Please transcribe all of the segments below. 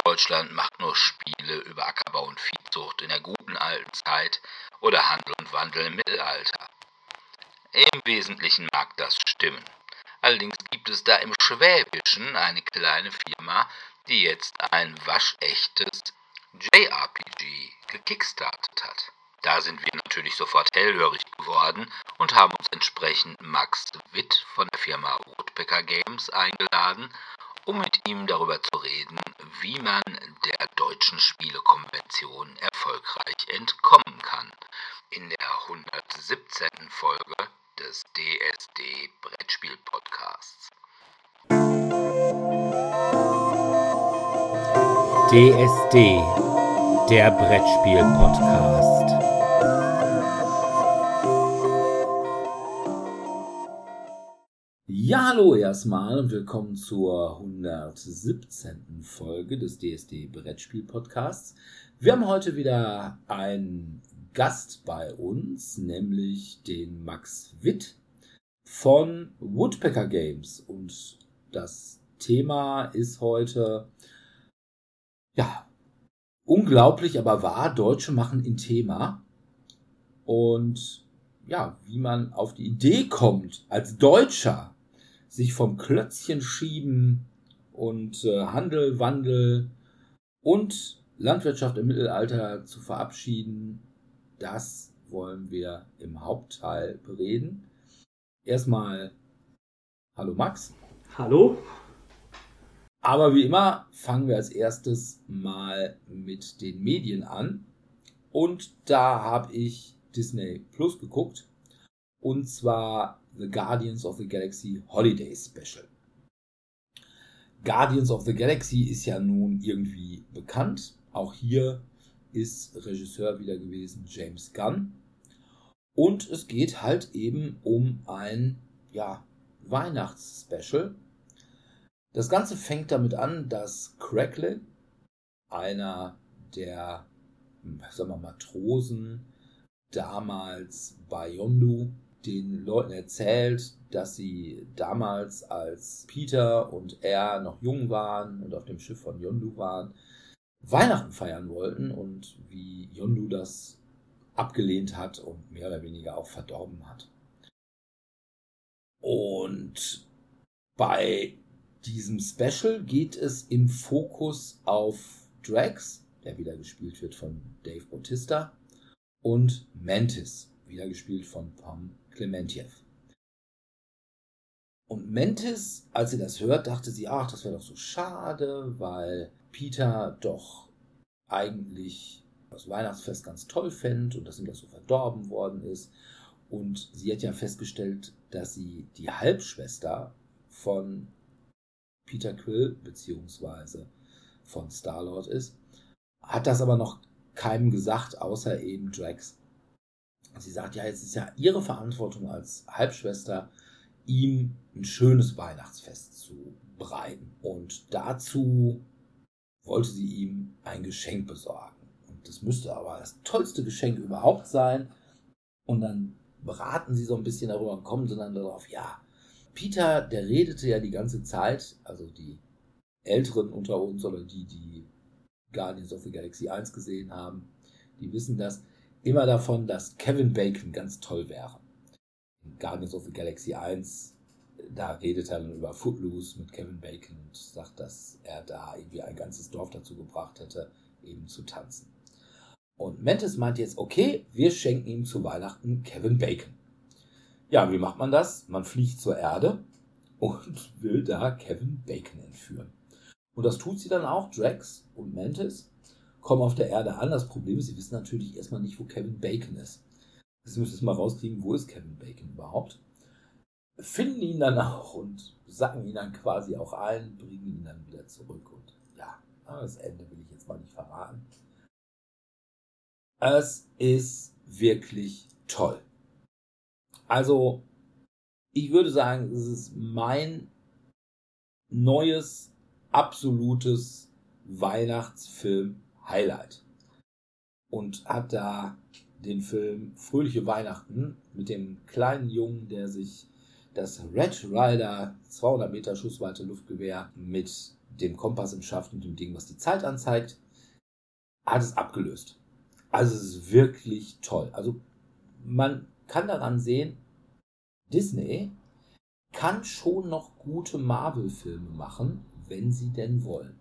Deutschland macht nur Spiele über Ackerbau und Viehzucht in der guten alten Zeit oder Handel und Wandel im Mittelalter. Im Wesentlichen mag das stimmen. Allerdings gibt es da im Schwäbischen eine kleine Firma, die jetzt ein waschechtes JRPG gekickstartet hat. Da sind wir natürlich sofort hellhörig geworden und haben uns entsprechend Max Witt von der Firma Woodpecker Games eingeladen, um mit ihm darüber zu reden, wie man der deutschen Spielekonvention erfolgreich entkommen kann. In der 117. Folge des DSD Brettspiel Podcasts. DSD, der Brettspiel Podcast. Ja, hallo erstmal und willkommen zur 117. Folge des DSD Brettspiel Podcasts. Wir haben heute wieder einen Gast bei uns, nämlich den Max Witt von Woodpecker Games. Und das Thema ist heute, ja, unglaublich, aber wahr, Deutsche machen ein Thema. Und ja, wie man auf die Idee kommt, als Deutscher sich vom Klötzchen schieben und Handel, Wandel und Landwirtschaft im Mittelalter zu verabschieden, das wollen wir im Hauptteil bereden. Erstmal, hallo Max. Hallo. Aber wie immer fangen wir als erstes mal mit den Medien an. Und da habe ich Disney Plus geguckt. Und zwar The Guardians of the Galaxy Holiday Special. Guardians of the Galaxy ist ja nun irgendwie bekannt. Auch hier ist Regisseur wieder gewesen James Gunn. Und es geht halt eben um ein Weihnachtsspecial. Das Ganze fängt damit an, dass Cracklin, einer der Matrosen damals bei Yondu, den Leuten erzählt, dass sie damals, als Peter und er noch jung waren und auf dem Schiff von Yondu waren, Weihnachten feiern wollten und wie Yondu das abgelehnt hat und mehr oder weniger auch verdorben hat. Und bei diesem Special geht es im Fokus auf Drax, der wieder gespielt wird von Dave Bautista, und Mantis, wieder gespielt von Pom Klementieff. Und Mantis, als sie das hört, dachte sie, ach, das wäre doch so schade, weil Peter doch eigentlich das Weihnachtsfest ganz toll fände und dass ihm das so verdorben worden ist. Und sie hat ja festgestellt, dass sie die Halbschwester von Peter Quill bzw. von Star-Lord ist, hat das aber noch keinem gesagt, außer eben Drax. Sie sagt, ja, jetzt ist ja ihre Verantwortung als Halbschwester, ihm ein schönes Weihnachtsfest zu bereiten. Und dazu wollte sie ihm ein Geschenk besorgen. Und das müsste aber das tollste Geschenk überhaupt sein. Und dann beraten sie so ein bisschen darüber und kommen sie dann darauf, ja, Peter, der redete ja die ganze Zeit, also die Älteren unter uns oder die Guardians of the Galaxy 1 gesehen haben, die wissen das, immer davon, dass Kevin Bacon ganz toll wäre. In Guardians of the Galaxy 1, da redet er dann über Footloose mit Kevin Bacon und sagt, dass er da irgendwie ein ganzes Dorf dazu gebracht hätte, eben zu tanzen. Und Mantis meint jetzt, okay, wir schenken ihm zu Weihnachten Kevin Bacon. Ja, wie macht man das? Man fliegt zur Erde und will da Kevin Bacon entführen. Und das tut sie dann auch. Drax und Mantis kommen auf der Erde an. Das Problem ist, sie wissen natürlich erstmal nicht, wo Kevin Bacon ist. Sie müssen jetzt mal rauskriegen, wo ist Kevin Bacon überhaupt. Finden ihn dann auch und sacken ihn dann quasi auch ein, bringen ihn dann wieder zurück. Und ja, das Ende will ich jetzt mal nicht verraten. Es ist wirklich toll. Also, ich würde sagen, es ist mein neues, absolutes Weihnachtsfilm-Highlight. Und hat da den Film Fröhliche Weihnachten mit dem kleinen Jungen, der sich das Red Ryder 200 Meter Schussweite Luftgewehr mit dem Kompass im Schaft und dem Ding, was die Zeit anzeigt, hat es abgelöst. Also es ist wirklich toll. Also man kann daran sehen, Disney kann schon noch gute Marvel-Filme machen, wenn sie denn wollen.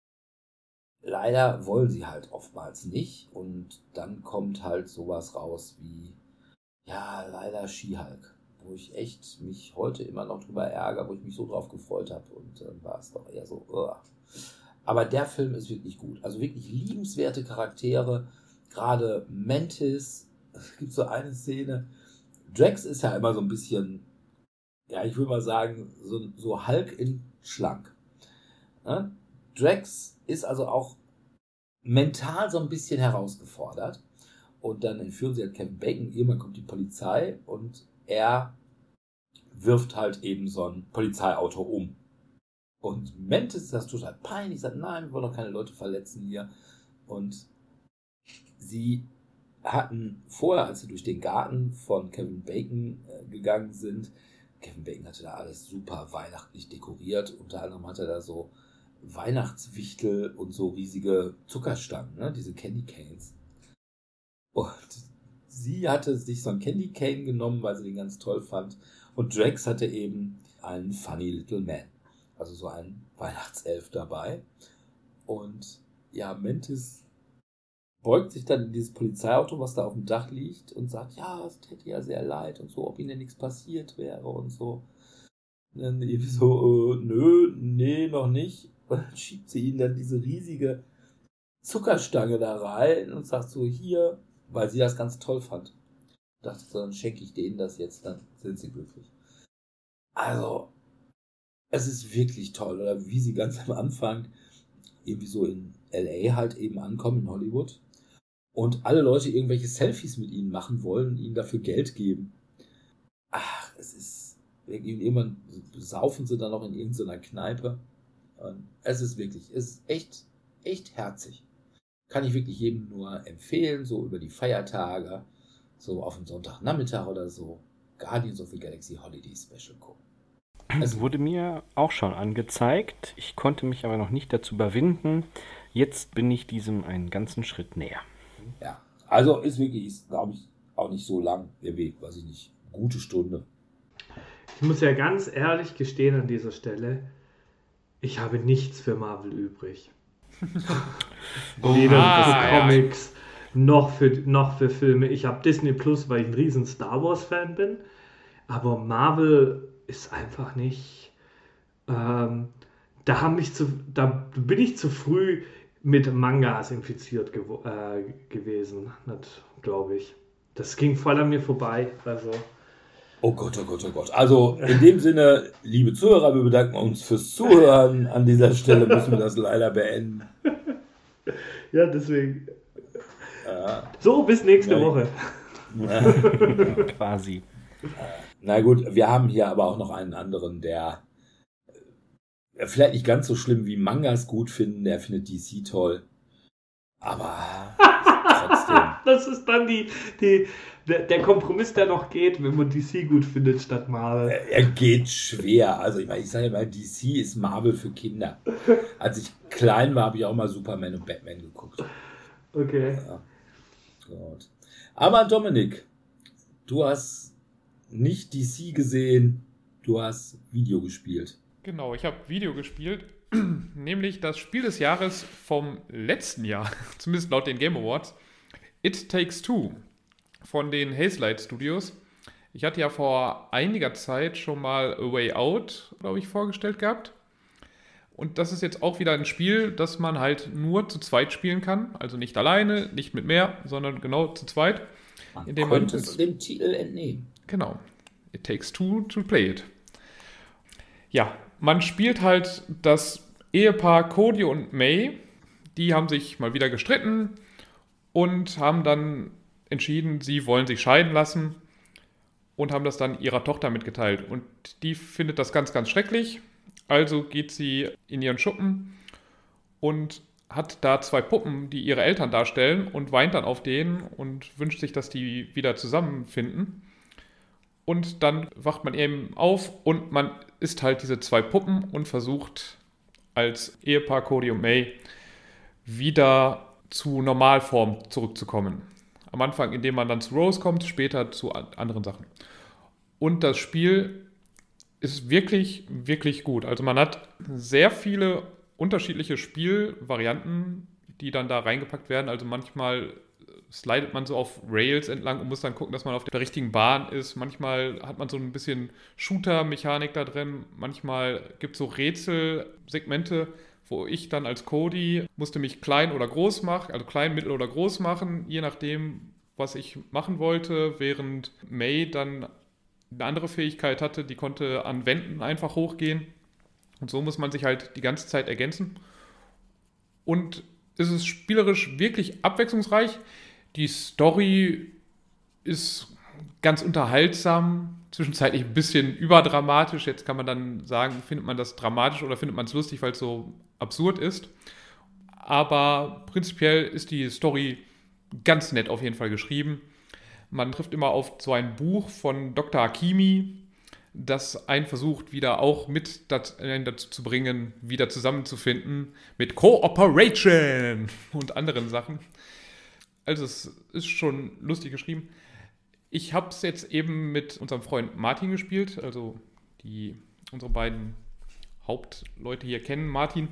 Leider wollen sie halt oftmals nicht und dann kommt halt sowas raus wie, ja, leider She-Hulk, wo ich echt mich heute immer noch drüber ärgere, wo ich mich so drauf gefreut habe und dann war es doch eher so, Aber der Film ist wirklich gut, also wirklich liebenswerte Charaktere, gerade Mantis, es gibt so eine Szene, Drax ist ja immer so ein bisschen, ja, ich würde mal sagen, so Hulk in schlank. Ja? Drax ist also auch mental so ein bisschen herausgefordert. Und dann entführen sie halt Kevin Bacon. Irgendwann kommt die Polizei und er wirft halt eben so ein Polizeiauto um. Und Mantis ist das total peinlich, sagt, nein, wir wollen doch keine Leute verletzen hier. Und sie hatten vorher, als sie durch den Garten von Kevin Bacon gegangen sind, Kevin Bacon hatte da alles super weihnachtlich dekoriert. Unter anderem hatte er da so Weihnachtswichtel und so riesige Zuckerstangen, ne? Diese Candy Canes. Und sie hatte sich so ein Candy Cane genommen, weil sie den ganz toll fand. Und Drax hatte eben einen Funny Little Man, also so einen Weihnachtself dabei. Und ja, Mantis beugt sich dann in dieses Polizeiauto, was da auf dem Dach liegt, und sagt, ja, es täte ja sehr leid und so, ob ihnen nichts passiert wäre und so. Und dann irgendwie so, nee, noch nicht. Und dann schiebt sie ihnen dann diese riesige Zuckerstange da rein und sagt so, hier, weil sie das ganz toll fand. Ich dachte so, dann schenke ich denen das jetzt, dann sind sie glücklich. Also, es ist wirklich toll, oder wie sie ganz am Anfang irgendwie so in L.A. halt eben ankommen, in Hollywood, und alle Leute irgendwelche Selfies mit ihnen machen wollen und ihnen dafür Geld geben. Ach, es ist, irgendwann saufen sie dann noch in irgendeiner Kneipe. Und es ist echt, echt herzig. Kann ich wirklich jedem nur empfehlen, so über die Feiertage, so auf den Sonntagnachmittag oder so, Guardians of the Galaxy Holiday Special gucken. Es wurde mir auch schon angezeigt, ich konnte mich aber noch nicht dazu überwinden. Jetzt bin ich diesem einen ganzen Schritt näher. Ja, also ist wirklich, glaube ich, auch nicht so lang der Weg, weiß ich nicht, gute Stunde. Ich muss ja ganz ehrlich gestehen an dieser Stelle, ich habe nichts für Marvel übrig. Weder für Comics noch für Filme. Ich habe Disney Plus, weil ich ein riesen Star Wars Fan bin. Aber Marvel ist einfach nicht. Da bin ich zu früh mit Mangas infiziert gewesen, glaube ich. Das ging voll an mir vorbei. Also. Oh Gott, oh Gott, oh Gott. Also in dem Sinne, liebe Zuhörer, wir bedanken uns fürs Zuhören. An dieser Stelle müssen wir das leider beenden. Ja, deswegen. So, bis nächste Woche. Quasi. Na gut, wir haben hier aber auch noch einen anderen, der vielleicht nicht ganz so schlimm wie Mangas gut finden, der findet DC toll. Aber trotzdem. Das ist dann der Kompromiss, der noch geht, wenn man DC gut findet statt Marvel. Er geht schwer. Also ich sage mal, DC ist Marvel für Kinder. Als ich klein war, habe ich auch mal Superman und Batman geguckt. Okay. Ja. Gut. Aber Dominik, du hast nicht DC gesehen, du hast Video gespielt. Genau, ich habe Video gespielt, nämlich das Spiel des Jahres vom letzten Jahr, zumindest laut den Game Awards, It Takes Two von den Hazelight Studios. Ich hatte ja vor einiger Zeit schon mal A Way Out, glaube ich, vorgestellt gehabt. Und das ist jetzt auch wieder ein Spiel, das man halt nur zu zweit spielen kann. Also nicht alleine, nicht mit mehr, sondern genau zu zweit. Man könnte es dem Titel entnehmen. Genau. It takes two to play it. Ja, man spielt halt das Ehepaar Cody und May. Die haben sich mal wieder gestritten und haben dann entschieden, sie wollen sich scheiden lassen und haben das dann ihrer Tochter mitgeteilt. Und die findet das ganz, ganz schrecklich. Also geht sie in ihren Schuppen und hat da 2 Puppen, die ihre Eltern darstellen, und weint dann auf denen und wünscht sich, dass die wieder zusammenfinden. Und dann wacht man eben auf und man isst halt diese 2 Puppen und versucht als Ehepaar Cody und May wieder zu Normalform zurückzukommen. Am Anfang, indem man dann zu Rose kommt, später zu anderen Sachen. Und das Spiel ist wirklich, wirklich gut. Also man hat sehr viele unterschiedliche Spielvarianten, die dann da reingepackt werden. Also manchmal slidet man so auf Rails entlang und muss dann gucken, dass man auf der richtigen Bahn ist. Manchmal hat man so ein bisschen Shooter-Mechanik da drin. Manchmal gibt es so Rätselsegmente, wo ich dann als Cody musste mich klein oder groß machen, also klein, mittel oder groß machen, je nachdem, was ich machen wollte, während May dann eine andere Fähigkeit hatte, die konnte an Wänden einfach hochgehen. Und so muss man sich halt die ganze Zeit ergänzen. Und es ist spielerisch wirklich abwechslungsreich. Die Story ist ganz unterhaltsam, zwischenzeitlich ein bisschen überdramatisch. Jetzt kann man dann sagen, findet man das dramatisch oder findet man es lustig, weil es so absurd ist. Aber prinzipiell ist die Story ganz nett auf jeden Fall geschrieben. Man trifft immer auf so ein Buch von Dr. Hakimi, das einen versucht, wieder auch einen dazu zu bringen, wieder zusammenzufinden mit Cooperation und anderen Sachen. Also es ist schon lustig geschrieben. Ich habe es jetzt eben mit unserem Freund Martin gespielt, also die unsere beiden Hauptleute hier kennen, Martin.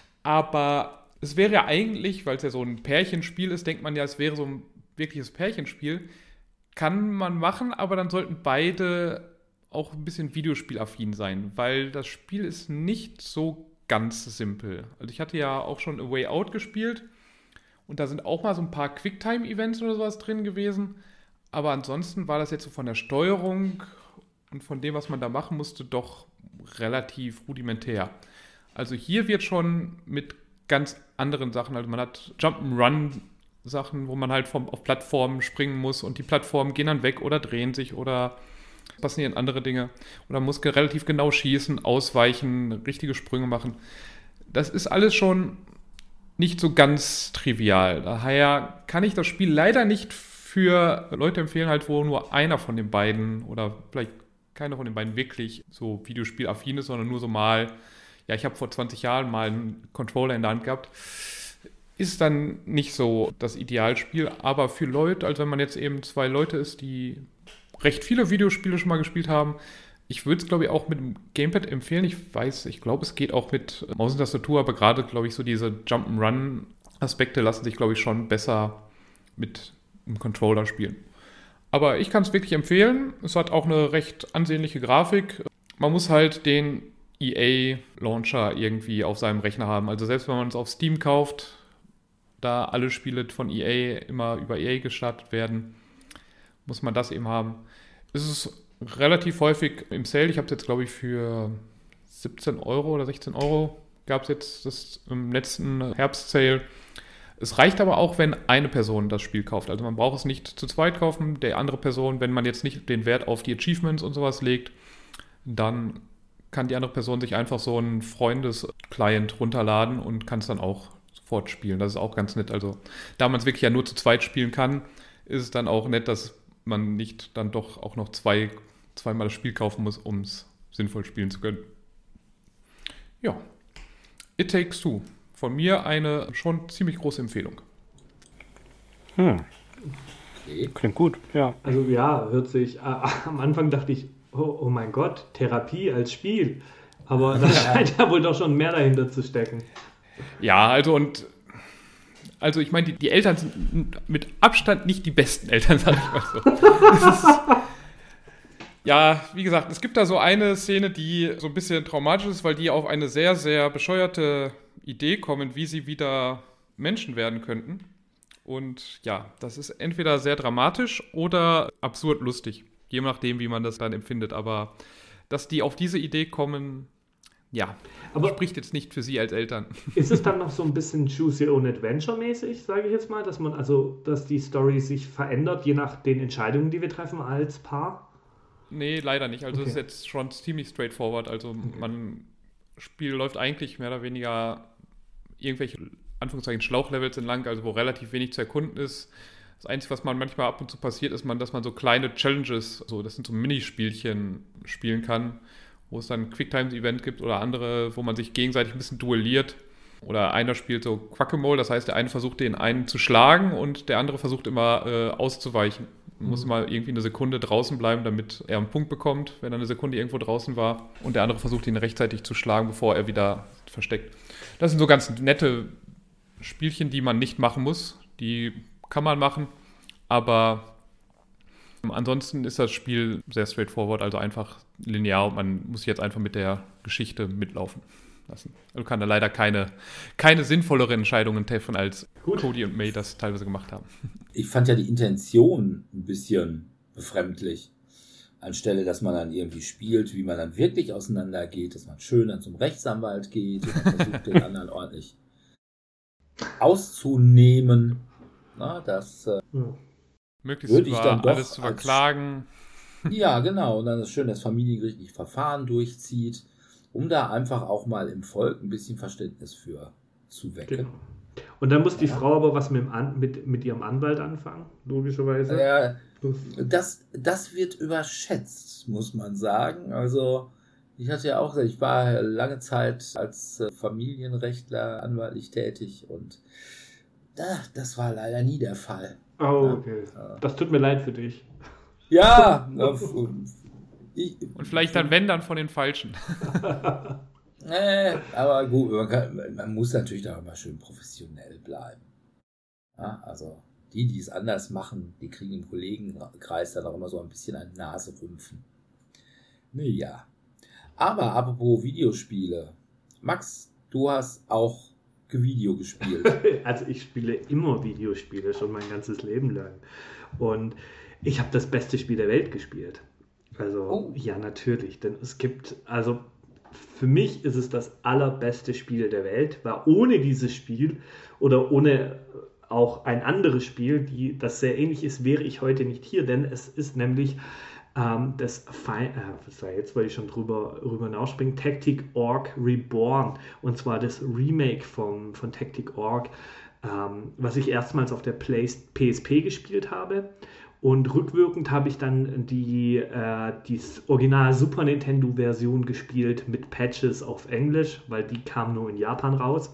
Aber es wäre ja eigentlich, weil es ja so ein Pärchenspiel ist, denkt man ja, es wäre so ein wirkliches Pärchenspiel. Kann man machen, aber dann sollten beide auch ein bisschen videospielaffin sein, weil das Spiel ist nicht so ganz simpel. Also ich hatte ja auch schon A Way Out gespielt und da sind auch mal so ein paar Quicktime-Events oder sowas drin gewesen, aber ansonsten war das jetzt so von der Steuerung und von dem, was man da machen musste, doch relativ rudimentär. Also hier wird schon mit ganz anderen Sachen, also man hat Jump'n'Run-Sachen, wo man halt auf Plattformen springen muss und die Plattformen gehen dann weg oder drehen sich oder passieren andere Dinge. Und man muss relativ genau schießen, ausweichen, richtige Sprünge machen. Das ist alles schon nicht so ganz trivial. Daher kann ich das Spiel leider nicht für Leute empfehlen, halt, wo nur einer von den beiden oder vielleicht keiner von den beiden wirklich so videospielaffin ist, sondern nur so mal, ja, ich habe vor 20 Jahren mal einen Controller in der Hand gehabt. Ist dann nicht so das Idealspiel, aber für Leute, also wenn man jetzt eben 2 Leute ist, die recht viele Videospiele schon mal gespielt haben, ich würde es, glaube ich, auch mit dem Gamepad empfehlen. Ich glaube, es geht auch mit Maus und Tastatur, aber gerade, glaube ich, so diese Jump'n'Run-Aspekte lassen sich, glaube ich, schon besser mit einem Controller spielen. Aber ich kann es wirklich empfehlen. Es hat auch eine recht ansehnliche Grafik. Man muss halt den EA-Launcher irgendwie auf seinem Rechner haben. Also selbst wenn man es auf Steam kauft, da alle Spiele von EA immer über EA gestartet werden, muss man das eben haben. Es ist relativ häufig im Sale. Ich habe es jetzt, glaube ich, für 17 Euro oder 16 Euro gab es jetzt das im letzten Herbst-Sale. Es reicht aber auch, wenn eine Person das Spiel kauft. Also man braucht es nicht zu zweit kaufen. Der andere Person, wenn man jetzt nicht den Wert auf die Achievements und sowas legt, dann kann die andere Person sich einfach so einen Freundes-Client runterladen und kann es dann auch sofort spielen. Das ist auch ganz nett. Also da man es wirklich ja nur zu zweit spielen kann, ist es dann auch nett, dass man nicht dann doch auch noch zweimal das Spiel kaufen muss, um es sinnvoll spielen zu können. Ja, It Takes Two. Von mir eine schon ziemlich große Empfehlung. Okay. Klingt gut, ja. Also ja, hört sich, am Anfang dachte ich, oh mein Gott, Therapie als Spiel. Aber da scheint ja wohl doch schon mehr dahinter zu stecken. Ja, also ich meine, die Eltern sind mit Abstand nicht die besten Eltern, sag ich mal so. Ja, wie gesagt, es gibt da so eine Szene, die so ein bisschen traumatisch ist, weil die auf eine sehr, sehr bescheuerte Idee kommen, wie sie wieder Menschen werden könnten. Und ja, das ist entweder sehr dramatisch oder absurd lustig, je nachdem, wie man das dann empfindet. Aber dass die auf diese Idee kommen, ja, aber spricht jetzt nicht für sie als Eltern. Ist es dann noch so ein bisschen Choose Your Own Adventure mäßig, sage ich jetzt mal, dass die Story sich verändert, je nach den Entscheidungen, die wir treffen als Paar? Nee, leider nicht. Also Okay. es ist jetzt schon ziemlich straightforward. Also Spiel läuft eigentlich mehr oder weniger irgendwelche, Anführungszeichen, Schlauchlevels entlang, also wo relativ wenig zu erkunden ist. Das Einzige, was man manchmal ab und zu passiert, ist, dass man so kleine Challenges, das sind so Minispielchen, spielen kann. wo es dann ein Quicktime-Event gibt oder andere, wo man sich gegenseitig ein bisschen duelliert. Oder einer spielt so Quack-a-Mole, das heißt, der eine versucht, den einen zu schlagen und der andere versucht immer auszuweichen. Man muss immer irgendwie eine Sekunde draußen bleiben, damit er einen Punkt bekommt, wenn er eine Sekunde irgendwo draußen war. Und der andere versucht, ihn rechtzeitig zu schlagen, bevor er wieder versteckt. Das sind so ganz nette Spielchen, die man nicht machen muss. Die kann man machen, aber ansonsten ist das Spiel sehr straightforward, also einfach linear und man muss jetzt einfach mit der Geschichte mitlaufen lassen. Also kann da leider keine sinnvollere Entscheidungen treffen, als Cody und May das teilweise gemacht haben. Ich fand ja die Intention ein bisschen befremdlich. Anstelle, dass man dann irgendwie spielt, wie man dann wirklich auseinandergeht, dass man schön dann zum Rechtsanwalt geht und versucht, den anderen ordentlich auszunehmen. Na, das möglichst würde ich dann doch alles zu verklagen. Ja, genau. Und dann ist schön, dass Familiengerichtlich Verfahren durchzieht, um da einfach auch mal im Volk ein bisschen Verständnis für zu wecken. Genau. Und dann muss die Frau aber was mit ihrem Anwalt anfangen, logischerweise. Das wird überschätzt, muss man sagen. Also ich hatte ja auch gesagt, ich war lange Zeit als Familienrechtler anwaltlich tätig und das war leider nie der Fall. Oh, okay. Das tut mir leid für dich. Ja. Und vielleicht dann von den Falschen. Aber gut, man muss natürlich da immer schön professionell bleiben. Ja, also die es anders machen, die kriegen im Kollegenkreis dann auch immer so ein bisschen eine Naserümpfen. Naja. Aber apropos Videospiele. Max, du hast auch Video gespielt. Also ich spiele immer Videospiele, schon mein ganzes Leben lang. Und ich habe das beste Spiel der Welt gespielt. Also, ja, natürlich. Denn es gibt, also für mich ist es das allerbeste Spiel der Welt, weil ohne dieses Spiel oder ohne auch ein anderes Spiel, das sehr ähnlich ist, wäre ich heute nicht hier, denn es ist nämlich jetzt wollte ich schon drüber hinausspringen, Tactic Orc Reborn, und zwar das Remake von Tactic Orc, was ich erstmals auf der PSP gespielt habe. Und rückwirkend habe ich dann die Original Super Nintendo Version gespielt mit Patches auf Englisch, weil die kam nur in Japan raus.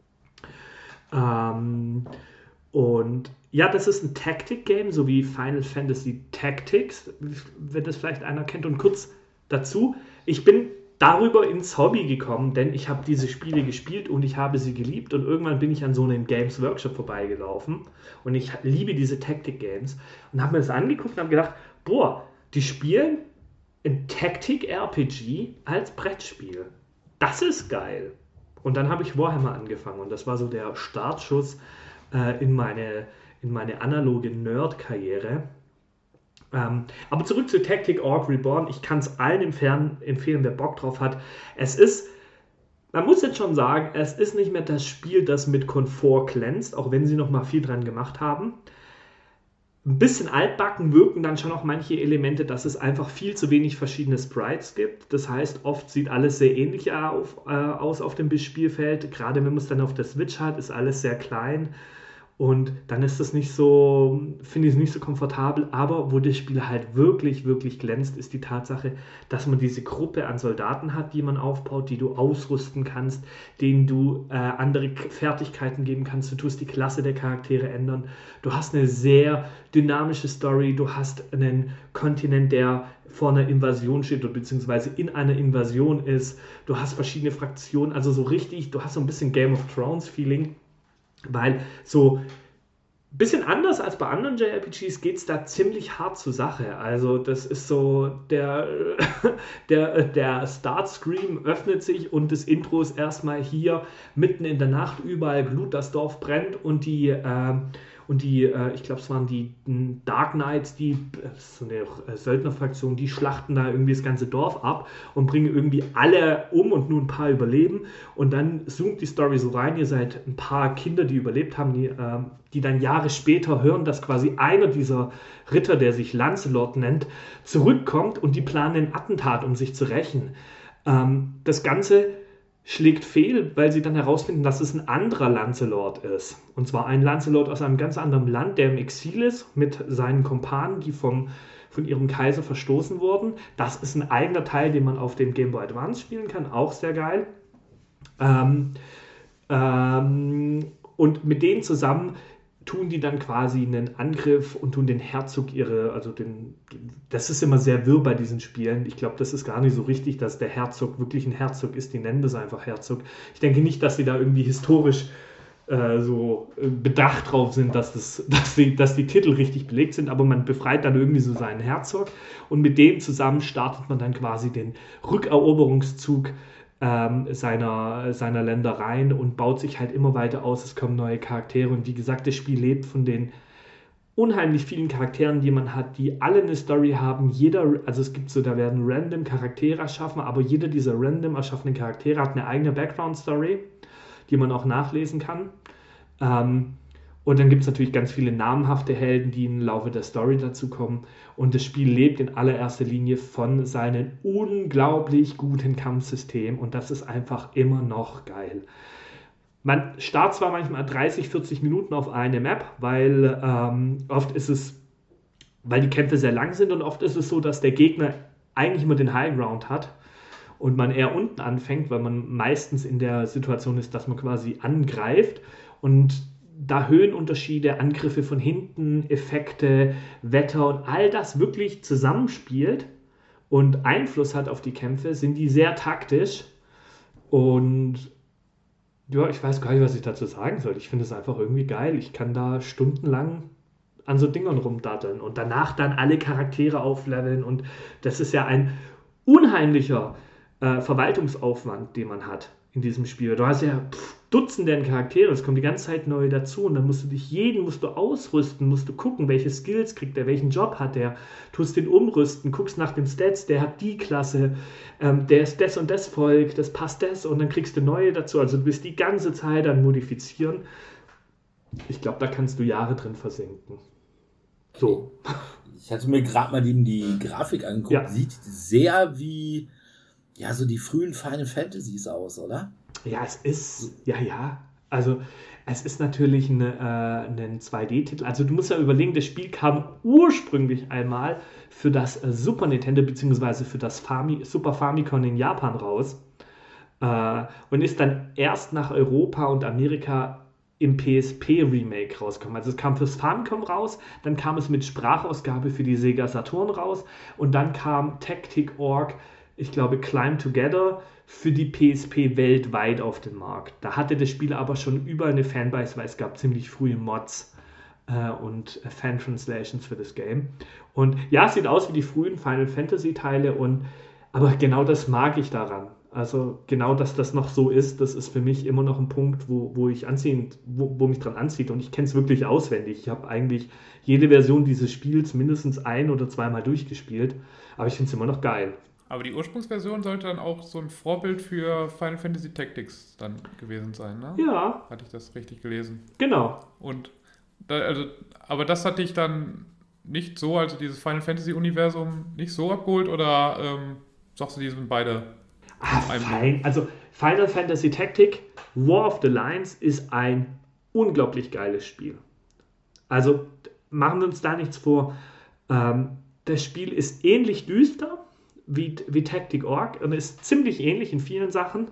Und ja, das ist ein Tactic-Game, so wie Final Fantasy Tactics, wenn das vielleicht einer kennt. Und kurz dazu, ich bin darüber ins Hobby gekommen, denn ich habe diese Spiele gespielt und ich habe sie geliebt und irgendwann bin ich an so einem Games Workshop vorbeigelaufen und ich liebe diese Tactic-Games und habe mir das angeguckt und habe gedacht, boah, die spielen ein Tactic-RPG als Brettspiel. Das ist geil. Und dann habe ich Warhammer angefangen und das war so der Startschuss in meine analoge Nerd-Karriere. Aber zurück zu Tactic Orc Reborn. Ich kann es allen empfehlen, wer Bock drauf hat. Man muss jetzt schon sagen, es ist nicht mehr das Spiel, das mit Komfort glänzt, auch wenn sie noch mal viel dran gemacht haben. Ein bisschen altbacken wirken dann schon auch manche Elemente, dass es einfach viel zu wenig verschiedene Sprites gibt. Das heißt, oft sieht alles sehr ähnlich aus auf dem Spielfeld. Gerade wenn man es dann auf der Switch hat, ist alles sehr klein. Und dann ist das nicht so, finde ich es nicht so komfortabel, aber wo das Spiel halt wirklich, wirklich glänzt, ist die Tatsache, dass man diese Gruppe an Soldaten hat, die man aufbaut, die du ausrüsten kannst, denen du andere Fertigkeiten geben kannst, du tust die Klasse der Charaktere ändern, du hast eine sehr dynamische Story, du hast einen Kontinent, der vor einer Invasion steht oder beziehungsweise in einer Invasion ist, du hast verschiedene Fraktionen, also so richtig, du hast so ein bisschen Game of Thrones Feeling. Weil so ein bisschen anders als bei anderen JRPGs geht es da ziemlich hart zur Sache. Also das ist so, der Startscreen öffnet sich und das Intro ist erstmal hier mitten in der Nacht, überall Glut, das Dorf brennt und die ich glaube, es waren die Dark Knights, so eine Söldnerfraktion, die schlachten da irgendwie das ganze Dorf ab und bringen irgendwie alle um und nur ein paar überleben. Und dann zoomt die Story so rein, ihr seid ein paar Kinder, die überlebt haben, die dann Jahre später hören, dass quasi einer dieser Ritter, der sich Lancelot nennt, zurückkommt und die planen ein Attentat, um sich zu rächen. Das Ganze schlägt fehl, weil sie dann herausfinden, dass es ein anderer Lancelot ist. Und zwar ein Lancelot aus einem ganz anderen Land, der im Exil ist, mit seinen Kumpanen, die vom von ihrem Kaiser verstoßen wurden. Das ist ein eigener Teil, den man auf dem Game Boy Advance spielen kann, auch sehr geil. Und mit denen zusammen tun die dann quasi einen Angriff und tun den Herzog das ist immer sehr wirr bei diesen Spielen. Ich glaube, das ist gar nicht so richtig, dass der Herzog wirklich ein Herzog ist. Die nennen das einfach Herzog. Ich denke nicht, dass sie da irgendwie historisch bedacht drauf sind, dass die Titel richtig belegt sind, aber man befreit dann irgendwie so seinen Herzog und mit dem zusammen startet man dann quasi den Rückeroberungszug seiner Ländereien und baut sich halt immer weiter aus. Es kommen neue Charaktere und wie gesagt, das Spiel lebt von den unheimlich vielen Charakteren, die man hat, die alle eine Story haben. Da werden random Charaktere erschaffen, aber jeder dieser random erschaffenen Charaktere hat eine eigene Background-Story, die man auch nachlesen kann. Und dann gibt es natürlich ganz viele namhafte Helden, die im Laufe der Story dazu kommen. Und das Spiel lebt in allererster Linie von seinem unglaublich guten Kampfsystem. Und das ist einfach immer noch geil. Man startet zwar manchmal 30, 40 Minuten auf eine Map, weil die Kämpfe sehr lang sind und oft ist es so, dass der Gegner eigentlich immer den High Ground hat und man eher unten anfängt, weil man meistens in der Situation ist, dass man quasi angreift und da Höhenunterschiede, Angriffe von hinten, Effekte, Wetter und all das wirklich zusammenspielt und Einfluss hat auf die Kämpfe, sind die sehr taktisch und ja, ich weiß gar nicht, was ich dazu sagen soll. Ich finde es einfach irgendwie geil. Ich kann da stundenlang an so Dingern rumdatteln und danach dann alle Charaktere aufleveln und das ist ja ein unheimlicher Verwaltungsaufwand, den man hat in diesem Spiel. Du hast ja Dutzende Charaktere, es kommt die ganze Zeit neu dazu und dann musst du ausrüsten, musst du gucken, welche Skills kriegt er, welchen Job hat er, tust den umrüsten, guckst nach den Stats, der hat die Klasse, der ist das und das Volk, das passt das und dann kriegst du neue dazu, also du bist die ganze Zeit am Modifizieren. Ich glaube, da kannst du Jahre drin versenken. So. Ich hatte mir gerade mal die Grafik angeguckt, Ja. Sieht sehr wie so die frühen Final Fantasies aus, oder? Ja, es ist, also es ist natürlich ein 2D-Titel. Also du musst ja überlegen, das Spiel kam ursprünglich einmal für das Super Nintendo bzw. für das Super Famicom in Japan raus und ist dann erst nach Europa und Amerika im PSP-Remake rausgekommen. Also es kam fürs Famicom raus, dann kam es mit Sprachausgabe für die Sega Saturn raus und dann kam Tactic.org, ich glaube Climb Together, für die PSP weltweit auf den Markt. Da hatte das Spiel aber schon überall eine Fanbase, weil es gab ziemlich frühe Mods und Fan-Translations für das Game. Und ja, es sieht aus wie die frühen Final Fantasy-Teile, aber genau das mag ich daran. Also genau, dass das noch so ist, das ist für mich immer noch ein Punkt, wo mich dran anzieht. Und ich kenne es wirklich auswendig. Ich habe eigentlich jede Version dieses Spiels mindestens ein- oder zweimal durchgespielt. Aber ich finde es immer noch geil. Aber die Ursprungsversion sollte dann auch so ein Vorbild für Final Fantasy Tactics dann gewesen sein, ne? Ja. Hatte ich das richtig gelesen? Genau. Und aber das hatte ich dann nicht so, also dieses Final Fantasy Universum nicht so abgeholt oder sagst du, die sind beide Fein. Also Final Fantasy Tactic War of the Lions ist ein unglaublich geiles Spiel. Also machen wir uns da nichts vor. Das Spiel ist ähnlich düster wie Tactic.org und ist ziemlich ähnlich in vielen Sachen.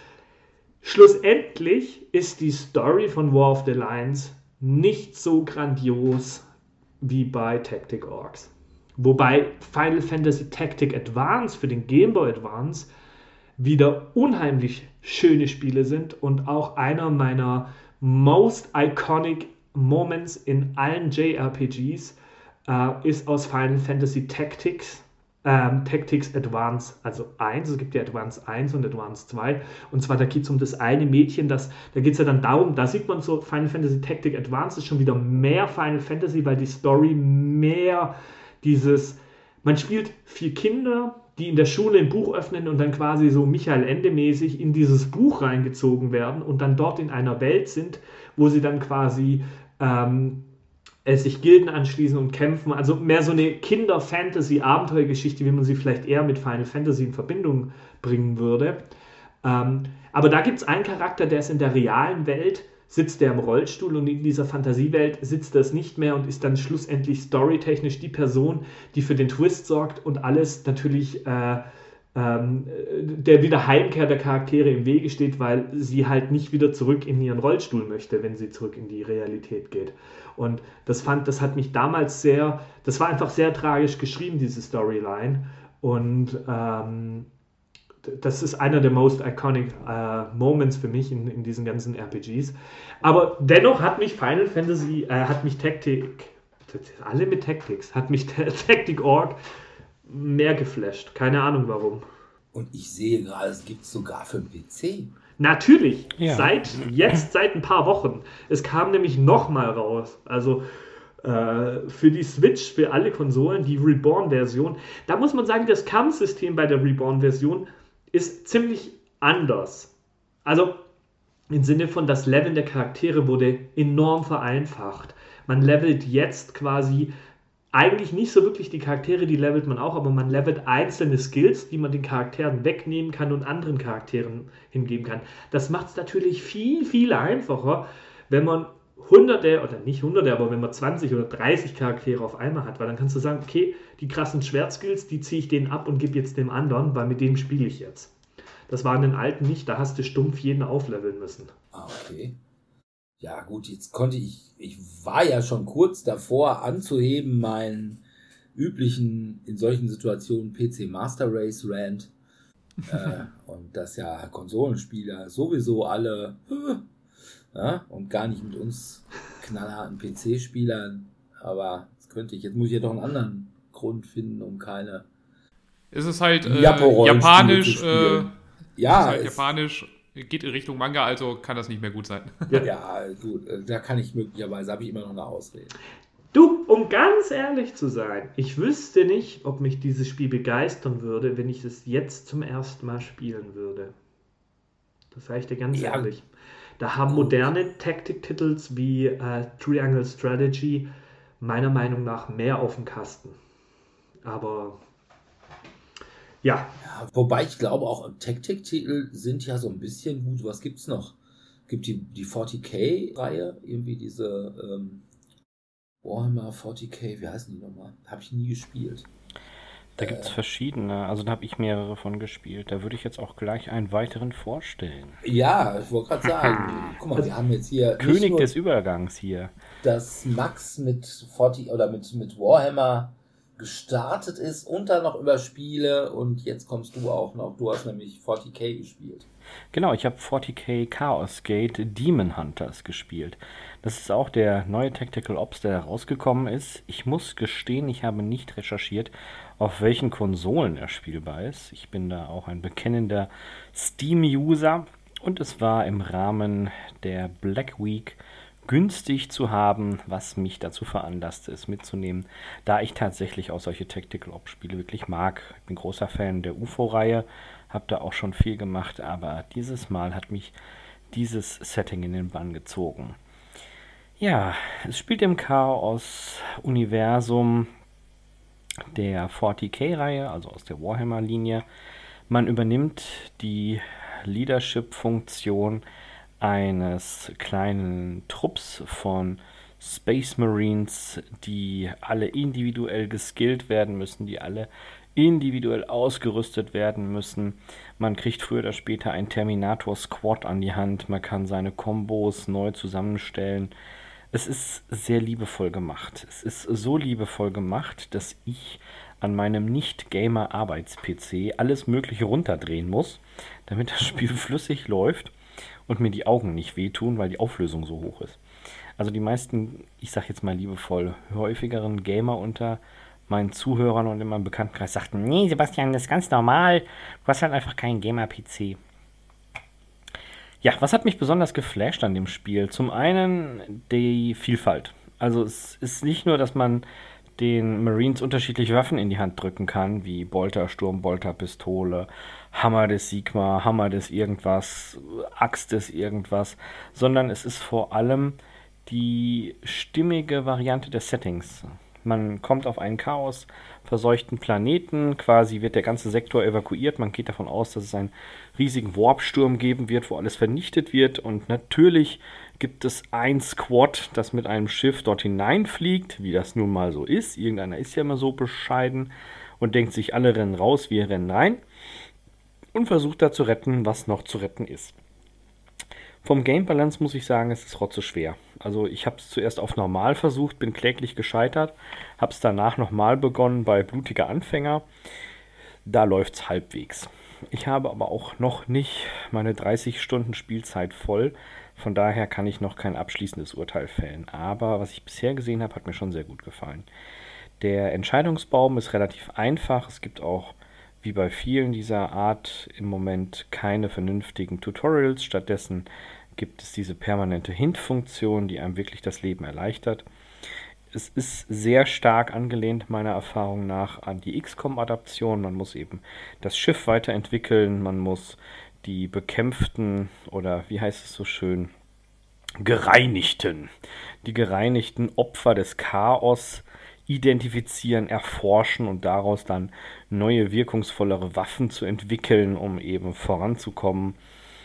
Schlussendlich ist die Story von War of the Lions nicht so grandios wie bei Tactic.org. Wobei Final Fantasy Tactic Advance für den Game Boy Advance wieder unheimlich schöne Spiele sind und auch einer meiner most iconic Moments in allen JRPGs ist aus Final Fantasy Tactics Advance, also 1, es gibt ja Advance 1 und Advance 2 und zwar da geht es um das eine Mädchen, da geht es ja dann darum, da sieht man so, Final Fantasy Tactic Advance ist schon wieder mehr Final Fantasy, weil die Story mehr man spielt 4 Kinder, die in der Schule ein Buch öffnen und dann quasi so Michael Ende-mäßig in dieses Buch reingezogen werden und dann dort in einer Welt sind, wo sie dann quasi sich Gilden anschließen und kämpfen. Also mehr so eine Kinder-Fantasy-Abenteuergeschichte, wie man sie vielleicht eher mit Final Fantasy in Verbindung bringen würde. Aber da gibt es einen Charakter, der ist in der realen Welt sitzt er im Rollstuhl und in dieser Fantasiewelt sitzt er es nicht mehr und ist dann schlussendlich storytechnisch die Person, die für den Twist sorgt und alles natürlich der Wiederheimkehr der Charaktere im Wege steht, weil sie halt nicht wieder zurück in ihren Rollstuhl möchte, wenn sie zurück in die Realität geht. Und das hat mich damals das war einfach sehr tragisch geschrieben, diese Storyline. Und das ist einer der most iconic Moments für mich in diesen ganzen RPGs. Aber dennoch hat mich Final Fantasy, hat mich Tactic Org mehr geflasht. Keine Ahnung warum. Und ich sehe gerade, es gibt es sogar für den PC. Natürlich, Ja. seit ein paar Wochen. Es kam nämlich nochmal raus. Also für die Switch, für alle Konsolen, die Reborn-Version. Da muss man sagen, das Kampfsystem bei der Reborn-Version ist ziemlich anders. Also im Sinne von, das Leveln der Charaktere wurde enorm vereinfacht. Man levelt jetzt quasi eigentlich nicht so wirklich die Charaktere, die levelt man auch, aber man levelt einzelne Skills, die man den Charakteren wegnehmen kann und anderen Charakteren hingeben kann. Das macht es natürlich viel, viel einfacher, wenn man Hunderte, oder nicht Hunderte, aber wenn man 20 oder 30 Charaktere auf einmal hat, weil dann kannst du sagen, okay, die krassen Schwertskills, die ziehe ich denen ab und gebe jetzt dem anderen, weil mit dem spiele ich jetzt. Das war in den alten nicht, da hast du stumpf jeden aufleveln müssen. Ah, okay. Ja gut, jetzt konnte ich war ja schon kurz davor anzuheben, meinen üblichen, in solchen Situationen PC Master Race Rant. Und dass ja Konsolenspieler sowieso alle und gar nicht mit uns knallharten PC-Spielern. Aber jetzt muss ich ja doch einen anderen Grund finden, um keine Es ist halt Japo-Rollenspiele japanisch, zu spielen. japanisch, geht in Richtung Manga, also kann das nicht mehr gut sein. Ja, gut, da kann ich möglicherweise, habe ich immer noch eine Ausrede. Du, um ganz ehrlich zu sein, ich wüsste nicht, ob mich dieses Spiel begeistern würde, wenn ich es jetzt zum ersten Mal spielen würde. Das sage ich dir ganz Ja. ehrlich. Da haben moderne Tactic-Titels wie Triangle Strategy meiner Meinung nach mehr auf dem Kasten. Aber ja, Ja, wobei ich glaube, auch Tactic-Titel sind ja so ein bisschen gut. Was gibt's noch? Gibt die 40k-Reihe, irgendwie diese Warhammer 40k, wie heißen die nochmal? Habe ich nie gespielt. Da gibt es verschiedene, also da habe ich mehrere von gespielt. Da würde ich jetzt auch gleich einen weiteren vorstellen. Ja, ich wollte gerade sagen, guck mal, wir haben jetzt hier nicht König nur des Übergangs hier. dass Max mit 40 oder mit Warhammer gestartet ist und dann noch über Spiele und jetzt kommst du auch noch. Du hast nämlich 40k gespielt. Genau, ich habe 40k Chaos Gate Demon Hunters gespielt. Das ist auch der neue Tactical Ops, der rausgekommen ist. Ich muss gestehen, ich habe nicht recherchiert, auf welchen Konsolen er spielbar ist. Ich bin da auch ein bekennender Steam-User und es war im Rahmen der Black Week günstig zu haben, was mich dazu veranlasste, es mitzunehmen, da ich tatsächlich auch solche Tactical Ops Spiele wirklich mag. Ich bin großer Fan der UFO-Reihe, habe da auch schon viel gemacht, aber dieses Mal hat mich dieses Setting in den Bann gezogen. Ja, es spielt im Chaos-Universum der 40k-Reihe, also aus der Warhammer-Linie. Man übernimmt die Leadership-Funktion eines kleinen Trupps von Space Marines, die alle individuell geskillt werden müssen, die alle individuell ausgerüstet werden müssen. Man kriegt früher oder später ein Terminator Squad an die Hand, man kann seine Kombos neu zusammenstellen. Es ist sehr liebevoll gemacht. Es ist so liebevoll gemacht, dass ich an meinem Nicht-Gamer-Arbeits-PC alles Mögliche runterdrehen muss, damit das Spiel flüssig läuft und mir die Augen nicht wehtun, weil die Auflösung so hoch ist. Also die meisten, ich sag jetzt mal liebevoll, häufigeren Gamer unter meinen Zuhörern und in meinem Bekanntenkreis sagten, nee Sebastian, das ist ganz normal, du hast halt einfach keinen Gamer-PC. Ja, was hat mich besonders geflasht an dem Spiel? Zum einen die Vielfalt. Also es ist nicht nur, dass man den Marines unterschiedliche Waffen in die Hand drücken kann, wie Bolter, Sturmbolter, Pistole, Hammer des Sigma, Hammer des irgendwas, Axt des irgendwas, sondern es ist vor allem die stimmige Variante des Settings. Man kommt auf einen chaosverseuchten Planeten, quasi wird der ganze Sektor evakuiert. Man geht davon aus, dass es einen riesigen Warpsturm geben wird, wo alles vernichtet wird. Und natürlich gibt es ein Squad, das mit einem Schiff dort hineinfliegt, wie das nun mal so ist. Irgendeiner ist ja immer so bescheiden und denkt sich, alle rennen raus, wir rennen rein und versucht da zu retten, was noch zu retten ist. Vom Game Balance muss ich sagen, es ist rotzeschwer. Also ich habe es zuerst auf normal versucht, bin kläglich gescheitert, habe es danach nochmal begonnen bei blutiger Anfänger. Da läuft es halbwegs. Ich habe aber auch noch nicht meine 30 Stunden Spielzeit voll. Von daher kann ich noch kein abschließendes Urteil fällen. Aber was ich bisher gesehen habe, hat mir schon sehr gut gefallen. Der Entscheidungsbaum ist relativ einfach. Es gibt auch, wie bei vielen dieser Art, im Moment keine vernünftigen Tutorials. Stattdessen gibt es diese permanente Hint-Funktion, die einem wirklich das Leben erleichtert. Es ist sehr stark angelehnt, meiner Erfahrung nach, an die XCOM-Adaption. Man muss eben das Schiff weiterentwickeln, man muss die bekämpften oder, wie heißt es so schön, die gereinigten Opfer des Chaos identifizieren, erforschen und daraus dann neue, wirkungsvollere Waffen zu entwickeln, um eben voranzukommen.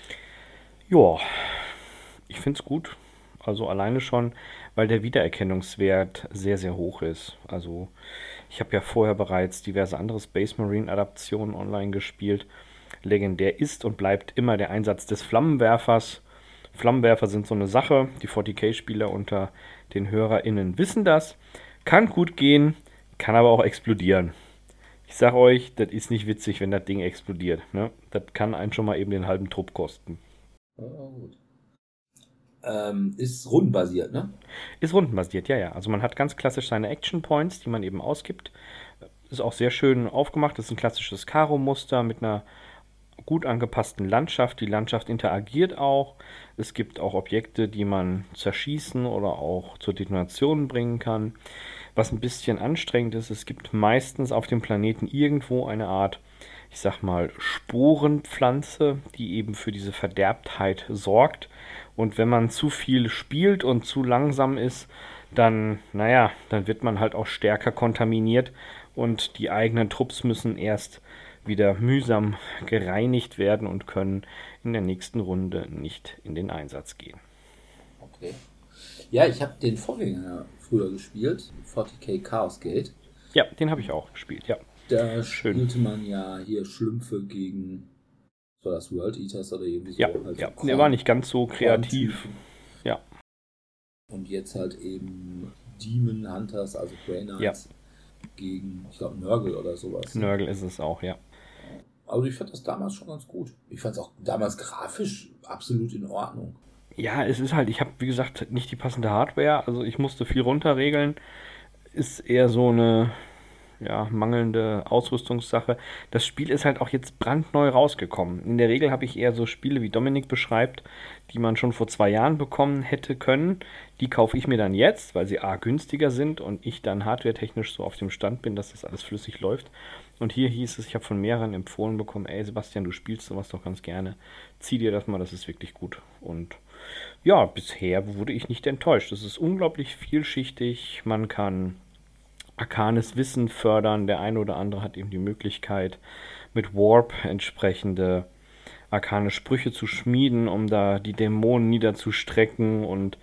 Ja, ich finde es gut. Also alleine schon, weil der Wiedererkennungswert sehr, sehr hoch ist. Also ich habe ja vorher bereits diverse andere Space Marine Adaptionen online gespielt. Legendär ist und bleibt immer der Einsatz des Flammenwerfers. Flammenwerfer sind so eine Sache. Die 40k-Spieler unter den HörerInnen wissen das. Kann gut gehen, kann aber auch explodieren. Ich sag euch, das ist nicht witzig, wenn das Ding explodiert. Ne? Das kann einen schon mal eben den halben Trupp kosten. Oh, gut. Ist rundenbasiert, ne? Ist rundenbasiert, ja. Also man hat ganz klassisch seine Action Points, die man eben ausgibt. Ist auch sehr schön aufgemacht. Das ist ein klassisches Karo-Muster mit einer gut angepassten Landschaft. Die Landschaft interagiert auch. Es gibt auch Objekte, die man zerschießen oder auch zur Detonation bringen kann. Was ein bisschen anstrengend ist, es gibt meistens auf dem Planeten irgendwo eine Art, ich sag mal, Sporenpflanze, die eben für diese Verderbtheit sorgt. Und wenn man zu viel spielt und zu langsam ist, dann wird man halt auch stärker kontaminiert und die eigenen Trupps müssen erst wieder mühsam gereinigt werden und können in der nächsten Runde nicht in den Einsatz gehen. Okay. Ja, ich habe den Vorgänger früher gespielt, 40k Chaos Gate. Ja, den habe ich auch gespielt, ja. Da spielte man ja hier Schlümpfe gegen, war das World Eaters oder irgendwie so? Ja, halt ja. Der war nicht ganz so kreativ. Korntypen. Ja. Und jetzt halt eben Demon Hunters, also Grey Knights, gegen, ich glaube, Nurgle oder sowas. Nurgle ist es auch, ja. Also ich fand das damals schon ganz gut. Ich fand es auch damals grafisch absolut in Ordnung. Ja, es ist halt, ich habe, wie gesagt, nicht die passende Hardware, also ich musste viel runterregeln. Ist eher so eine mangelnde Ausrüstungssache. Das Spiel ist halt auch jetzt brandneu rausgekommen. In der Regel habe ich eher so Spiele, wie Dominik beschreibt, die man schon vor 2 Jahren bekommen hätte können. Die kaufe ich mir dann jetzt, weil sie A, günstiger sind und ich dann hardwaretechnisch so auf dem Stand bin, dass das alles flüssig läuft. Und hier hieß es, ich habe von mehreren empfohlen bekommen, ey Sebastian, du spielst sowas doch ganz gerne. Zieh dir das mal, das ist wirklich gut. Und ja, bisher wurde ich nicht enttäuscht. Es ist unglaublich vielschichtig. Man kann arkanes Wissen fördern. Der eine oder andere hat eben die Möglichkeit, mit Warp entsprechende arkane Sprüche zu schmieden, um da die Dämonen niederzustrecken. Und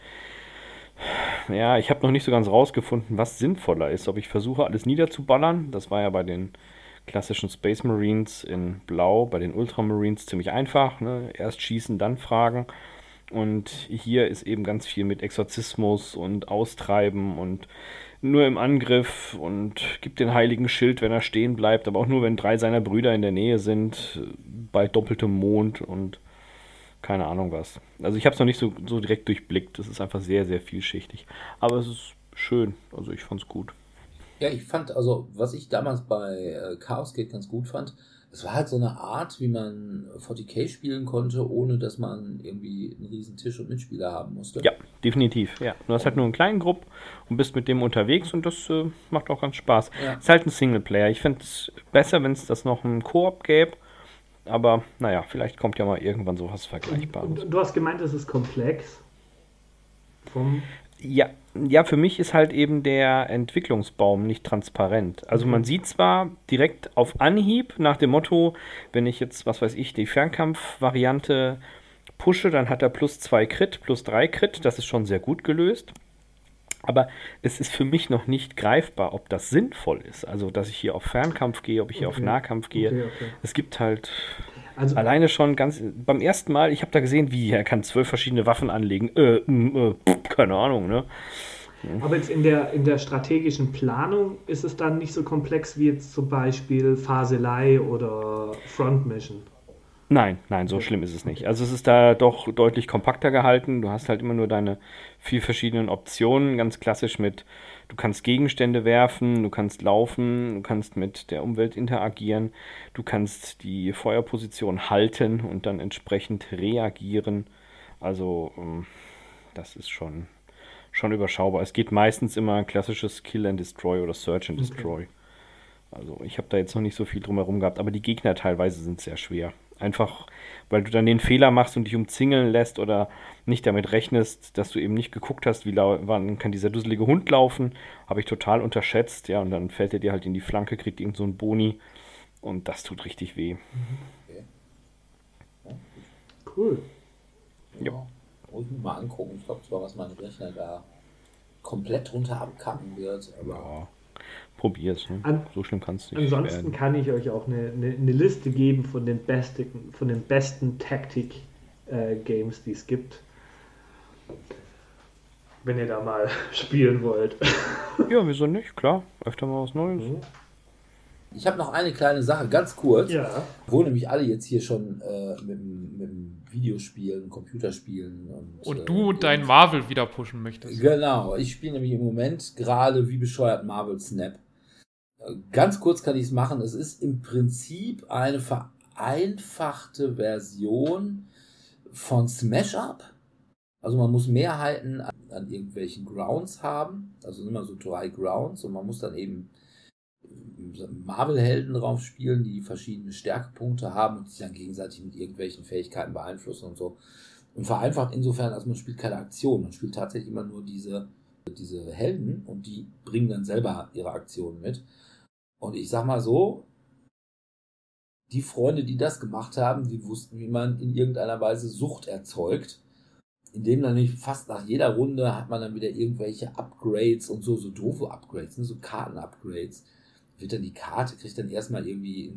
ja, ich habe noch nicht so ganz rausgefunden, was sinnvoller ist. Ob ich versuche, alles niederzuballern. Das war ja bei den klassischen Space Marines in Blau, bei den Ultramarines ziemlich einfach. Ne? Erst schießen, dann fragen. Und hier ist eben ganz viel mit Exorzismus und Austreiben und nur im Angriff und gibt den heiligen Schild, wenn er stehen bleibt, aber auch nur, wenn 3 seiner Brüder in der Nähe sind, bei doppeltem Mond und keine Ahnung was. Also ich habe es noch nicht so direkt durchblickt. Es ist einfach sehr, sehr vielschichtig. Aber es ist schön. Also ich fand es gut. Ja, ich fand, also was ich damals bei Chaos Gate ganz gut fand, es war halt so eine Art, wie man 40k spielen konnte, ohne dass man irgendwie einen riesen Tisch und Mitspieler haben musste. Ja, definitiv. Ja. Du hast halt nur einen kleinen Grupp und bist mit dem unterwegs und das macht auch ganz Spaß. Ja. Ist halt ein Singleplayer. Ich fände es besser, wenn es das noch im Koop gäbe. Aber naja, vielleicht kommt ja mal irgendwann sowas Vergleichbares. Und du hast gemeint, es ist komplex. Ja, für mich ist halt eben der Entwicklungsbaum nicht transparent. Also man sieht zwar direkt auf Anhieb nach dem Motto, wenn ich jetzt, was weiß ich, die Fernkampfvariante pushe, dann hat er plus 2 Crit, plus 3 Crit. Das ist schon sehr gut gelöst. Aber es ist für mich noch nicht greifbar, ob das sinnvoll ist. Also, dass ich hier auf Fernkampf gehe, ob ich hier auf Nahkampf gehe. Okay. Es gibt halt Also, alleine schon beim ersten Mal, ich habe da gesehen, wie er kann 12 verschiedene Waffen anlegen. Keine Ahnung, ne? aber jetzt in der strategischen Planung ist es dann nicht so komplex wie jetzt zum Beispiel Faselei oder Front Mission. Nein, so schlimm ist es nicht. Also es ist da doch deutlich kompakter gehalten. Du hast halt immer nur deine 4 verschiedenen Optionen, ganz klassisch du kannst Gegenstände werfen, du kannst laufen, du kannst mit der Umwelt interagieren, du kannst die Feuerposition halten und dann entsprechend reagieren. Also das ist schon überschaubar. Es geht meistens immer klassisches Kill and Destroy oder Search and Destroy. Also ich habe da jetzt noch nicht so viel drumherum gehabt, aber die Gegner teilweise sind sehr schwer. Einfach, weil du dann den Fehler machst und dich umzingeln lässt oder nicht damit rechnest, dass du eben nicht geguckt hast, wann kann dieser dusselige Hund laufen. Habe ich total unterschätzt, ja, und dann fällt er dir halt in die Flanke, kriegt irgend so ein Boni und das tut richtig weh. Okay. Cool. Ja. Muss ich mir mal angucken. Ich glaube zwar, was mein Rechner da komplett runter abkappen wird, aber... Ja. Probier's, ne? So schlimm kannst du nicht Ansonsten werden. kann ich euch auch eine Liste geben von den besten Tactic-Games, die es gibt. Wenn ihr da mal spielen wollt. Ja, wieso nicht? Klar, öfter mal was Neues. Ich habe noch eine kleine Sache, ganz kurz. Ja. Wo nämlich alle jetzt hier schon mit dem Videospielen, Computerspielen Und du dein Marvel wieder pushen möchtest. Genau, ich spiele nämlich im Moment gerade wie bescheuert Marvel Snap. Ganz kurz kann ich es machen. Es ist im Prinzip eine vereinfachte Version von Smash Up. Also man muss Mehrheiten an irgendwelchen Grounds haben. Also sind immer so 3 Grounds und man muss dann eben Marvel-Helden drauf spielen, die verschiedene Stärkepunkte haben und sich dann gegenseitig mit irgendwelchen Fähigkeiten beeinflussen und so. Und vereinfacht insofern, als man spielt keine Aktion. Man spielt tatsächlich immer nur diese Helden und die bringen dann selber ihre Aktionen mit. Und ich sag mal so, die Freunde, die das gemacht haben, die wussten, wie man in irgendeiner Weise Sucht erzeugt. Indem dann nicht fast nach jeder Runde hat man dann wieder irgendwelche Upgrades und so doofe Upgrades, ne, so Karten-Upgrades. Wird dann die Karte, kriegt dann erstmal irgendwie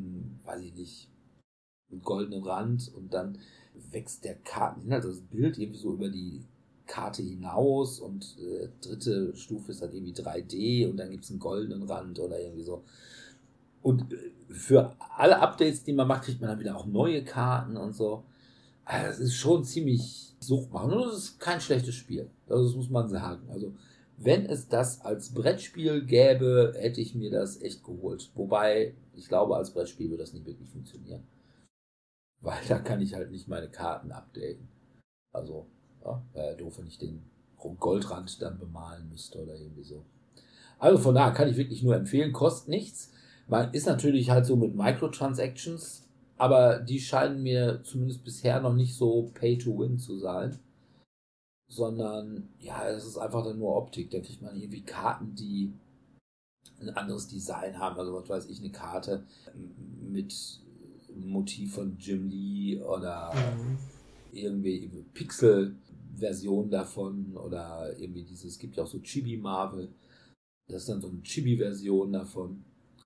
einen goldenen Rand und dann wächst der Karteninhalt, also das Bild irgendwie so über die Karte hinaus und dritte Stufe ist dann irgendwie 3D und dann gibt es einen goldenen Rand oder irgendwie so. Und für alle Updates, die man macht, kriegt man dann wieder auch neue Karten und so. Also das ist schon ziemlich suchtmachend und das ist kein schlechtes Spiel. Also das muss man sagen. Also wenn es das als Brettspiel gäbe, hätte ich mir das echt geholt. Wobei, ich glaube, als Brettspiel würde das nicht wirklich funktionieren. Weil da kann ich halt nicht meine Karten updaten. Also, ja, wäre doof, wenn ich den Goldrand dann bemalen müsste oder irgendwie so. Also von daher kann ich wirklich nur empfehlen, kostet nichts. Man ist natürlich halt so mit Microtransactions, aber die scheinen mir zumindest bisher noch nicht so Pay-to-Win zu sein. Sondern, ja, es ist einfach dann nur Optik. Da kriegt man irgendwie Karten, die ein anderes Design haben. Also, was weiß ich, eine Karte mit Motiv von Jim Lee oder irgendwie Pixel-Version davon oder irgendwie es gibt ja auch so Chibi-Marvel. Das ist dann so eine Chibi-Version davon.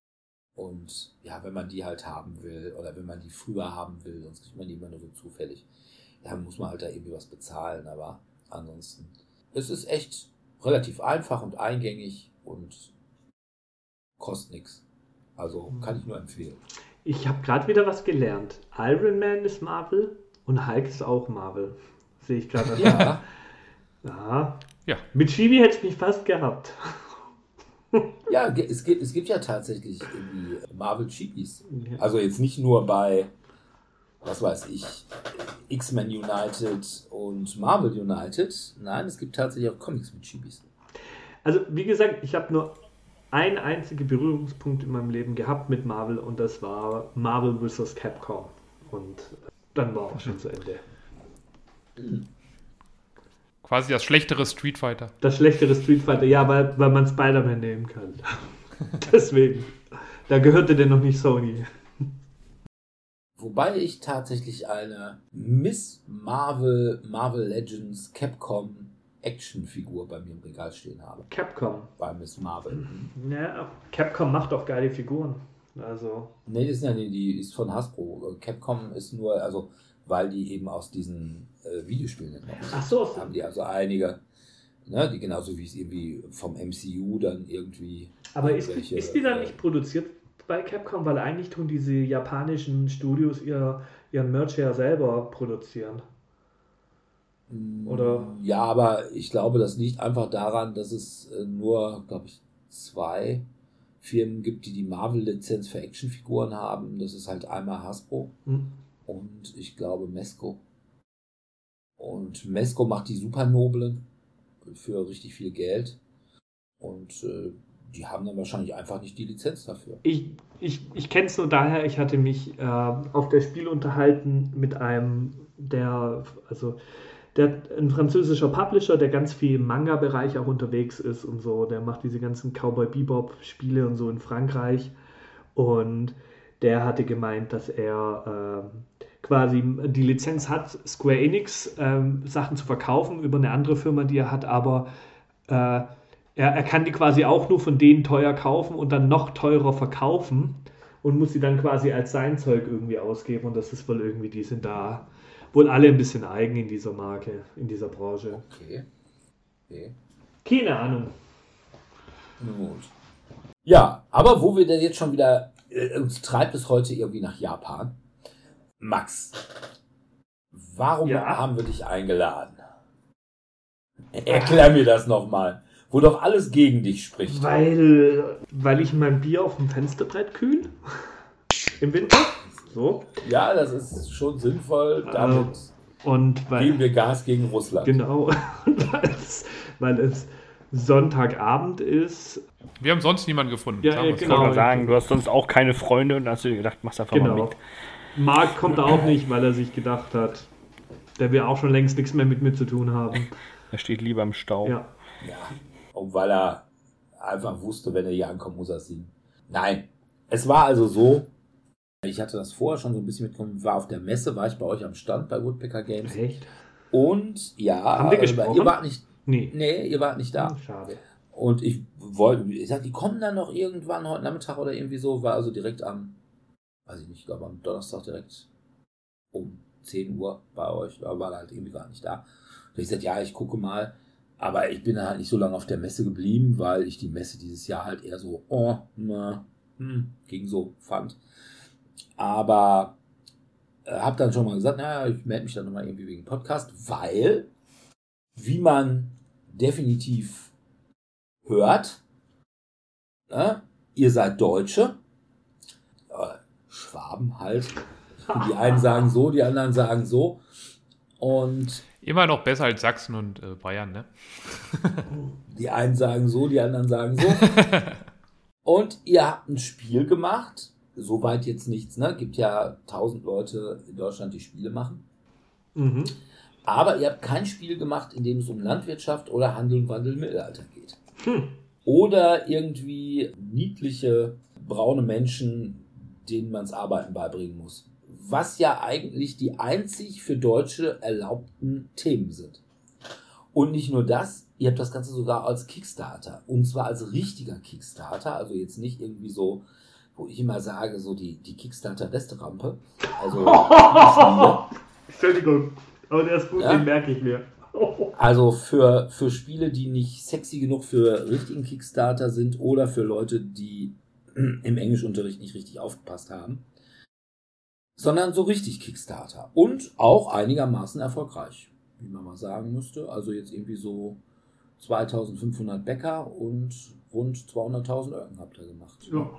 Und ja, wenn man die halt haben will oder wenn man die früher haben will, sonst kriegt man die immer nur so zufällig. Dann muss man halt da irgendwie was bezahlen, aber ansonsten. Es ist echt relativ einfach und eingängig und kostet nichts. Also kann ich nur empfehlen. Ich habe gerade wieder was gelernt. Iron Man ist Marvel und Hulk ist auch Marvel. Sehe ich gerade. Ja. Ja. Mit Chibi hätte ich mich fast gehabt. Ja, es gibt ja tatsächlich irgendwie Marvel Chibis. Ja. Also jetzt nicht nur bei, was weiß ich, X-Men United und Marvel United. Nein, es gibt tatsächlich auch Comics mit Chibis. Also, wie gesagt, ich habe nur einen einzigen Berührungspunkt in meinem Leben gehabt mit Marvel und das war Marvel vs. Capcom. Und dann war auch schon zu Ende. Quasi das schlechtere Street Fighter. Das schlechtere Street Fighter, ja, weil man Spider-Man nehmen kann. Deswegen. Da gehörte der noch nicht Sony. Wobei ich tatsächlich eine Miss Marvel Legends Capcom Actionfigur bei mir im Regal stehen habe. Capcom. Bei Miss Marvel. Ja, Capcom macht doch geile Figuren. Also. Nee, die ist von Hasbro. Capcom ist nur, also, weil die eben aus diesen Videospielen entnommen sind. Ach so. Haben die also einige, ne, die genauso wie es irgendwie vom MCU dann irgendwie. Aber ist die dann nicht produziert bei Capcom? Weil eigentlich tun diese japanischen Studios ihren Merch ja selber produzieren. Oder? Ja, aber ich glaube, das liegt einfach daran, dass es nur, glaube ich, 2 Firmen gibt, die Marvel-Lizenz für Actionfiguren haben. Das ist halt einmal Hasbro und ich glaube Mesco. Und Mesco macht die Supernoblen für richtig viel Geld. Und die haben dann wahrscheinlich einfach nicht die Lizenz dafür. Ich kenne es nur daher, ich hatte mich auf der Spiel unterhalten mit einem, ein französischer Publisher, der ganz viel im Manga-Bereich auch unterwegs ist und so. Der macht diese ganzen Cowboy Bebop-Spiele und so in Frankreich. Und der hatte gemeint, dass er quasi die Lizenz hat, Square Enix Sachen zu verkaufen über eine andere Firma, die er hat, aber er kann die quasi auch nur von denen teuer kaufen und dann noch teurer verkaufen und muss sie dann quasi als sein Zeug irgendwie ausgeben. Und das ist wohl irgendwie, die sind da wohl alle ein bisschen eigen in dieser Marke, in dieser Branche. Okay. Keine Ahnung. Gut. Ja, aber wo wir denn jetzt schon wieder, uns treibt es heute irgendwie nach Japan. Max, warum haben wir dich eingeladen? Erklär mir das nochmal. Wo doch alles gegen dich spricht. Weil ich mein Bier auf dem Fensterbrett kühl? Im Winter? So. Ja, das ist schon sinnvoll. Damit geben wir Gas gegen Russland. Genau. weil es Sonntagabend ist. Wir haben sonst niemanden gefunden. Ja, genau. Ich wollte mal sagen, du hast sonst auch keine Freunde und hast du dir gedacht, machst einfach mal mit. Marc kommt auch nicht, weil er sich gedacht hat, der will auch schon längst nichts mehr mit mir zu tun haben. Er steht lieber im Stau. Ja. Und weil er einfach wusste, wenn er hier ankommt, muss er es sehen. Nein, es war also so, ich hatte das vorher schon so ein bisschen mitbekommen, war auf der Messe, war ich bei euch am Stand bei Woodpecker Games. Echt? Und ja, haben wir gesprochen? Ihr wart nicht, nee, ihr wart nicht da. Schade. Und ich sagte, die kommen dann noch irgendwann heute Nachmittag oder irgendwie so, war also direkt weiß ich nicht, ich glaube am Donnerstag direkt um 10 Uhr bei euch, da war er halt irgendwie gar nicht da. Und ich sagte, ja, ich gucke mal. Aber ich bin halt nicht so lange auf der Messe geblieben, weil ich die Messe dieses Jahr halt eher so, ging so fand. Aber habe dann schon mal gesagt, naja, ich melde mich dann nochmal irgendwie wegen Podcast, weil, wie man definitiv hört, ihr seid Deutsche, Schwaben halt. Die einen sagen so, die anderen sagen so. Und immer noch besser als Sachsen und Bayern, ne? Die einen sagen so, die anderen sagen so. Und ihr habt ein Spiel gemacht. Soweit jetzt nichts, ne? Gibt ja 1000 Leute in Deutschland, die Spiele machen. Mhm. Aber ihr habt kein Spiel gemacht, in dem es um Landwirtschaft oder Handel und Wandel im Mittelalter geht. Oder irgendwie niedliche, braune Menschen, denen man das Arbeiten beibringen muss. Was ja eigentlich die einzig für Deutsche erlaubten Themen sind. Und nicht nur das, ihr habt das Ganze sogar als Kickstarter. Und zwar als richtiger Kickstarter. Also jetzt nicht irgendwie so, wo ich immer sage, so die Kickstarter-Resterampe. Also Entschuldigung, aber der ist gut, den merke ich mir. Also für Spiele, die nicht sexy genug für richtigen Kickstarter sind oder für Leute, die im Englischunterricht nicht richtig aufgepasst haben. Sondern so richtig Kickstarter. Und auch einigermaßen erfolgreich, wie man mal sagen müsste. Also jetzt irgendwie so 2500 Bäcker und rund 200.000 Öcken habt ihr gemacht.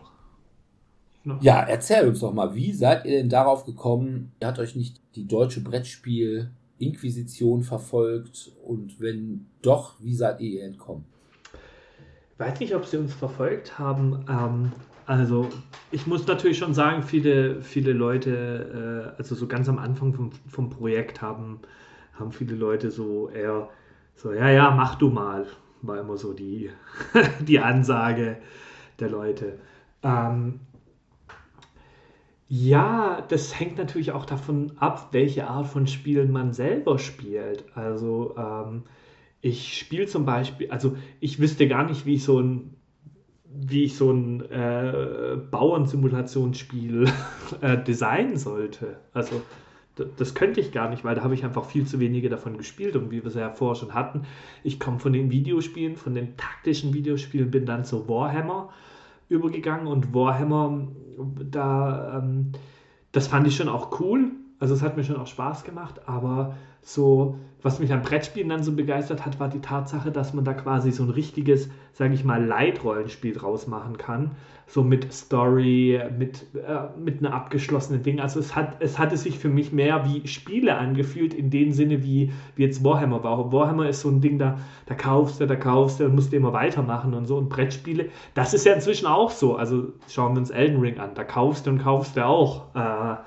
Ja, erzähl uns doch mal, wie seid ihr denn darauf gekommen? Hat euch nicht die deutsche Brettspiel-Inquisition verfolgt? Und wenn doch, wie seid ihr entkommen? Ich weiß nicht, ob sie uns verfolgt haben. Also ich muss natürlich schon sagen, viele Leute, also so ganz am Anfang vom Projekt haben viele Leute so eher so, ja, mach du mal, war immer so die Ansage der Leute. Ja, das hängt natürlich auch davon ab, welche Art von Spielen man selber spielt. Also ich spiele zum Beispiel, also ich wüsste gar nicht, wie ich so ein Bauernsimulationsspiel designen sollte. Also das könnte ich gar nicht, weil da habe ich einfach viel zu wenige davon gespielt und wie wir es ja vorher schon hatten, ich komme von den Videospielen, von den taktischen Videospielen, bin dann zu Warhammer übergegangen und Warhammer, da, das fand ich schon auch cool. Also es hat mir schon auch Spaß gemacht, aber so, was mich am Brettspielen dann so begeistert hat, war die Tatsache, dass man da quasi so ein richtiges, sage ich mal, Light-Rollenspiel draus machen kann. So mit Story, mit einer abgeschlossenen Ding. Also es hatte sich für mich mehr wie Spiele angefühlt, in dem Sinne, wie jetzt Warhammer war. Warhammer ist so ein Ding, da kaufst du, musst du immer weitermachen und so. Und Brettspiele, das ist ja inzwischen auch so. Also schauen wir uns Elden Ring an, da kaufst du und kaufst du auch.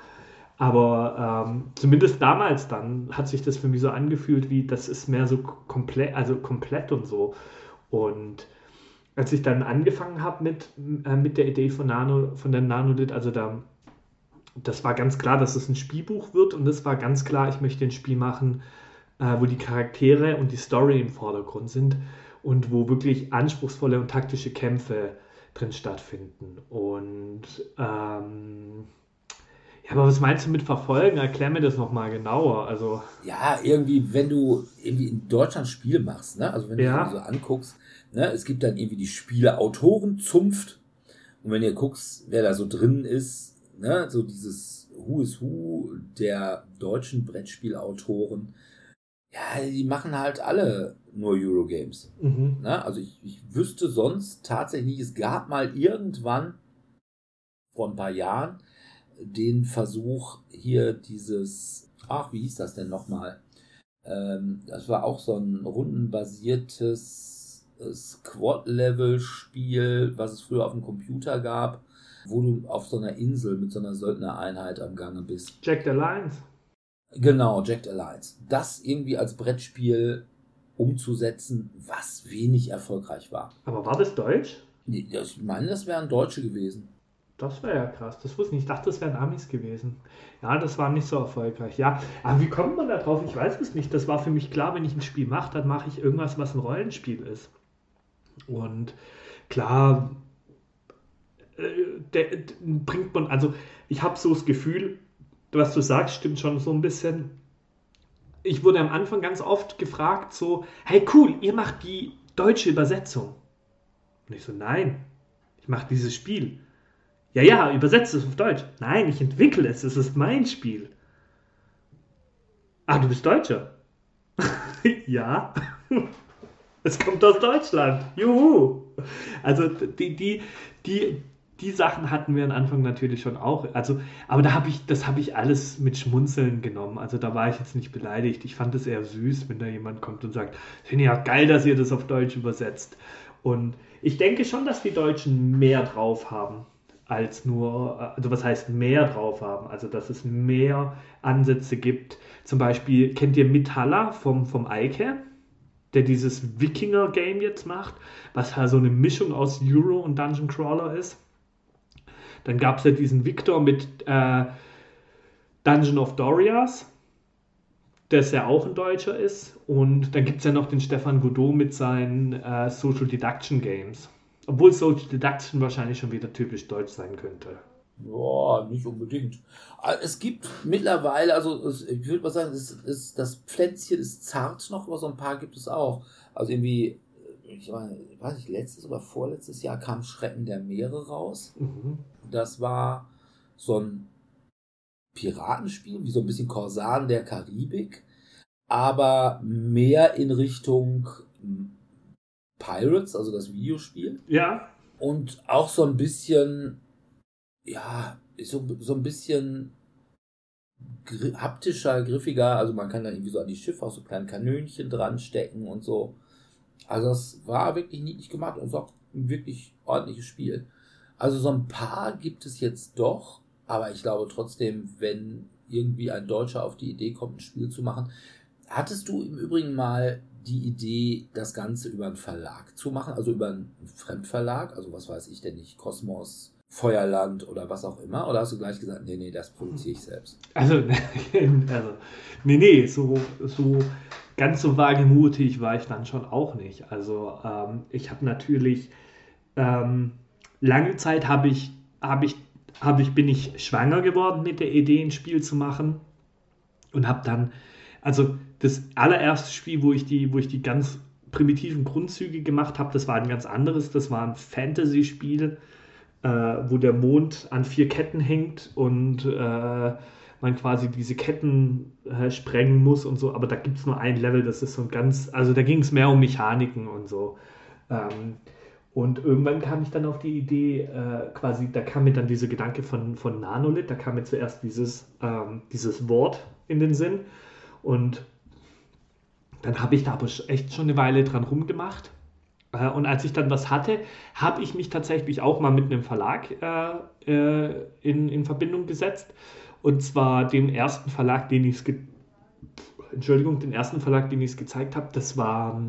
Aber zumindest damals dann hat sich das für mich so angefühlt, wie das ist mehr so komplett, also komplett und so. Und als ich dann angefangen habe mit der Idee von der Nanolith, also das war ganz klar, dass es ein Spielbuch wird und das war ganz klar, ich möchte ein Spiel machen, wo die Charaktere und die Story im Vordergrund sind und wo wirklich anspruchsvolle und taktische Kämpfe drin stattfinden. Und ja, aber was meinst du mit verfolgen? Erklär mir das nochmal genauer. Also, Ja, irgendwie, wenn du irgendwie in Deutschland Spiele machst, ne? Also wenn du dir ja, so anguckst, ne? Es gibt dann irgendwie die Spieleautorenzunft und wenn ihr guckst, wer da so drin ist, ne? So dieses Who is Who der deutschen Brettspielautoren, ja, die machen halt alle nur Eurogames. mhm. Ne? Also ich wüsste sonst tatsächlich nicht, es gab mal irgendwann vor ein paar Jahren den Versuch hier wie hieß das denn nochmal? Das war auch so ein rundenbasiertes Squad-Level-Spiel, was es früher auf dem Computer gab, wo du auf so einer Insel mit so einer Söldnereinheit am Gange bist. Jack the Lions. Genau, Jacked Alliance. Das irgendwie als Brettspiel umzusetzen, was wenig erfolgreich war. Aber war das Deutsch? Ich meine, das wären Deutsche gewesen. Das wäre ja krass. Das wusste ich nicht. Ich dachte, das wären Amis gewesen. Ja, das war nicht so erfolgreich. Ja, aber wie kommt man da drauf? Ich weiß es nicht. Das war für mich klar, wenn ich ein Spiel mache, dann mache ich irgendwas, was ein Rollenspiel ist. Und klar, bringt man, also ich habe so das Gefühl, was du sagst, stimmt schon so ein bisschen. Ich wurde am Anfang ganz oft gefragt, so, hey cool, ihr macht die deutsche Übersetzung. Und ich so, nein, ich mache dieses Spiel. Ja, ja, übersetze es auf Deutsch. Nein, ich entwickle es, es ist mein Spiel. Ah, du bist Deutscher? Ja, es kommt aus Deutschland. Juhu. Also die Sachen hatten wir am Anfang natürlich schon auch. Also, aber das habe ich alles mit Schmunzeln genommen. Also da war ich jetzt nicht beleidigt. Ich fand es eher süß, wenn da jemand kommt und sagt, finde ich ja geil, dass ihr das auf Deutsch übersetzt. Und ich denke schon, dass die Deutschen mehr drauf haben als nur, also was heißt mehr drauf haben? Also dass es mehr Ansätze gibt. Zum Beispiel, kennt ihr Mithala vom Eike, der dieses Wikinger-Game jetzt macht, was halt so eine Mischung aus Euro und Dungeon Crawler ist. Dann gab es ja diesen Victor mit Dungeon of Dorias, der ja auch ein Deutscher ist. Und dann gibt es ja noch den Stefan Godot mit seinen Social Deduction Games. Obwohl Social Deduction wahrscheinlich schon wieder typisch deutsch sein könnte. Ja, nicht unbedingt. Es gibt mittlerweile, ich würde mal sagen, das Pflänzchen ist zart noch, aber so ein paar gibt es auch. Also irgendwie, ich weiß nicht, letztes oder vorletztes Jahr kam Schrecken der Meere raus. Mhm. Das war so ein Piratenspiel, wie so ein bisschen Korsan der Karibik, aber mehr in Richtung Pirates, also das Videospiel. Ja. Und auch so ein bisschen, ja, so ein bisschen haptischer, griffiger. Also man kann da irgendwie so an die Schiffe auch so kleine Kanönchen dran stecken und so. Also das war wirklich niedlich gemacht und ist auch ein wirklich ordentliches Spiel. Also so ein paar gibt es jetzt doch, aber ich glaube trotzdem, wenn irgendwie ein Deutscher auf die Idee kommt, ein Spiel zu machen. Hattest du im Übrigen mal die Idee, das Ganze über einen Verlag zu machen, also über einen Fremdverlag, also was weiß ich denn nicht, Kosmos Feuerland oder was auch immer? Oder hast du gleich gesagt, nee, das produziere ich selbst? Also nee, so ganz so wagemutig war ich dann schon auch nicht. Also ich habe natürlich lange Zeit bin ich schwanger geworden mit der Idee, ein Spiel zu machen und habe dann, also das allererste Spiel, wo ich die ganz primitiven Grundzüge gemacht habe, das war ein ganz anderes, das war ein Fantasy-Spiel, wo der Mond an 4 Ketten hängt und man quasi diese Ketten sprengen muss und so, aber da gibt es nur ein Level, das ist so ein ganz, also da ging es mehr um Mechaniken und so. Und irgendwann kam ich dann auf die Idee, quasi, da kam mir dann dieser Gedanke von Nanolith, da kam mir zuerst dieses Wort in den Sinn und dann habe ich da aber echt schon eine Weile dran rumgemacht. Und als ich dann was hatte, habe ich mich tatsächlich auch mal mit einem Verlag in Verbindung gesetzt. Und zwar den ersten Verlag, den ich es gezeigt habe, das war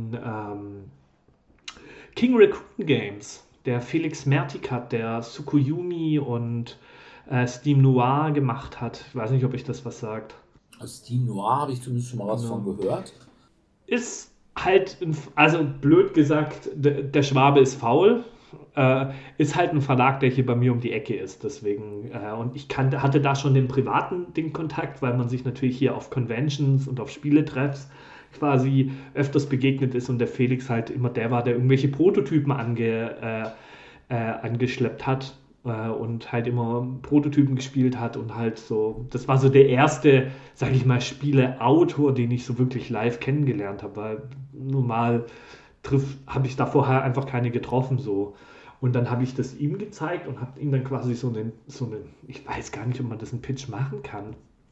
King Raccoon Games. Der Felix Mertikat, der Tsukuyomi und Steam Noir gemacht hat. Ich weiß nicht, ob euch das was sagt. Also Steam Noir habe ich zumindest schon mal was von gehört. Ist halt, also blöd gesagt, der Schwabe ist faul. Ist halt ein Verlag, der hier bei mir um die Ecke ist. Deswegen, und ich hatte da schon den Kontakt, weil man sich natürlich hier auf Conventions und auf Spieletreffs quasi öfters begegnet ist und der Felix halt immer der war, der irgendwelche Prototypen angeschleppt hat und halt immer Prototypen gespielt hat und halt so, das war so der erste, sag ich mal, Spieleautor, den ich so wirklich live kennengelernt habe, weil normal habe ich da vorher einfach keine getroffen so. Und dann habe ich das ihm gezeigt und habe ihm dann quasi so einen, ich weiß gar nicht, ob man das einen Pitch machen kann,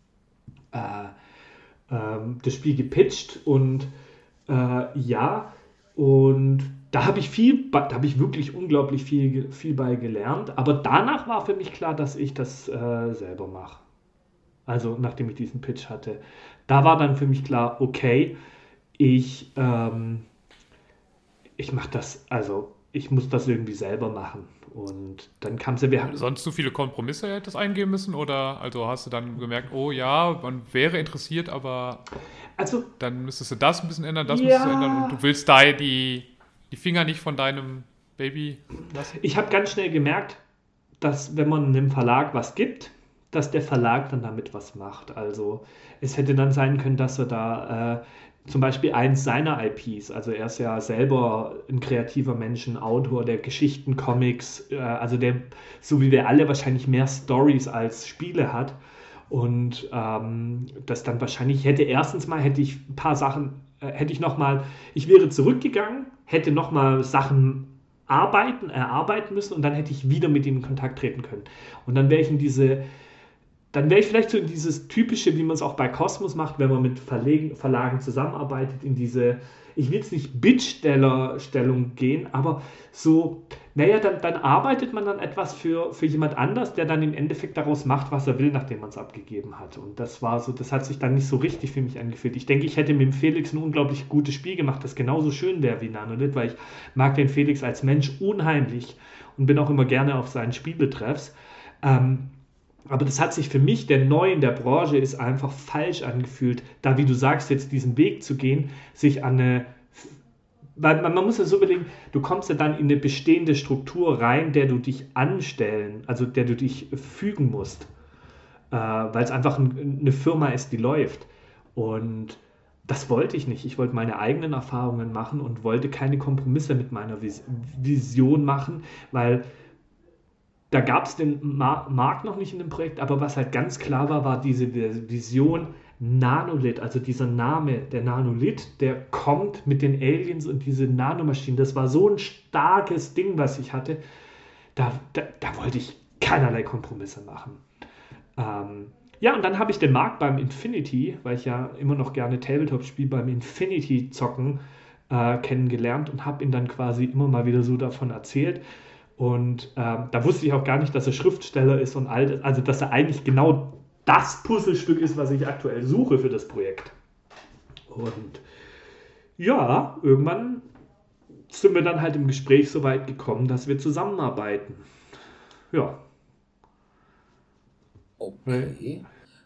das Spiel gepitcht und und da habe ich wirklich unglaublich viel bei gelernt, aber danach war für mich klar, dass ich das selber mache. Also nachdem ich diesen Pitch hatte. Da war dann für mich klar, okay, ich mache das, also ich muss das irgendwie selber machen. Und dann kam sie, sonst so viele Kompromisse hättest eingehen müssen? Oder also hast du dann gemerkt, oh ja, man wäre interessiert, aber dann müsstest du das ein bisschen ändern, das müsstest du ändern und du willst da die Finger nicht von deinem Baby lassen? Ich habe ganz schnell gemerkt, dass wenn man einem Verlag was gibt, dass der Verlag dann damit was macht. Also es hätte dann sein können, dass er da zum Beispiel eins seiner IPs, also er ist ja selber ein kreativer Mensch, ein Autor der Geschichten, Comics, also der, so wie wir alle, wahrscheinlich mehr Stories als Spiele hat und das dann wahrscheinlich hätte ich ein paar Sachen, ich wäre zurückgegangen, hätte nochmal Sachen erarbeiten müssen und dann hätte ich wieder mit ihm in Kontakt treten können. Und dann wäre ich vielleicht so in dieses typische, wie man es auch bei Kosmos macht, wenn man mit Verlagen zusammenarbeitet, in diese, ich will jetzt nicht Bittstellerstellung gehen, aber so, dann arbeitet man dann etwas für jemand anders, der dann im Endeffekt daraus macht, was er will, nachdem man es abgegeben hat. Und das war so, das hat sich dann nicht so richtig für mich angefühlt. Ich denke, ich hätte mit dem Felix ein unglaublich gutes Spiel gemacht, das genauso schön wäre wie Nanolith, weil ich mag den Felix als Mensch unheimlich und bin auch immer gerne auf seinen Spieletreffs. Aber das hat sich für mich, der Neu in der Branche, ist einfach falsch angefühlt, da, wie du sagst, jetzt diesen Weg zu gehen, sich an eine, weil man muss ja so überlegen, du kommst ja dann in eine bestehende Struktur rein, der du dich der du dich fügen musst, weil es einfach eine Firma ist, die läuft. Und das wollte ich nicht. Ich wollte meine eigenen Erfahrungen machen und wollte keine Kompromisse mit meiner Vision machen, weil da gab es den Markt noch nicht in dem Projekt, aber was halt ganz klar war diese Vision Nanolith, also dieser Name, der Nanolith, der kommt mit den Aliens und diese Nanomaschinen. Das war so ein starkes Ding, was ich hatte. Da wollte ich keinerlei Kompromisse machen. Und dann habe ich den Markt beim Infinity, weil ich ja immer noch gerne Tabletop spiele, beim Infinity zocken kennengelernt und habe ihn dann quasi immer mal wieder so davon erzählt. Und da wusste ich auch gar nicht, dass er Schriftsteller ist und all das, also dass er eigentlich genau das Puzzlestück ist, was ich aktuell suche für das Projekt. Und ja, irgendwann sind wir dann halt im Gespräch so weit gekommen, dass wir zusammenarbeiten. ja. Okay.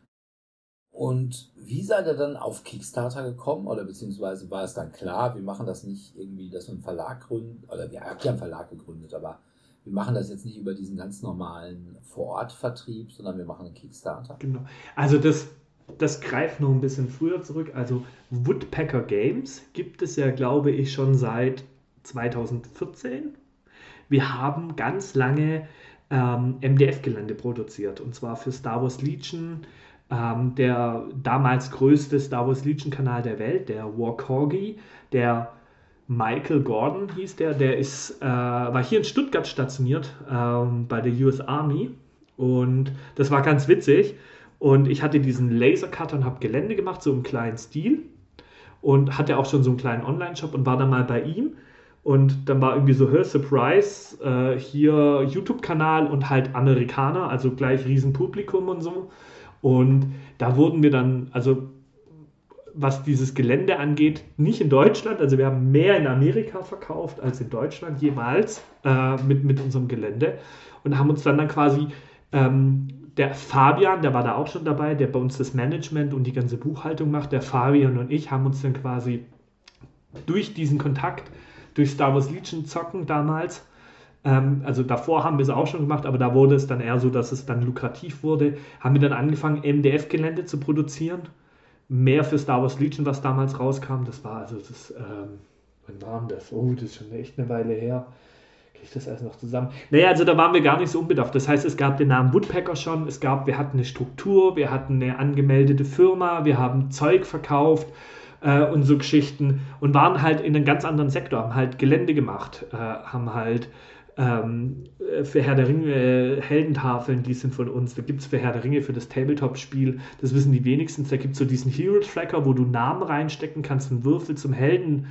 Und wie seid ihr dann auf Kickstarter gekommen? Oder beziehungsweise war es dann klar, wir machen das nicht irgendwie, dass wir einen Verlag gründen, oder wir haben ja einen Verlag gegründet, aber wir machen das jetzt nicht über diesen ganz normalen Vor-Ort-Vertrieb, sondern wir machen einen Kickstarter. Genau. Also das greift noch ein bisschen früher zurück. Also Woodpecker Games gibt es ja, glaube ich, schon seit 2014. Wir haben ganz lange MDF-Gelände produziert, und zwar für Star Wars Legion, der damals größte Star Wars Legion-Kanal der Welt, der War Corgi, der Michael Gordon hieß der ist, war hier in Stuttgart stationiert, bei der US Army, und das war ganz witzig. Und ich hatte diesen Lasercutter und habe Gelände gemacht, so im kleinen Stil, und hatte auch schon so einen kleinen Online-Shop und war dann mal bei ihm. Und dann war irgendwie so, Surprise, hier YouTube-Kanal und halt Amerikaner, also gleich Riesenpublikum und so. Und da wurden wir dann, also was dieses Gelände angeht, nicht in Deutschland, also wir haben mehr in Amerika verkauft als in Deutschland jeweils mit unserem Gelände, und haben uns dann quasi, der Fabian, der war da auch schon dabei, der bei uns das Management und die ganze Buchhaltung macht, der Fabian und ich haben uns dann quasi durch diesen Kontakt, durch Star Wars Legion zocken damals, also davor haben wir es auch schon gemacht, aber da wurde es dann eher so, dass es dann lukrativ wurde, haben wir dann angefangen, MDF-Gelände zu produzieren. Mehr für Star Wars Legion, was damals rauskam. Das war also das, wann war denn das? Oh, das ist schon echt eine Weile her. Kriege ich das alles noch zusammen? Naja, also da waren wir gar nicht so unbedarft. Das heißt, es gab den Namen Woodpecker schon, wir hatten eine Struktur, wir hatten eine angemeldete Firma, wir haben Zeug verkauft und so Geschichten, und waren halt in einem ganz anderen Sektor, haben halt Gelände gemacht, haben halt für Herr der Ringe Heldentafeln, die sind von uns. Da gibt es für Herr der Ringe, für das Tabletop-Spiel, das wissen die wenigstens, da gibt es so diesen Hero-Tracker, wo du Namen reinstecken kannst, einen Würfel zum Helden,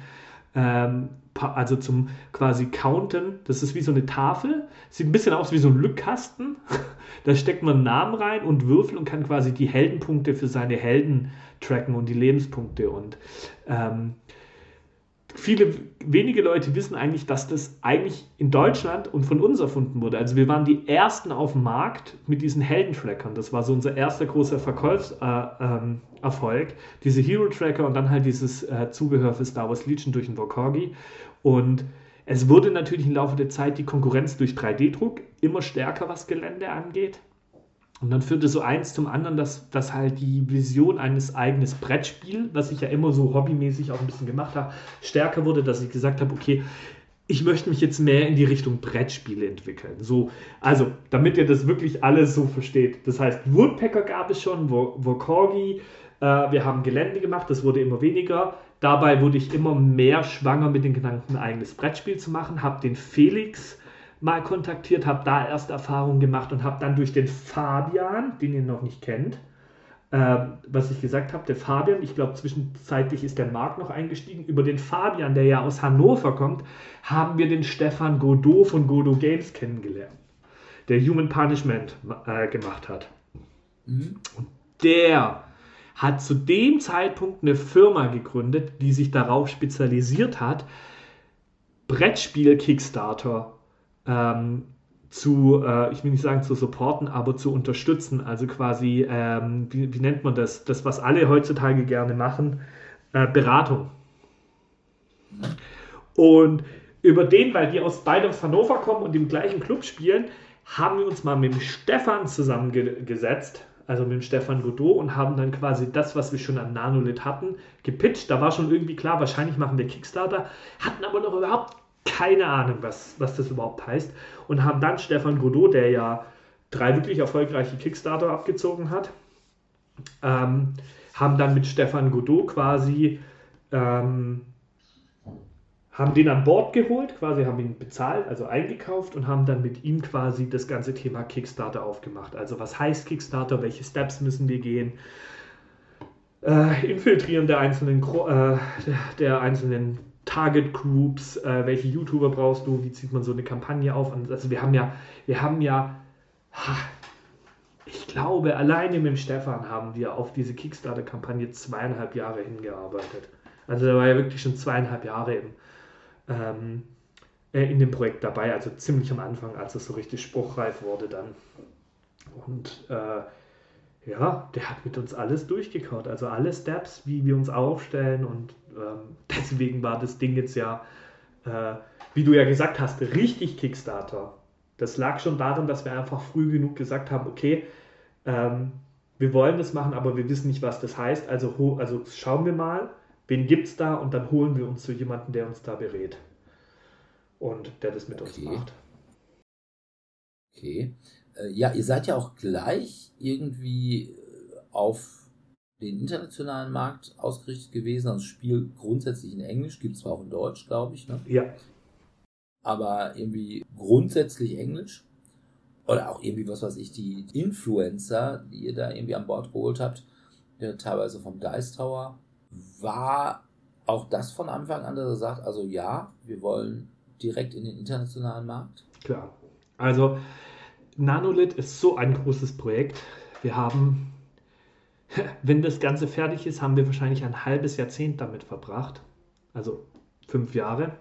also zum quasi Counten. Das ist wie so eine Tafel, sieht ein bisschen aus wie so ein Lückkasten. Da steckt man einen Namen rein und Würfel und kann quasi die Heldenpunkte für seine Helden tracken und die Lebenspunkte. Und wenige Leute wissen eigentlich, dass das eigentlich in Deutschland und von uns erfunden wurde. Also wir waren die Ersten auf dem Markt mit diesen Heldentrackern. Das war so unser erster großer Verkaufserfolg. Diese Hero-Tracker und dann halt dieses Zubehör für Star Wars Legion durch den Warcorgi. Und es wurde natürlich im Laufe der Zeit die Konkurrenz durch 3D-Druck immer stärker, was Gelände angeht. Und dann führte so eins zum anderen, dass halt die Vision eines eigenen Brettspiels, was ich ja immer so hobbymäßig auch ein bisschen gemacht habe, stärker wurde, dass ich gesagt habe, okay, ich möchte mich jetzt mehr in die Richtung Brettspiele entwickeln. So, also, damit ihr das wirklich alles so versteht. Das heißt, Woodpecker gab es schon, Warcorgi, wir haben Gelände gemacht, das wurde immer weniger. Dabei wurde ich immer mehr schwanger mit den Gedanken, ein eigenes Brettspiel zu machen, habe den Felix mal kontaktiert, habe da erste Erfahrungen gemacht und habe dann durch den Fabian, den ihr noch nicht kennt, was ich gesagt habe, der Fabian, ich glaube zwischenzeitlich ist der Marc noch eingestiegen, über den Fabian, der ja aus Hannover kommt, haben wir den Stefan Godot von Godot Games kennengelernt, der Human Punishment gemacht hat. Und der hat zu dem Zeitpunkt eine Firma gegründet, die sich darauf spezialisiert hat, Brettspiel-Kickstarter ich will nicht sagen zu supporten, aber zu unterstützen. Also quasi, wie nennt man das? Das, was alle heutzutage gerne machen, Beratung. Und über den, weil die beide aus Hannover kommen und im gleichen Club spielen, haben wir uns mal mit dem Stefan zusammengesetzt, also mit dem Stefan Godot, und haben dann quasi das, was wir schon an Nanolith hatten, gepitcht. Da war schon irgendwie klar, wahrscheinlich machen wir Kickstarter, hatten aber noch überhaupt keine Ahnung, was das überhaupt heißt, und haben dann Stefan Godot, der ja 3 wirklich erfolgreiche Kickstarter abgezogen hat, haben dann mit Stefan Godot quasi haben den an Bord geholt, quasi haben ihn bezahlt, also eingekauft, und haben dann mit ihm quasi das ganze Thema Kickstarter aufgemacht. Also was heißt Kickstarter, welche Steps müssen wir gehen, Infiltrieren der einzelnen Target Groups, welche YouTuber brauchst du, wie zieht man so eine Kampagne auf. Also wir haben ja, ich glaube, alleine mit dem Stefan haben wir auf diese Kickstarter-Kampagne 2,5 Jahre hingearbeitet. Also da war ja wirklich schon 2,5 Jahre in dem Projekt dabei, also ziemlich am Anfang, als es so richtig spruchreif wurde dann. Und ja, der hat mit uns alles durchgekaut, also alle Steps, wie wir uns aufstellen und deswegen war das Ding jetzt ja, wie du ja gesagt hast, richtig Kickstarter. Das lag schon daran, dass wir einfach früh genug gesagt haben, okay, wir wollen das machen, aber wir wissen nicht, was das heißt, also schauen wir mal, wen gibt es da und dann holen wir uns so jemanden, der uns da berät und der das mit uns macht. Okay. Ja, ihr seid ja auch gleich irgendwie auf den internationalen Markt ausgerichtet gewesen. Also das Spiel grundsätzlich in Englisch, gibt es zwar auch in Deutsch, glaube ich, ne? Ja. Aber irgendwie grundsätzlich Englisch. Oder auch irgendwie, was weiß ich, die Influencer, die ihr da irgendwie an Bord geholt habt, teilweise vom Dice Tower. War auch das von Anfang an, dass er sagt, also ja, wir wollen direkt in den internationalen Markt? Klar. Also Nanolith ist so ein großes Projekt. Wir haben, wenn das Ganze fertig ist, haben wir wahrscheinlich ein halbes Jahrzehnt damit verbracht. Also 5 Jahre.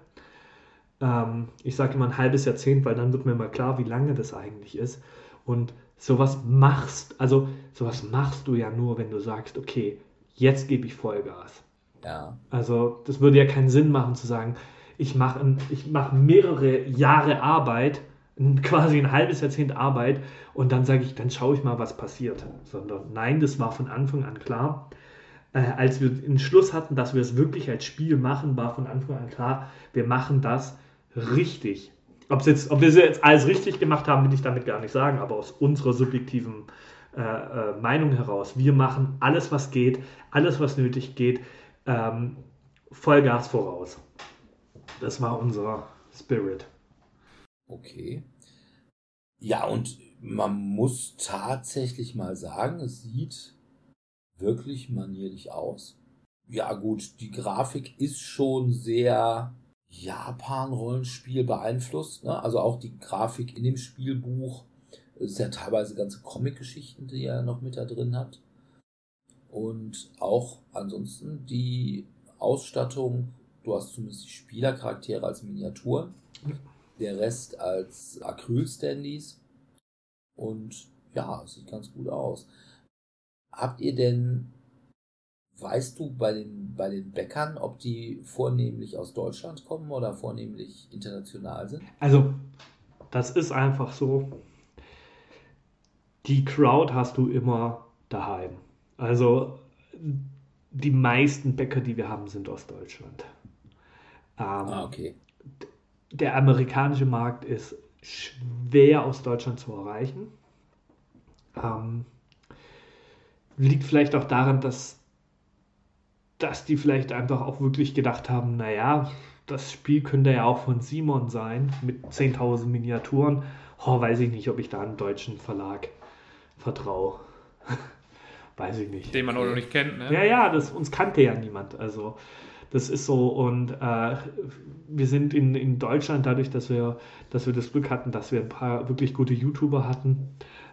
Ich sage immer ein halbes Jahrzehnt, weil dann wird mir mal klar, wie lange das eigentlich ist. Und sowas machst du ja nur, wenn du sagst, okay, jetzt gebe ich Vollgas. Ja. Also das würde ja keinen Sinn machen zu sagen, ich mache mehrere Jahre Arbeit, quasi ein halbes Jahrzehnt Arbeit und dann sage ich, dann schaue ich mal, was passiert. Sondern nein, das war von Anfang an klar. Als wir den Schluss hatten, dass wir es wirklich als Spiel machen, war von Anfang an klar, wir machen das richtig. Ob wir es jetzt alles richtig gemacht haben, will ich damit gar nicht sagen, aber aus unserer subjektiven Meinung heraus, wir machen alles, was geht, alles, was nötig geht, Vollgas voraus. Das war unser Spirit. Okay. Ja, und man muss tatsächlich mal sagen, es sieht wirklich manierlich aus. Ja gut, die Grafik ist schon sehr Japan-Rollenspiel beeinflusst, ne? Also auch die Grafik in dem Spielbuch, es ist ja teilweise ganze Comic-Geschichten, die er noch mit da drin hat. Und auch ansonsten die Ausstattung, du hast zumindest die Spielercharaktere als Miniaturen, der Rest als Acryl-Standys und ja, es sieht ganz gut aus. Habt ihr denn, weißt du bei den Bäckern, ob die vornehmlich aus Deutschland kommen oder vornehmlich international sind? Also, das ist einfach so. Die Crowd hast du immer daheim. Also, die meisten Bäcker, die wir haben, sind aus Deutschland. Okay. Der amerikanische Markt ist schwer aus Deutschland zu erreichen. Liegt vielleicht auch daran, dass die vielleicht einfach auch wirklich gedacht haben, naja, das Spiel könnte ja auch von Simon sein, mit 10.000 Miniaturen. Weiß ich nicht, ob ich da einen deutschen Verlag vertraue. Weiß ich nicht. Den man auch noch nicht kennt, ne? Ja, uns kannte ja niemand. Also das ist so und wir sind in Deutschland, dadurch, dass wir das Glück hatten, dass wir ein paar wirklich gute YouTuber hatten,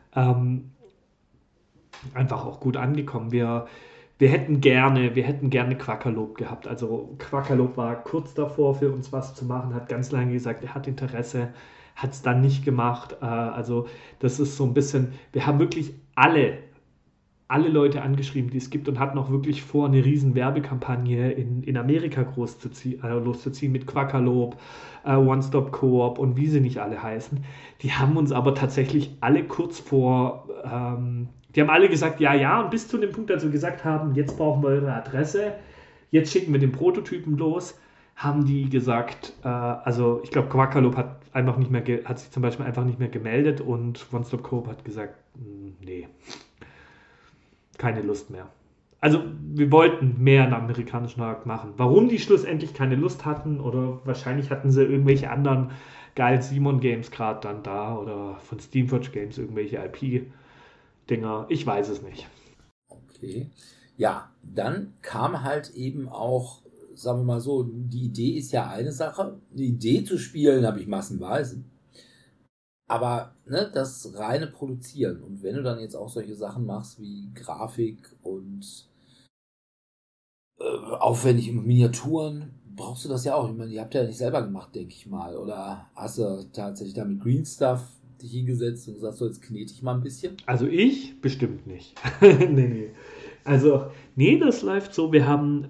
einfach auch gut angekommen. Wir hätten gerne Quackalob gehabt. Also Quackalob war kurz davor, für uns was zu machen, hat ganz lange gesagt, er hat Interesse, hat es dann nicht gemacht. Also das ist so ein bisschen, wir haben wirklich alle Leute angeschrieben, die es gibt und hatten auch wirklich vor, eine riesen Werbekampagne in Amerika loszuziehen mit Quackalob, One-Stop Coop und wie sie nicht alle heißen. Die haben uns aber tatsächlich alle kurz vor, die haben alle gesagt, ja, und bis zu dem Punkt, als wir gesagt haben, jetzt brauchen wir eure Adresse, jetzt schicken wir den Prototypen los, haben die gesagt, also ich glaube, Quackalob hat sich zum Beispiel einfach nicht mehr gemeldet und One-Stop Coop hat gesagt, nee. Keine Lust mehr. Also wir wollten mehr im amerikanischen Markt machen. Warum die schlussendlich keine Lust hatten oder wahrscheinlich hatten sie irgendwelche anderen geilen Simon Games gerade dann da oder von Steamforge Games irgendwelche IP-Dinger. Ich weiß es nicht. Okay. Ja, dann kam halt eben auch, sagen wir mal so, die Idee ist ja eine Sache. Die Idee zu spielen habe ich massenweise. Aber ne, das reine Produzieren und wenn du dann jetzt auch solche Sachen machst wie Grafik und aufwendige Miniaturen, brauchst du das ja auch. Ich meine, ihr habt ja nicht selber gemacht, denke ich mal. Oder hast du tatsächlich da mit Green Stuff dich hingesetzt und gesagt, so jetzt knete ich mal ein bisschen? Also ich bestimmt nicht. Nee. Also, nee, das läuft so. Wir haben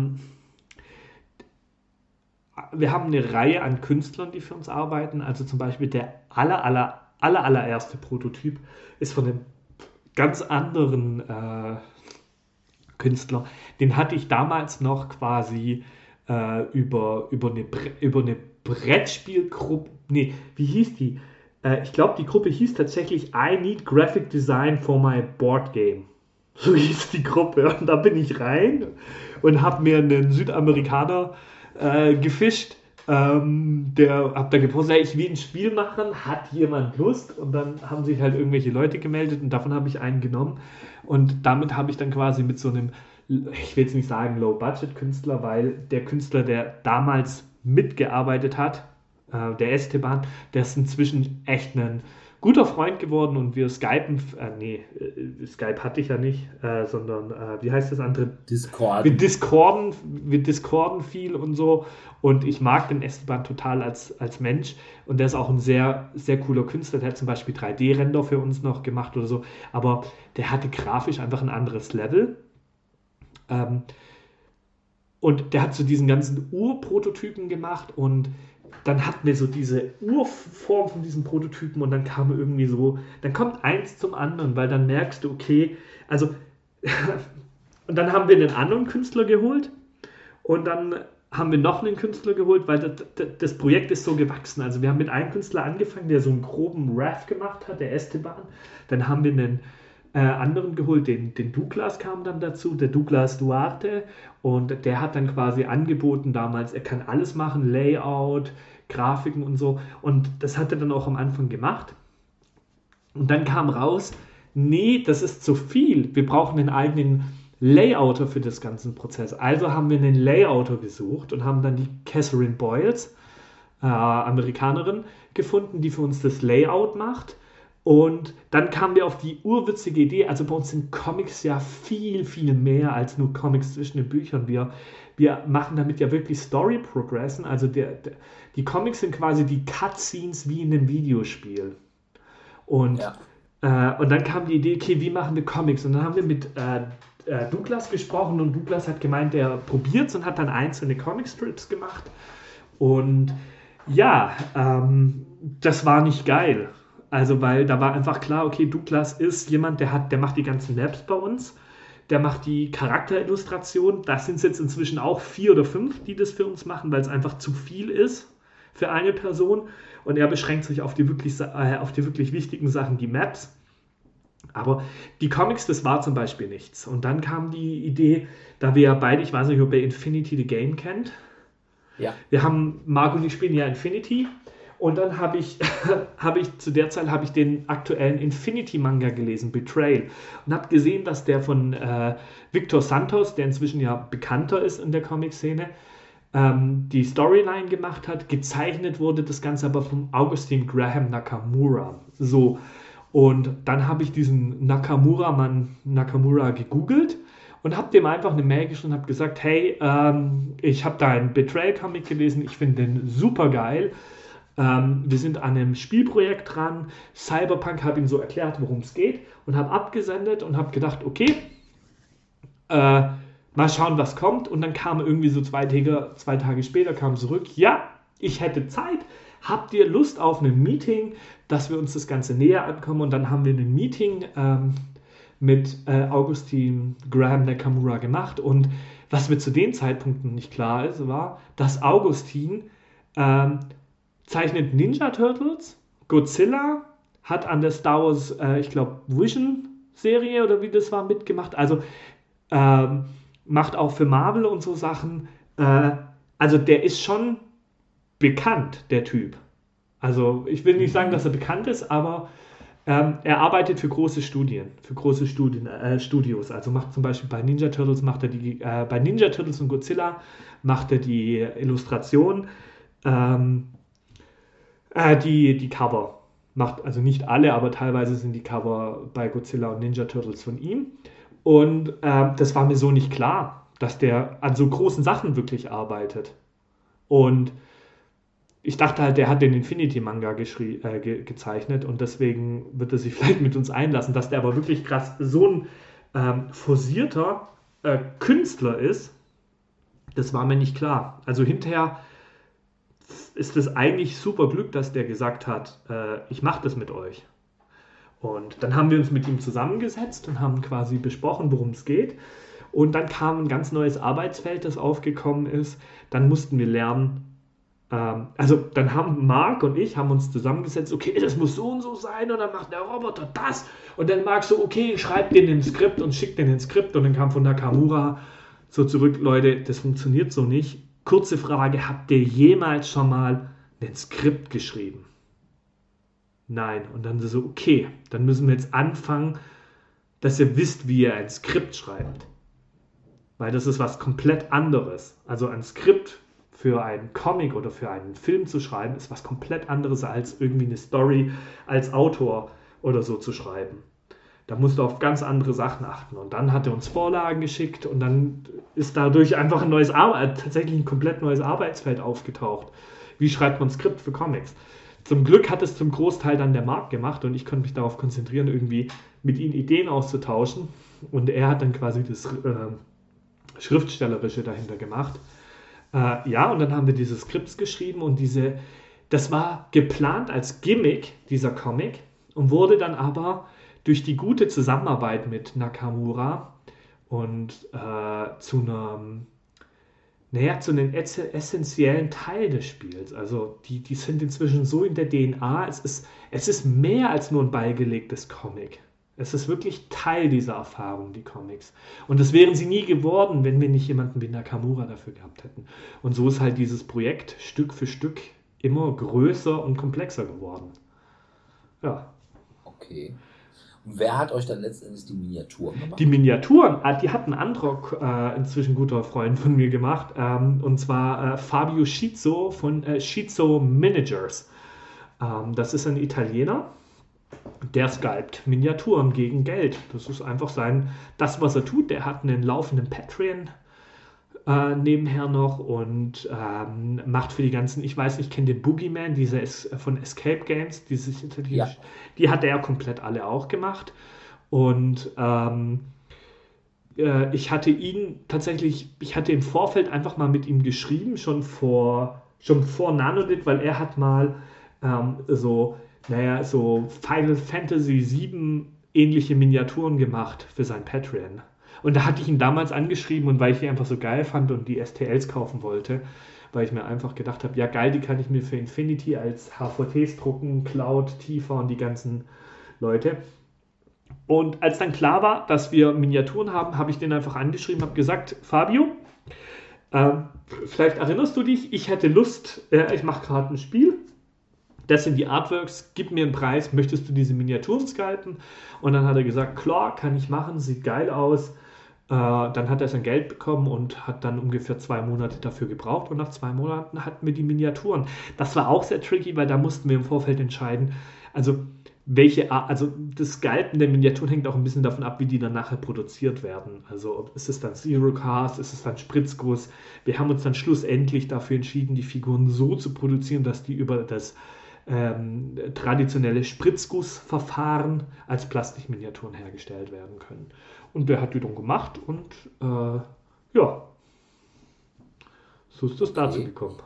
eine Reihe an Künstlern, die für uns arbeiten. Also zum Beispiel der allererste Prototyp ist von einem ganz anderen Künstler. Den hatte ich damals noch quasi über eine Brettspielgruppe. Nee, wie hieß die? Ich glaube, die Gruppe hieß tatsächlich I Need Graphic Design for my Board Game. So hieß die Gruppe. Und da bin ich rein und habe mir einen Südamerikaner gefischt. Hab da gepostet, ich will ein Spiel machen, hat jemand Lust? Und dann haben sich halt irgendwelche Leute gemeldet und davon habe ich einen genommen. Und damit habe ich dann quasi mit so einem, ich will jetzt nicht sagen Low-Budget-Künstler, weil der Künstler, der damals mitgearbeitet hat, der Esteban, der ist inzwischen echt ein guter Freund geworden und wir Skypen, Skype hatte ich ja nicht, sondern wie heißt das andere? Discord. Wir discorden viel und so und ich mag den Esteban total als Mensch und der ist auch ein sehr, sehr cooler Künstler, der hat zum Beispiel 3D-Render für uns noch gemacht oder so, aber der hatte grafisch einfach ein anderes Level. Und der hat so diesen ganzen Urprototypen gemacht und dann hatten wir so diese Urform von diesem Prototypen und dann kam irgendwie so, dann kommt eins zum anderen, weil dann merkst du, okay, also und dann haben wir einen anderen Künstler geholt und dann haben wir noch einen Künstler geholt, weil das Projekt ist so gewachsen. Also wir haben mit einem Künstler angefangen, der so einen groben Raff gemacht hat, der Esteban. Dann haben wir einen anderen geholt, den Douglas kam dann dazu, der Douglas Duarte und der hat dann quasi angeboten damals, er kann alles machen, Layout, Grafiken und so und das hat er dann auch am Anfang gemacht und dann kam raus, nee, das ist zu viel, wir brauchen einen eigenen Layouter für das ganze Prozess, also haben wir einen Layouter gesucht und haben dann die Catherine Boyles, Amerikanerin, gefunden, die für uns das Layout macht. Und dann kamen wir auf die urwitzige Idee, also bei uns sind Comics ja viel, viel mehr als nur Comics zwischen den Büchern. Wir machen damit ja wirklich Story Progression, also die Comics sind quasi die Cutscenes wie in einem Videospiel. Und dann kam die Idee, okay, wie machen wir Comics? Und dann haben wir mit Douglas gesprochen und Douglas hat gemeint, er probiert es und hat dann einzelne Comicstrips gemacht. Und ja, das war nicht geil. Also, weil da war einfach klar, okay, Douglas ist jemand, der macht die ganzen Labs bei uns, der macht die Charakterillustrationen, das sind jetzt inzwischen auch 4 oder 5, die das für uns machen, weil es einfach zu viel ist für eine Person und er beschränkt sich auf die wirklich wichtigen Sachen, die Maps. Aber die Comics, das war zum Beispiel nichts. Und dann kam die Idee, da wir ja beide, ich weiß nicht, ob ihr Infinity the Game kennt. Ja. Marco und ich spielen ja Infinity. Und dann habe ich zu der Zeit den aktuellen Infinity-Manga gelesen, Betrayal. Und habe gesehen, dass der von Victor Santos, der inzwischen ja bekannter ist in der Comic-Szene, die Storyline gemacht hat. Gezeichnet wurde das Ganze aber von Augustin Graham Nakamura. So. Und dann habe ich diesen Nakamura gegoogelt und habe dem einfach eine Mail geschrieben und habe gesagt, hey, ich habe da einen Betrayal-Comic gelesen, ich finde den super geil. Wir sind an einem Spielprojekt dran, Cyberpunk, habe ihm so erklärt, worum es geht und habe abgesendet und habe gedacht, okay, mal schauen, was kommt. Und dann kam irgendwie so 2 Tage später, kam zurück, ja, ich hätte Zeit, habt ihr Lust auf ein Meeting, dass wir uns das Ganze näher ankommen? Und dann haben wir ein Meeting mit Augustin Graham Nakamura gemacht und was mir zu den Zeitpunkten nicht klar ist, war, dass Augustin zeichnet Ninja Turtles, Godzilla, hat an der Star Wars, ich glaube, Vision-Serie oder wie das war, mitgemacht. Also macht auch für Marvel und so Sachen. Also der ist schon bekannt, der Typ. Also ich will nicht sagen, dass er bekannt ist, aber er arbeitet für große Studios. Also macht zum Beispiel bei Ninja Turtles, bei Ninja Turtles und Godzilla macht er die Illustration, die Cover. Macht also nicht alle, aber teilweise sind die Cover bei Godzilla und Ninja Turtles von ihm. Und das war mir so nicht klar, dass der an so großen Sachen wirklich arbeitet. Und ich dachte halt, der hat den Infinity-Manga gezeichnet und deswegen wird er sich vielleicht mit uns einlassen. Dass der aber wirklich krass so ein forcierter Künstler ist, das war mir nicht klar. Also hinterher ist es eigentlich super Glück, dass der gesagt hat, ich mache das mit euch. Und dann haben wir uns mit ihm zusammengesetzt und haben quasi besprochen, worum es geht. Und dann kam ein ganz neues Arbeitsfeld, das aufgekommen ist. Dann mussten wir lernen, also dann haben Marc und ich haben uns zusammengesetzt, okay, das muss so und so sein und dann macht der Roboter das. Und dann Marc so, okay, schreibt den im Skript und schickt den ins Skript. Und dann kam von Nakamura so zurück, Leute, das funktioniert so nicht. Kurze Frage, habt ihr jemals schon mal ein Skript geschrieben? Nein. Und dann so, okay, dann müssen wir jetzt anfangen, dass ihr wisst, wie ihr ein Skript schreibt. Weil das ist was komplett anderes. Also ein Skript für einen Comic oder für einen Film zu schreiben, ist was komplett anderes als irgendwie eine Story als Autor oder so zu schreiben. Da musst du auf ganz andere Sachen achten. Und dann hat er uns Vorlagen geschickt und dann ist dadurch einfach tatsächlich ein komplett neues Arbeitsfeld aufgetaucht. Wie schreibt man ein Skript für Comics? Zum Glück hat es zum Großteil dann der Marc gemacht und ich konnte mich darauf konzentrieren, irgendwie mit ihm Ideen auszutauschen. Und er hat dann quasi das Schriftstellerische dahinter gemacht. Ja, und dann haben wir diese Skripts geschrieben und das war geplant als Gimmick, dieser Comic, und wurde dann aber durch die gute Zusammenarbeit mit Nakamura und zu einem essentiellen Teil des Spiels. Also die sind inzwischen so in der DNA, es ist mehr als nur ein beigelegtes Comic. Es ist wirklich Teil dieser Erfahrung, die Comics. Und das wären sie nie geworden, wenn wir nicht jemanden wie Nakamura dafür gehabt hätten. Und so ist halt dieses Projekt Stück für Stück immer größer und komplexer geworden. Ja. Okay. Und wer hat euch dann letztendlich die Miniaturen gemacht? Die Miniaturen, die hat ein anderer inzwischen guter Freund von mir gemacht. Und zwar Fabio Schizzo von Schizzo Managers. Das ist ein Italiener. Der sculpt Miniaturen gegen Geld. Das ist einfach das, was er tut. Der hat einen laufenden Patreon nebenher noch und macht für die ganzen, ich weiß nicht, kennt den Boogeyman, diese von Escape Games, die hat er komplett alle auch gemacht. Und ich hatte im Vorfeld einfach mal mit ihm geschrieben, schon vor Nanolith, weil er hat mal so Final Fantasy VII ähnliche Miniaturen gemacht für sein Patreon. Und da hatte ich ihn damals angeschrieben und weil ich die einfach so geil fand und die STLs kaufen wollte, weil ich mir einfach gedacht habe, ja geil, die kann ich mir für Infinity als HVTs drucken, Cloud, Tifa und die ganzen Leute. Und als dann klar war, dass wir Miniaturen haben, habe ich den einfach angeschrieben, habe gesagt, Fabio, vielleicht erinnerst du dich, ich hätte Lust, ich mache gerade ein Spiel. Das sind die Artworks, gib mir einen Preis, möchtest du diese Miniaturen sculpten? Und dann hat er gesagt, klar, kann ich machen, sieht geil aus. Dann hat er sein Geld bekommen und hat dann ungefähr 2 Monate dafür gebraucht und nach 2 Monaten hatten wir die Miniaturen. Das war auch sehr tricky, weil da mussten wir im Vorfeld entscheiden, also das Sculpten der Miniaturen hängt auch ein bisschen davon ab, wie die dann nachher produziert werden. Also ist es dann Zero Cast, ist es dann Spritzguss? Wir haben uns dann schlussendlich dafür entschieden, die Figuren so zu produzieren, dass die über das traditionelle Spritzgussverfahren als Plastikminiaturen hergestellt werden können. Und der hat die dann gemacht und ja, so ist das dazu gekommen.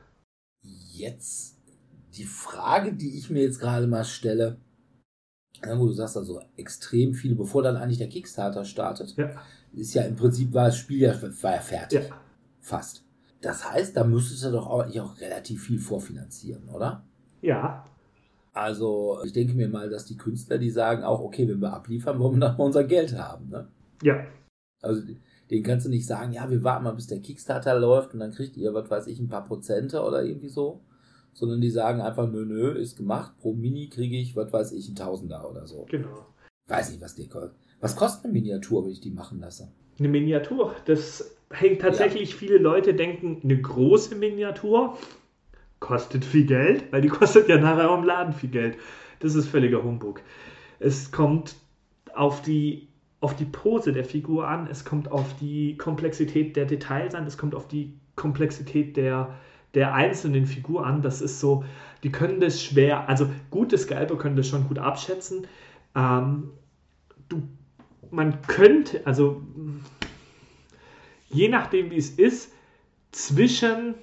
Jetzt die Frage, die ich mir jetzt gerade mal stelle, wo du sagst also extrem viele, bevor dann eigentlich der Kickstarter startet, ist ja im Prinzip war das Spiel ja fertig. Ja. Fast. Das heißt, da müsstest du doch auch relativ viel vorfinanzieren, oder? Ja. Also ich denke mir mal, dass die Künstler, die sagen auch, okay, wenn wir abliefern, wollen wir dann mal unser Geld haben. Ne? Ja. Also denen kannst du nicht sagen, ja, wir warten mal, bis der Kickstarter läuft und dann kriegt ihr, was weiß ich, ein paar Prozente oder irgendwie so. Sondern die sagen einfach, nö, ist gemacht, pro Mini kriege ich, was weiß ich, ein Tausender oder so. Genau. Weiß nicht, was die kostet. Was kostet eine Miniatur, wenn ich die machen lasse? Eine Miniatur, das hängt tatsächlich, viele Leute denken, eine große Miniatur kostet viel Geld, weil die kostet ja nachher auch im Laden viel Geld. Das ist völliger Humbug. Es kommt auf die Pose der Figur an, es kommt auf die Komplexität der Details an, es kommt auf die Komplexität der der einzelnen Figur an. Das ist so, die können das schwer, also gute Scalper können das schon gut abschätzen. Man könnte, also je nachdem wie es ist, zwischen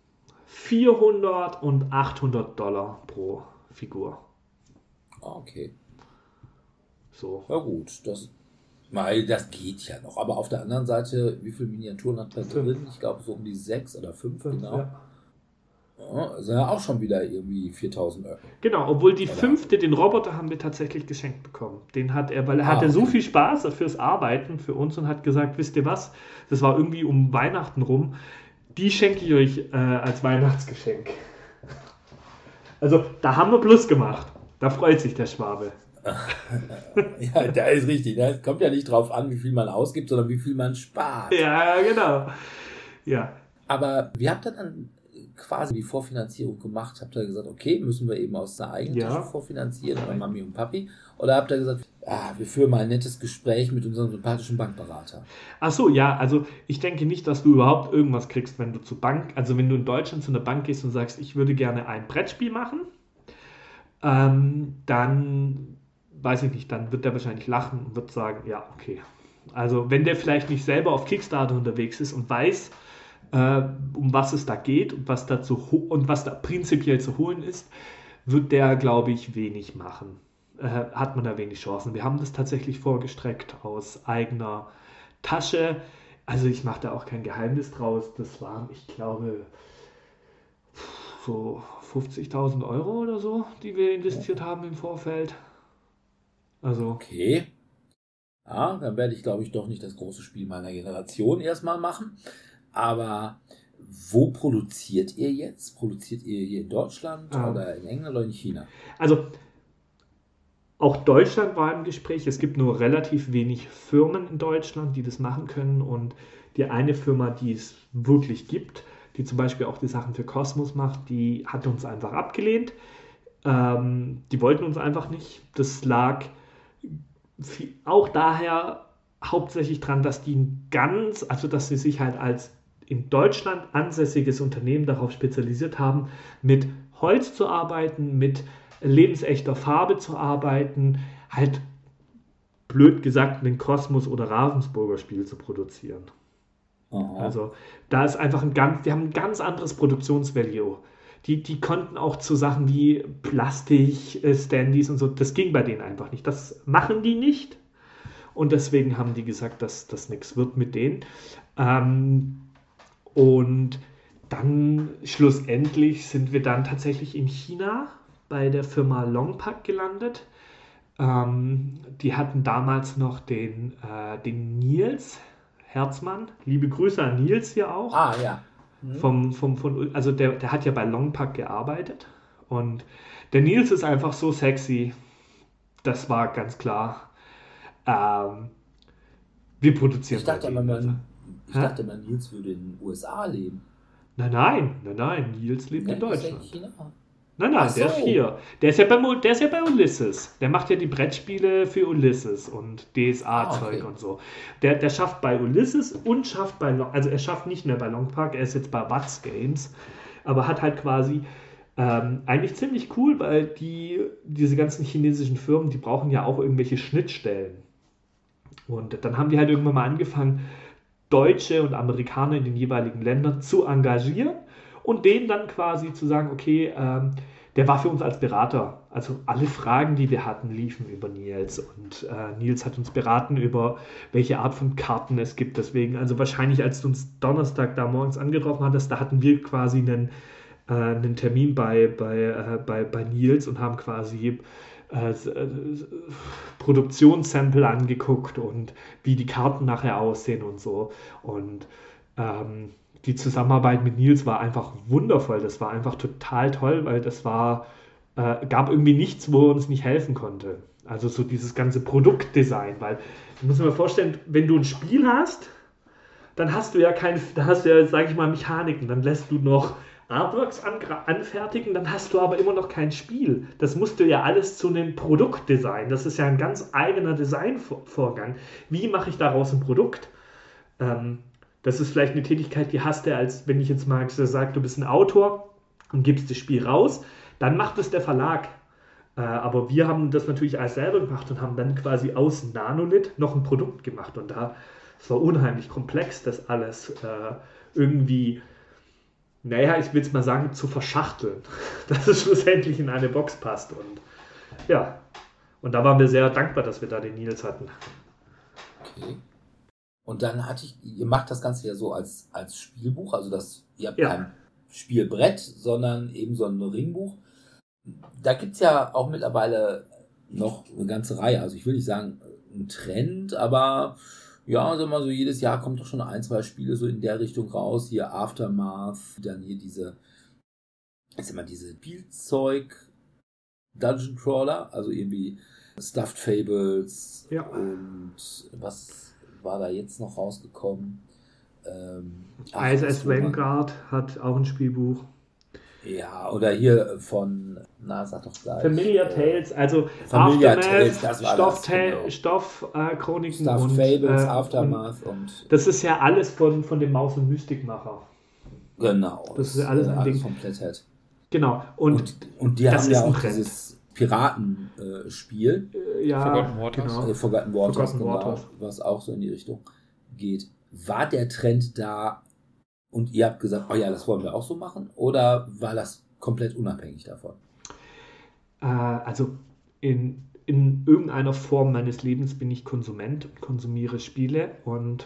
400 und $800 pro Figur. Okay. So. Na gut, das geht ja noch. Aber auf der anderen Seite, wie viele Miniaturen hat da drin? Ich glaube so um die 6 oder 5, genau. Ja. Ja, ist ja auch schon wieder irgendwie 4.000 Euro. Genau, obwohl die Oder? 5., den Roboter, haben wir tatsächlich geschenkt bekommen. Den hat er, weil er hatte so viel Spaß fürs Arbeiten für uns und hat gesagt, wisst ihr was, das war irgendwie um Weihnachten rum, die schenke ich euch als Weihnachtsgeschenk. Also, da haben wir Plus gemacht. Da freut sich der Schwabe. Ja, da ist richtig. Es kommt ja nicht drauf an, wie viel man ausgibt, sondern wie viel man spart. Ja, genau. Ja. Aber wie habt ihr dann quasi die Vorfinanzierung gemacht? Habt ihr gesagt, okay, müssen wir eben aus der eigenen Tasche vorfinanzieren, oder Mami und Papi? Oder habt ihr gesagt, wir führen mal ein nettes Gespräch mit unserem sympathischen Bankberater? Ach so, ja, also ich denke nicht, dass du überhaupt irgendwas kriegst, wenn du wenn du in Deutschland zu einer Bank gehst und sagst, ich würde gerne ein Brettspiel machen, dann weiß ich nicht, dann wird der wahrscheinlich lachen und wird sagen, ja, okay. Also wenn der vielleicht nicht selber auf Kickstarter unterwegs ist und weiß, um was es da geht und was da prinzipiell zu holen ist, wird der, glaube ich, wenig machen. Hat man da wenig Chancen. Wir haben das tatsächlich vorgestreckt aus eigener Tasche. Also ich mache da auch kein Geheimnis draus. Das waren, ich glaube, so 50.000 Euro oder so, die wir investiert haben im Vorfeld. Also. Okay. Ja, dann werde ich, glaube ich, doch nicht das große Spiel meiner Generation erstmal machen. Aber wo produziert ihr jetzt? Produziert ihr hier in Deutschland oder in England oder in China? Also auch Deutschland war im Gespräch. Es gibt nur relativ wenig Firmen in Deutschland, die das machen können. Und die eine Firma, die es wirklich gibt, die zum Beispiel auch die Sachen für Kosmos macht, die hat uns einfach abgelehnt. Die wollten uns einfach nicht. Das lag auch daher hauptsächlich dran, dass dass sie sich halt als in Deutschland ansässiges Unternehmen darauf spezialisiert haben, mit Holz zu arbeiten, mit lebensechter Farbe zu arbeiten, halt blöd gesagt ein Kosmos- oder Ravensburger Spiel zu produzieren. Aha. Also da ist einfach die haben ein ganz anderes Produktionsvalue. Die konnten auch zu Sachen wie Plastik-Standys und so, das ging bei denen einfach nicht. Das machen die nicht und deswegen haben die gesagt, dass das nichts wird mit denen. Und dann schlussendlich sind wir dann tatsächlich in China bei der Firma Longpack gelandet. Die hatten damals noch den Nils Herzmann. Liebe Grüße an Nils hier auch. Ah, ja. Also der hat ja bei Longpack gearbeitet. Und der Nils ist einfach so sexy. Das war ganz klar. Wir produzieren. Ich dachte immer, Nils würde in den USA leben. Nein, Nils lebt in Deutschland. Ist China? Nein, der ist hier. Der ist ja bei Ulysses. Der macht ja die Brettspiele für Ulysses und DSA-Zeug und so. Der schafft bei Ulysses und schafft er schafft nicht mehr bei Longpack, er ist jetzt bei Watts Games, aber hat halt quasi eigentlich ziemlich cool, weil diese ganzen chinesischen Firmen, die brauchen ja auch irgendwelche Schnittstellen. Und dann haben die halt irgendwann mal angefangen, Deutsche und Amerikaner in den jeweiligen Ländern zu engagieren und denen dann quasi zu sagen, okay, der war für uns als Berater. Also alle Fragen, die wir hatten, liefen über Nils. Und Nils hat uns beraten über welche Art von Karten es gibt. Deswegen, also wahrscheinlich, als du uns Donnerstag da morgens angetroffen hattest, da hatten wir quasi einen Termin bei Nils und haben quasi Produktionssample angeguckt und wie die Karten nachher aussehen und so. Und die Zusammenarbeit mit Nils war einfach wundervoll. Das war einfach total toll, weil gab irgendwie nichts, wo er uns nicht helfen konnte. Also so dieses ganze Produktdesign, weil du musst dir mal vorstellen, wenn du ein Spiel hast, dann hast du ja sage ich mal, Mechaniken, dann lässt du noch Artworks anfertigen, dann hast du aber immer noch kein Spiel. Das musst du ja alles zu einem Produkt designen. Das ist ja ein ganz eigener Designvorgang. Wie mache ich daraus ein Produkt? Das ist vielleicht eine Tätigkeit, die hast du, als wenn ich jetzt mal sage, du bist ein Autor und gibst das Spiel raus, dann macht es der Verlag. Aber wir haben das natürlich alles selber gemacht und haben dann quasi aus Nanolith noch ein Produkt gemacht. Und es war unheimlich komplex, das alles irgendwie, naja, ich will es mal sagen, zu verschachteln, dass es schlussendlich in eine Box passt. Und ja, und da waren wir sehr dankbar, dass wir da den Nils hatten. Okay. Und dann ihr macht das Ganze ja so als Spielbuch, also ihr habt kein Spielbrett, sondern eben so ein Ringbuch. Da gibt es ja auch mittlerweile noch eine ganze Reihe. Also ich will nicht sagen ein Trend, aber ja, sagen wir mal so, jedes Jahr kommt doch schon 1, 2 Spiele so in der Richtung raus. Hier Aftermath, dann hier diese Spielzeug Dungeon Crawler, also irgendwie Stuffed Fables und was war da jetzt noch rausgekommen? ISS Vanguard hat auch ein Spielbuch. Ja, oder hier von, sag doch gleich. Familiar Tales, also Familiar Tales, das war Stoffchroniken Stuffed Fables, Aftermath und das ist ja alles von dem Maus- und Mystikmacher. Genau. Das ist ja alles ein Ding. Komplett hat. Genau. Und die haben ja auch dieses Piratenspiel. Ja, Forgotten Waters, genau, was auch so in die Richtung geht. War der Trend da und ihr habt gesagt, oh ja, das wollen wir auch so machen? Oder war das komplett unabhängig davon? Also in irgendeiner Form meines Lebens bin ich Konsument und konsumiere Spiele und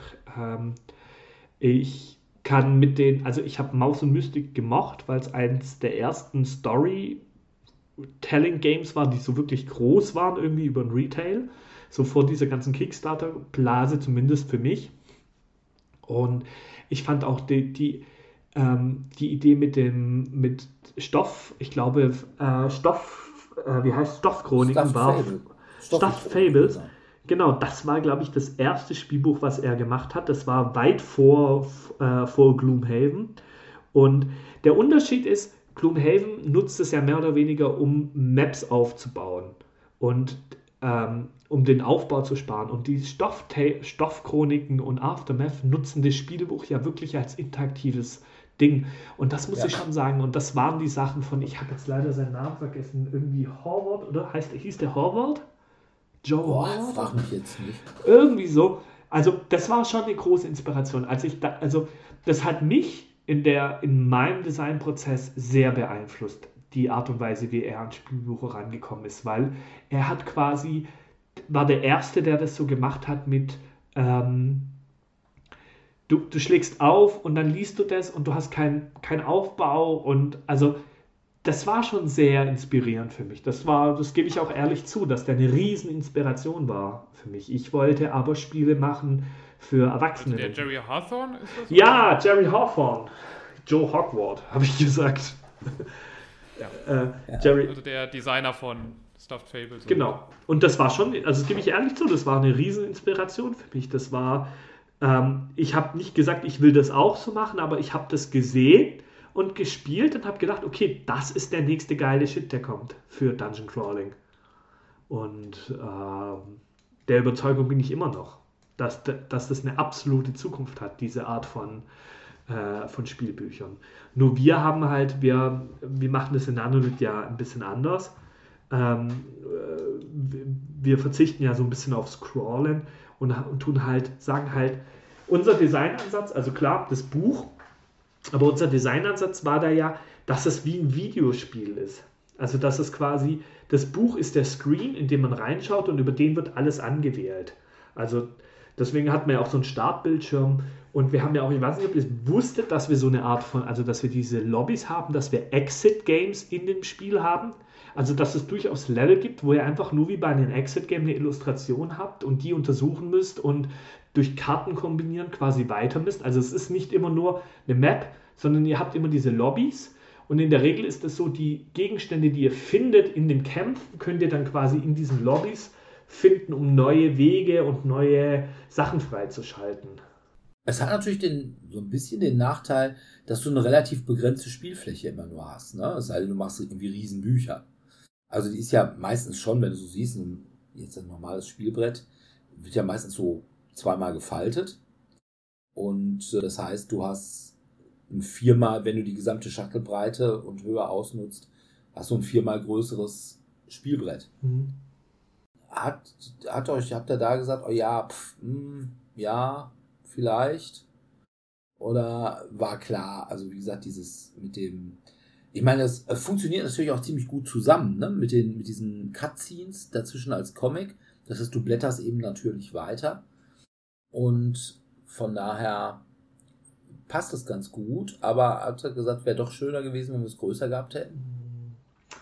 ich kann ich habe Maus und Mystik gemocht, weil es eins der ersten Storytelling-Games war, die so wirklich groß waren, irgendwie über den Retail, so vor dieser ganzen Kickstarter-Blase, zumindest für mich. Und ich fand auch die Idee mit Stoff, ich glaube, Stoffchroniken war Stuffed Fables. Genau, das war, glaube ich, das erste Spielbuch, was er gemacht hat. Das war weit vor Gloomhaven. Und der Unterschied ist, Gloomhaven nutzt es ja mehr oder weniger, um Maps aufzubauen und um den Aufbau zu sparen. Und die Stoffchroniken und Aftermath nutzen das Spielbuch ja wirklich als interaktives Ding. Und das muss ich schon sagen. Und das waren die Sachen von, ich habe jetzt leider seinen Namen vergessen, irgendwie Horvath, oder? Hieß der Horvath? Joe Horvath? Frag mich jetzt nicht. Irgendwie so. Also das war schon eine große Inspiration. Das hat mich in meinem Designprozess sehr beeinflusst, die Art und Weise, wie er an Spielbuch rangekommen ist, weil er war der Erste, der das so gemacht hat mit du schlägst auf und dann liest du das und du hast keinen Aufbau und also das war schon sehr inspirierend für mich. Das gebe ich auch ehrlich zu, dass der eine riesen Inspiration war für mich. Ich wollte aber Spiele machen für Erwachsene. Also der Jerry Hawthorne ist das? Ja, Jerry Hawthorne. Joe Hogwarts, habe ich gesagt. Jerry. Also der Designer von Stuffed Fables. Genau. Und das war schon, also das gebe ich ehrlich zu, das war eine riesen Inspiration für mich. Das war, ich habe nicht gesagt, ich will das auch so machen, aber ich habe das gesehen und gespielt und habe gedacht, okay, das ist der nächste geile Shit, der kommt für Dungeon Crawling. Und der Überzeugung bin ich immer noch, dass das eine absolute Zukunft hat, diese Art von Spielbüchern. Nur wir haben halt, wir machen das in Nanolith ja ein bisschen anders. Wir verzichten ja so ein bisschen auf Scrollen und sagen halt, unser Designansatz, also klar, das Buch, aber unser Designansatz war da ja, dass es wie ein Videospiel ist. Also dass es quasi, das Buch ist der Screen, in dem man reinschaut und über den wird alles angewählt. Also deswegen hatten wir ja auch so einen Startbildschirm und wir haben ja auch, ich weiß nicht, ob ihr es wusstet, dass wir so eine Art von, also dass wir diese Lobbys haben, dass wir Exit-Games in dem Spiel haben. Also dass es durchaus Level gibt, wo ihr einfach nur wie bei einem Exit-Game eine Illustration habt und die untersuchen müsst und durch Karten kombinieren quasi weiter müsst. Also es ist nicht immer nur eine Map, sondern ihr habt immer diese Lobbys und in der Regel ist es so, die Gegenstände, die ihr findet in den Kämpfen, könnt ihr dann quasi in diesen Lobbys finden, um neue Wege und neue Sachen freizuschalten. Es hat natürlich so ein bisschen den Nachteil, dass du eine relativ begrenzte Spielfläche immer nur hast. Ne? Es sei denn, du machst irgendwie Riesenbücher. Also die ist ja meistens schon, wenn du so siehst, jetzt ein normales Spielbrett, wird ja meistens so zweimal gefaltet. Und das heißt, du hast ein 4-mal, wenn du die gesamte Schachtelbreite und Höhe ausnutzt, hast du ein 4-mal größeres Spielbrett. Habt ihr da gesagt, oh ja, ja, vielleicht? Oder war klar, also wie gesagt, dieses mit dem, ich meine, das funktioniert natürlich auch ziemlich gut zusammen, ne? Mit diesen Cutscenes dazwischen als Comic. Das heißt, du blätterst eben natürlich weiter. Und von daher passt das ganz gut, aber hat er gesagt, wäre doch schöner gewesen, wenn wir es größer gehabt hätten?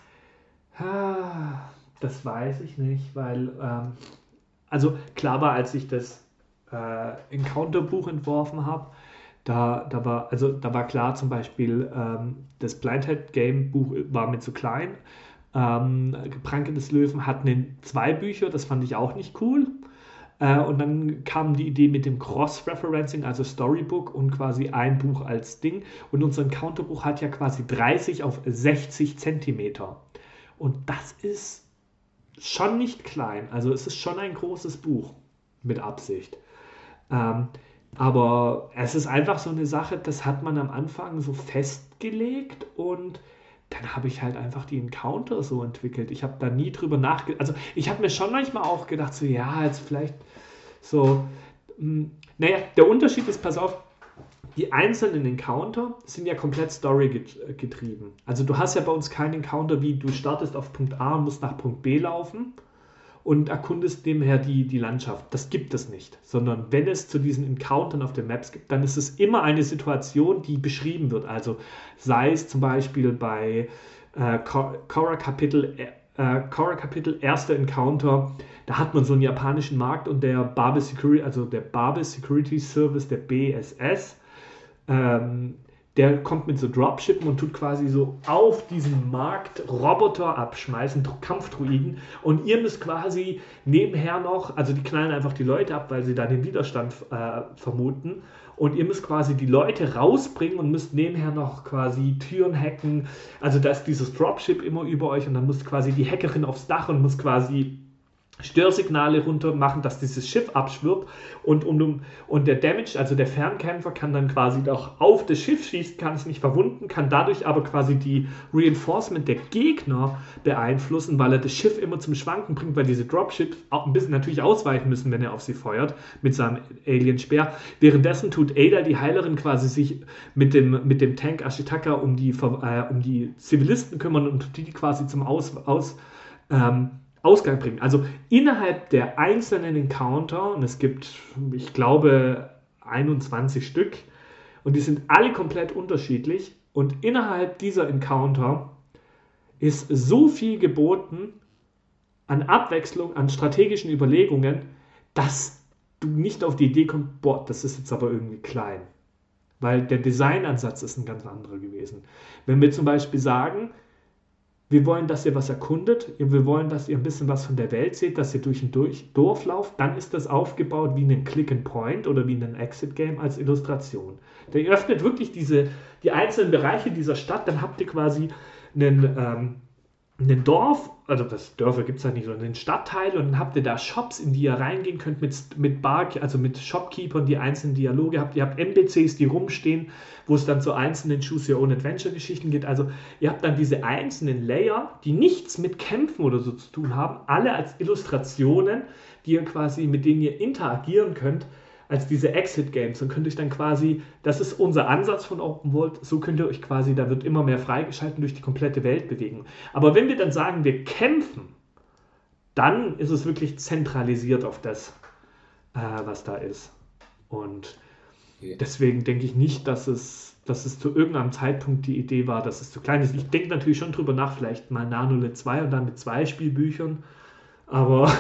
Das weiß ich nicht, weil, also klar war, als ich das Encounter-Buch entworfen habe, da war klar, zum Beispiel das Blindhead-Game-Buch war mir zu klein. Pranke des Löwen hatten 2 Bücher, das fand ich auch nicht cool. Und dann kam die Idee mit dem Cross-Referencing, also Storybook und quasi ein Buch als Ding. Und unser Encounter-Buch hat ja quasi 30 auf 60 Zentimeter. Und das ist schon nicht klein. Also es ist schon ein großes Buch mit Absicht. Aber es ist einfach so eine Sache, das hat man am Anfang so festgelegt und dann habe ich halt einfach die Encounter so entwickelt. Ich habe da nie drüber nachgedacht. Also ich habe mir schon manchmal auch gedacht, so ja, jetzt vielleicht so. Naja, der Unterschied ist, pass auf, die einzelnen Encounter sind ja komplett Story getrieben. Also du hast ja bei uns keinen Encounter, wie du startest auf Punkt A und musst nach Punkt B laufen und erkundest nebenher die Landschaft. Das gibt es nicht. Sondern wenn es zu diesen Encountern auf den Maps gibt, dann ist es immer eine Situation, die beschrieben wird. Also sei es zum Beispiel bei Korra Kapitel 1. Encounter, da hat man so einen japanischen Markt und der Babe Security Service, der BSS, der kommt mit so Dropshippen und tut quasi so auf diesem Markt Roboter abschmeißen, Kampfdruiden, und ihr müsst quasi nebenher noch, also die knallen einfach die Leute ab, weil sie da den Widerstand vermuten, und ihr müsst quasi die Leute rausbringen und müsst nebenher noch quasi Türen hacken, also da ist dieses Dropship immer über euch und dann muss quasi die Hackerin aufs Dach und muss quasi Störsignale runter machen, dass dieses Schiff abschwirrt und der Damage, also der Fernkämpfer, kann dann quasi auch auf das Schiff schießen, kann es nicht verwunden, kann dadurch aber quasi die Reinforcement der Gegner beeinflussen, weil er das Schiff immer zum Schwanken bringt, weil diese Dropships auch ein bisschen natürlich ausweichen müssen, wenn er auf sie feuert mit seinem Alien-Speer. Währenddessen tut Ada, die Heilerin, quasi sich mit dem Tank Ashitaka um die Zivilisten kümmern und die quasi zum Ausgang bringen. Also innerhalb der einzelnen Encounter, und es gibt, ich glaube, 21 Stück, und die sind alle komplett unterschiedlich, und innerhalb dieser Encounter ist so viel geboten an Abwechslung, an strategischen Überlegungen, dass du nicht auf die Idee kommst, boah, das ist jetzt aber irgendwie klein. Weil der Designansatz ist ein ganz anderer gewesen. Wenn wir zum Beispiel sagen, wir wollen, dass ihr was erkundet, wir wollen, dass ihr ein bisschen was von der Welt seht, dass ihr durch ein Dorf lauft, dann ist das aufgebaut wie ein Click-and-Point oder wie ein Exit-Game als Illustration. Der öffnet wirklich die einzelnen Bereiche dieser Stadt, dann habt ihr quasi einen Dorf, also das Dörfer gibt es halt nicht, sondern einen Stadtteil, und dann habt ihr da Shops, in die ihr reingehen könnt mit Shopkeepern, die einzelnen Dialoge habt. Ihr habt NPCs, die rumstehen, wo es dann zu einzelnen Choose Your Own Adventure Geschichten geht. Also ihr habt dann diese einzelnen Layer, die nichts mit Kämpfen oder so zu tun haben, alle als Illustrationen, mit denen ihr interagieren könnt, als diese Exit-Games, und könnt euch dann quasi, das ist unser Ansatz von Open World, so könnt ihr euch quasi, da wird immer mehr freigeschalten, durch die komplette Welt bewegen. Aber wenn wir dann sagen, wir kämpfen, dann ist es wirklich zentralisiert auf das, was da ist. Und deswegen denke ich nicht, dass es zu irgendeinem Zeitpunkt die Idee war, dass es zu klein ist. Ich denke natürlich schon drüber nach, vielleicht mal Nanolith 2 und dann mit 2 Spielbüchern, aber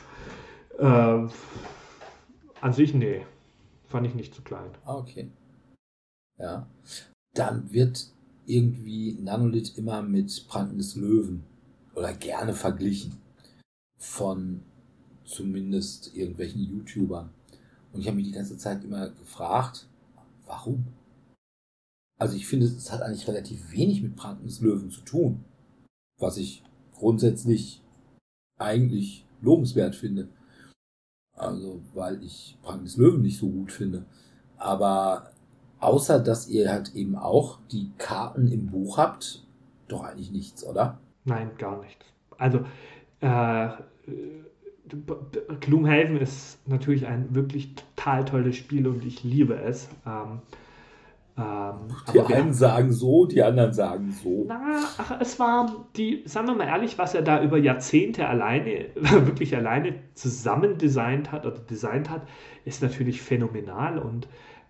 an sich, nee. Fand ich nicht zu klein. Okay. Ja. Dann wird irgendwie Nanolith immer mit Pranken des Löwen oder gerne verglichen von zumindest irgendwelchen YouTubern. Und ich habe mich die ganze Zeit immer gefragt, warum? Also ich finde, es hat eigentlich relativ wenig mit Pranken des Löwen zu tun. Was ich grundsätzlich eigentlich lobenswert finde. Also, weil ich Pranken des Löwen nicht so gut finde. Aber außer, dass ihr halt eben auch die Karten im Buch habt, doch eigentlich nichts, oder? Nein, gar nichts. Also, Gloomhaven ist natürlich ein wirklich total tolles Spiel und ich liebe es. Die einen sagen so, die anderen sagen so. Es war sagen wir mal ehrlich, was er da über Jahrzehnte wirklich alleine zusammen designt hat, ist natürlich phänomenal und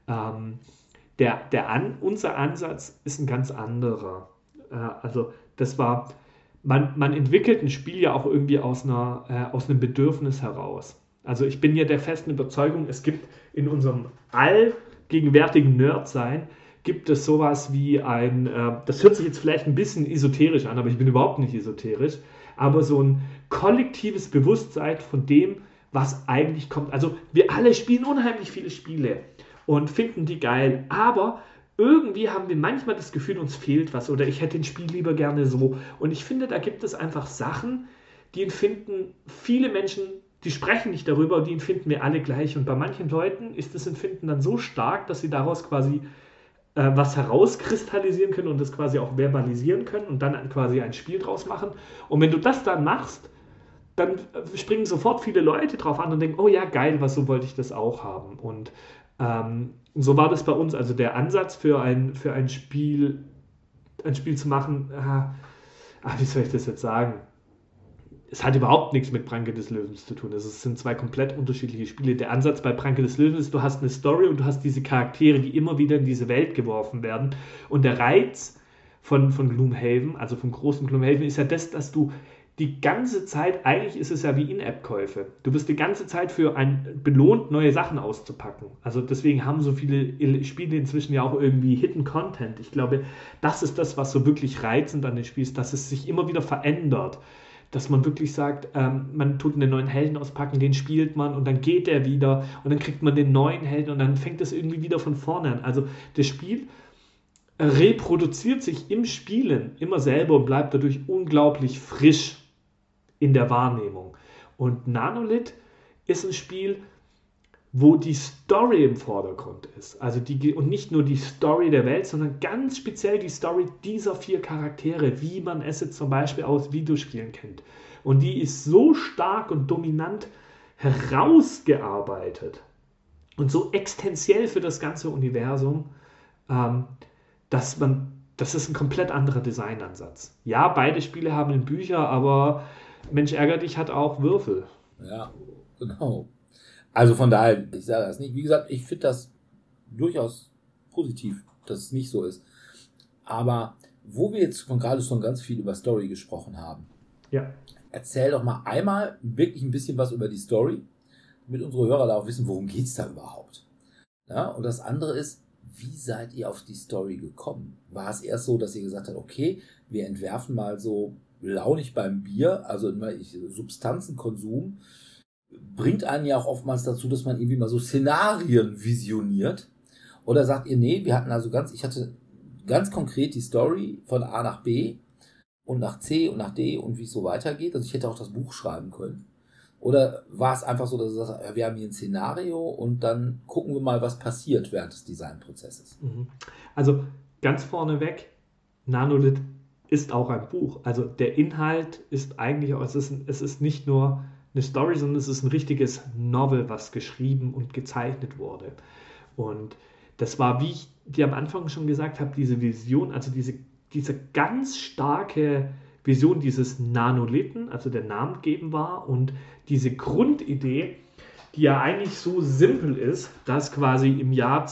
unser Ansatz ist ein ganz anderer. Also das war, man entwickelt ein Spiel ja auch irgendwie aus einem Bedürfnis heraus. Also ich bin ja der festen Überzeugung, es gibt in unserem allgegenwärtigen Nerdsein, gibt es sowas wie das hört sich jetzt vielleicht ein bisschen esoterisch an, aber ich bin überhaupt nicht esoterisch, aber so ein kollektives Bewusstsein von dem, was eigentlich kommt. Also wir alle spielen unheimlich viele Spiele und finden die geil, aber irgendwie haben wir manchmal das Gefühl, uns fehlt was oder ich hätte ein Spiel lieber gerne so. Und ich finde, da gibt es einfach Sachen, die empfinden viele Menschen, die sprechen nicht darüber, die empfinden wir alle gleich. Und bei manchen Leuten ist das Empfinden dann so stark, dass sie daraus quasi was herauskristallisieren können und das quasi auch verbalisieren können und dann quasi ein Spiel draus machen. Und wenn du das dann machst, dann springen sofort viele Leute drauf an und denken, oh ja, geil, so wollte ich das auch haben. Und so war das bei uns. Also der Ansatz für ein Spiel zu machen, wie soll ich das jetzt sagen? Es hat überhaupt nichts mit Pranke des Löwens zu tun. Es sind zwei komplett unterschiedliche Spiele. Der Ansatz bei Pranke des Löwens ist, du hast eine Story und du hast diese Charaktere, die immer wieder in diese Welt geworfen werden. Und der Reiz von Gloomhaven, also vom großen Gloomhaven, ist ja das, dass du die ganze Zeit, eigentlich ist es ja wie In-App-Käufe. Du wirst die ganze Zeit belohnt, neue Sachen auszupacken. Also deswegen haben so viele Spiele inzwischen ja auch irgendwie Hidden Content. Ich glaube, das ist das, was so wirklich reizend an dem Spiel ist, dass es sich immer wieder verändert. Dass man wirklich sagt, man tut einen neuen Helden auspacken, den spielt man und dann geht der wieder und dann kriegt man den neuen Helden und dann fängt es irgendwie wieder von vorne an. Also das Spiel reproduziert sich im Spielen immer selber und bleibt dadurch unglaublich frisch in der Wahrnehmung. Und Nanolith ist ein Spiel, wo die Story im Vordergrund ist. Also und nicht nur die Story der Welt, sondern ganz speziell die Story dieser 4 Charaktere, wie man es jetzt zum Beispiel aus Videospielen kennt. Und die ist so stark und dominant herausgearbeitet und so existenziell für das ganze Universum, das ist ein komplett anderer Designansatz. Ja, beide Spiele haben Bücher, aber Mensch ärger dich hat auch Würfel. Ja, genau. Also von daher, ich sage das nicht. Wie gesagt, ich finde das durchaus positiv, dass es nicht so ist. Aber wo wir jetzt gerade schon ganz viel über Story gesprochen haben, ja. Erzähl doch mal einmal wirklich ein bisschen was über die Story, damit unsere Hörer da auch wissen, worum geht es da überhaupt. Ja, und das andere ist, wie seid ihr auf die Story gekommen? War es erst so, dass ihr gesagt habt, okay, wir entwerfen mal so launig beim Bier, also Substanzenkonsum, bringt einen ja auch oftmals dazu, dass man irgendwie mal so Szenarien visioniert. Oder sagt ihr, nee, ich hatte ganz konkret die Story von A nach B und nach C und nach D und wie es so weitergeht. Also ich hätte auch das Buch schreiben können. Oder war es einfach so, dass ihr sagt, wir haben hier ein Szenario und dann gucken wir mal, was passiert während des Designprozesses? Also ganz vorneweg, Nanolith ist auch ein Buch. Also der Inhalt ist eigentlich auch, es ist nicht nur eine Story, sondern es ist ein richtiges Novel, was geschrieben und gezeichnet wurde. Und das war, wie ich dir am Anfang schon gesagt habe, diese Vision, also diese ganz starke Vision dieses Nanolithen, also der namengebend war, und diese Grundidee, die ja eigentlich so simpel ist, dass quasi im Jahr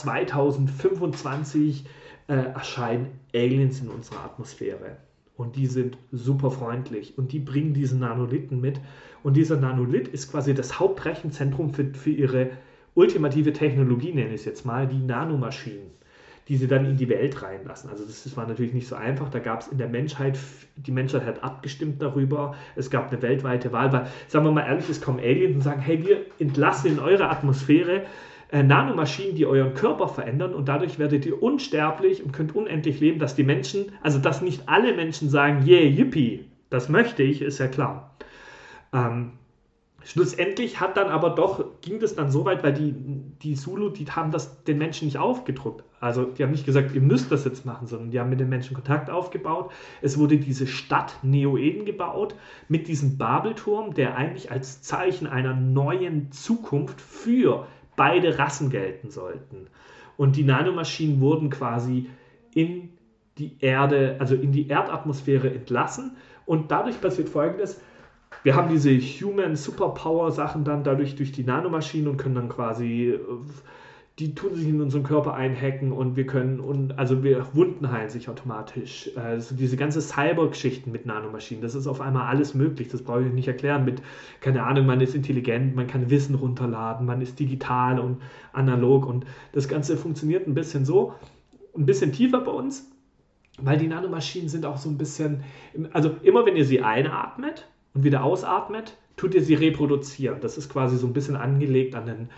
2025 erscheinen Aliens in unserer Atmosphäre. Und die sind super freundlich und die bringen diesen Nanolithen mit. Und dieser Nanolith ist quasi das Hauptrechenzentrum für ihre ultimative Technologie, nenne ich es jetzt mal, die Nanomaschinen, die sie dann in die Welt reinlassen. Also das war natürlich nicht so einfach. Da gab es in der Menschheit, die Menschheit hat abgestimmt darüber. Es gab eine weltweite Wahl, weil, sagen wir mal ehrlich, es kommen Aliens und sagen, hey, wir entlassen in eure Atmosphäre Nanomaschinen, die euren Körper verändern und dadurch werdet ihr unsterblich und könnt unendlich leben, dass die Menschen, also dass nicht alle Menschen sagen, yeah, yippie, das möchte ich, ist ja klar. Schlussendlich ging das dann so weit, weil die Zulu, die haben das den Menschen nicht aufgedruckt. Also die haben nicht gesagt, ihr müsst das jetzt machen, sondern die haben mit den Menschen Kontakt aufgebaut. Es wurde diese Stadt Neo-Eden gebaut mit diesem Babelturm, der eigentlich als Zeichen einer neuen Zukunft für beide Rassen gelten sollten. Und die Nanomaschinen wurden quasi in die Erde, also in die Erdatmosphäre entlassen. Und dadurch passiert Folgendes: Wir haben diese Human Superpower Sachen dann dadurch durch die Nanomaschinen und können dann quasi, die tun sich in unseren Körper einhacken und wir Wunden heilen sich automatisch. Also diese ganze Cyber-Geschichten mit Nanomaschinen, das ist auf einmal alles möglich. Das brauche ich nicht erklären mit, keine Ahnung, man ist intelligent, man kann Wissen runterladen, man ist digital und analog und das Ganze funktioniert ein bisschen so, ein bisschen tiefer bei uns, weil die Nanomaschinen sind auch so ein bisschen, also immer wenn ihr sie einatmet und wieder ausatmet, tut ihr sie reproduzieren. Das ist quasi so ein bisschen angelegt an den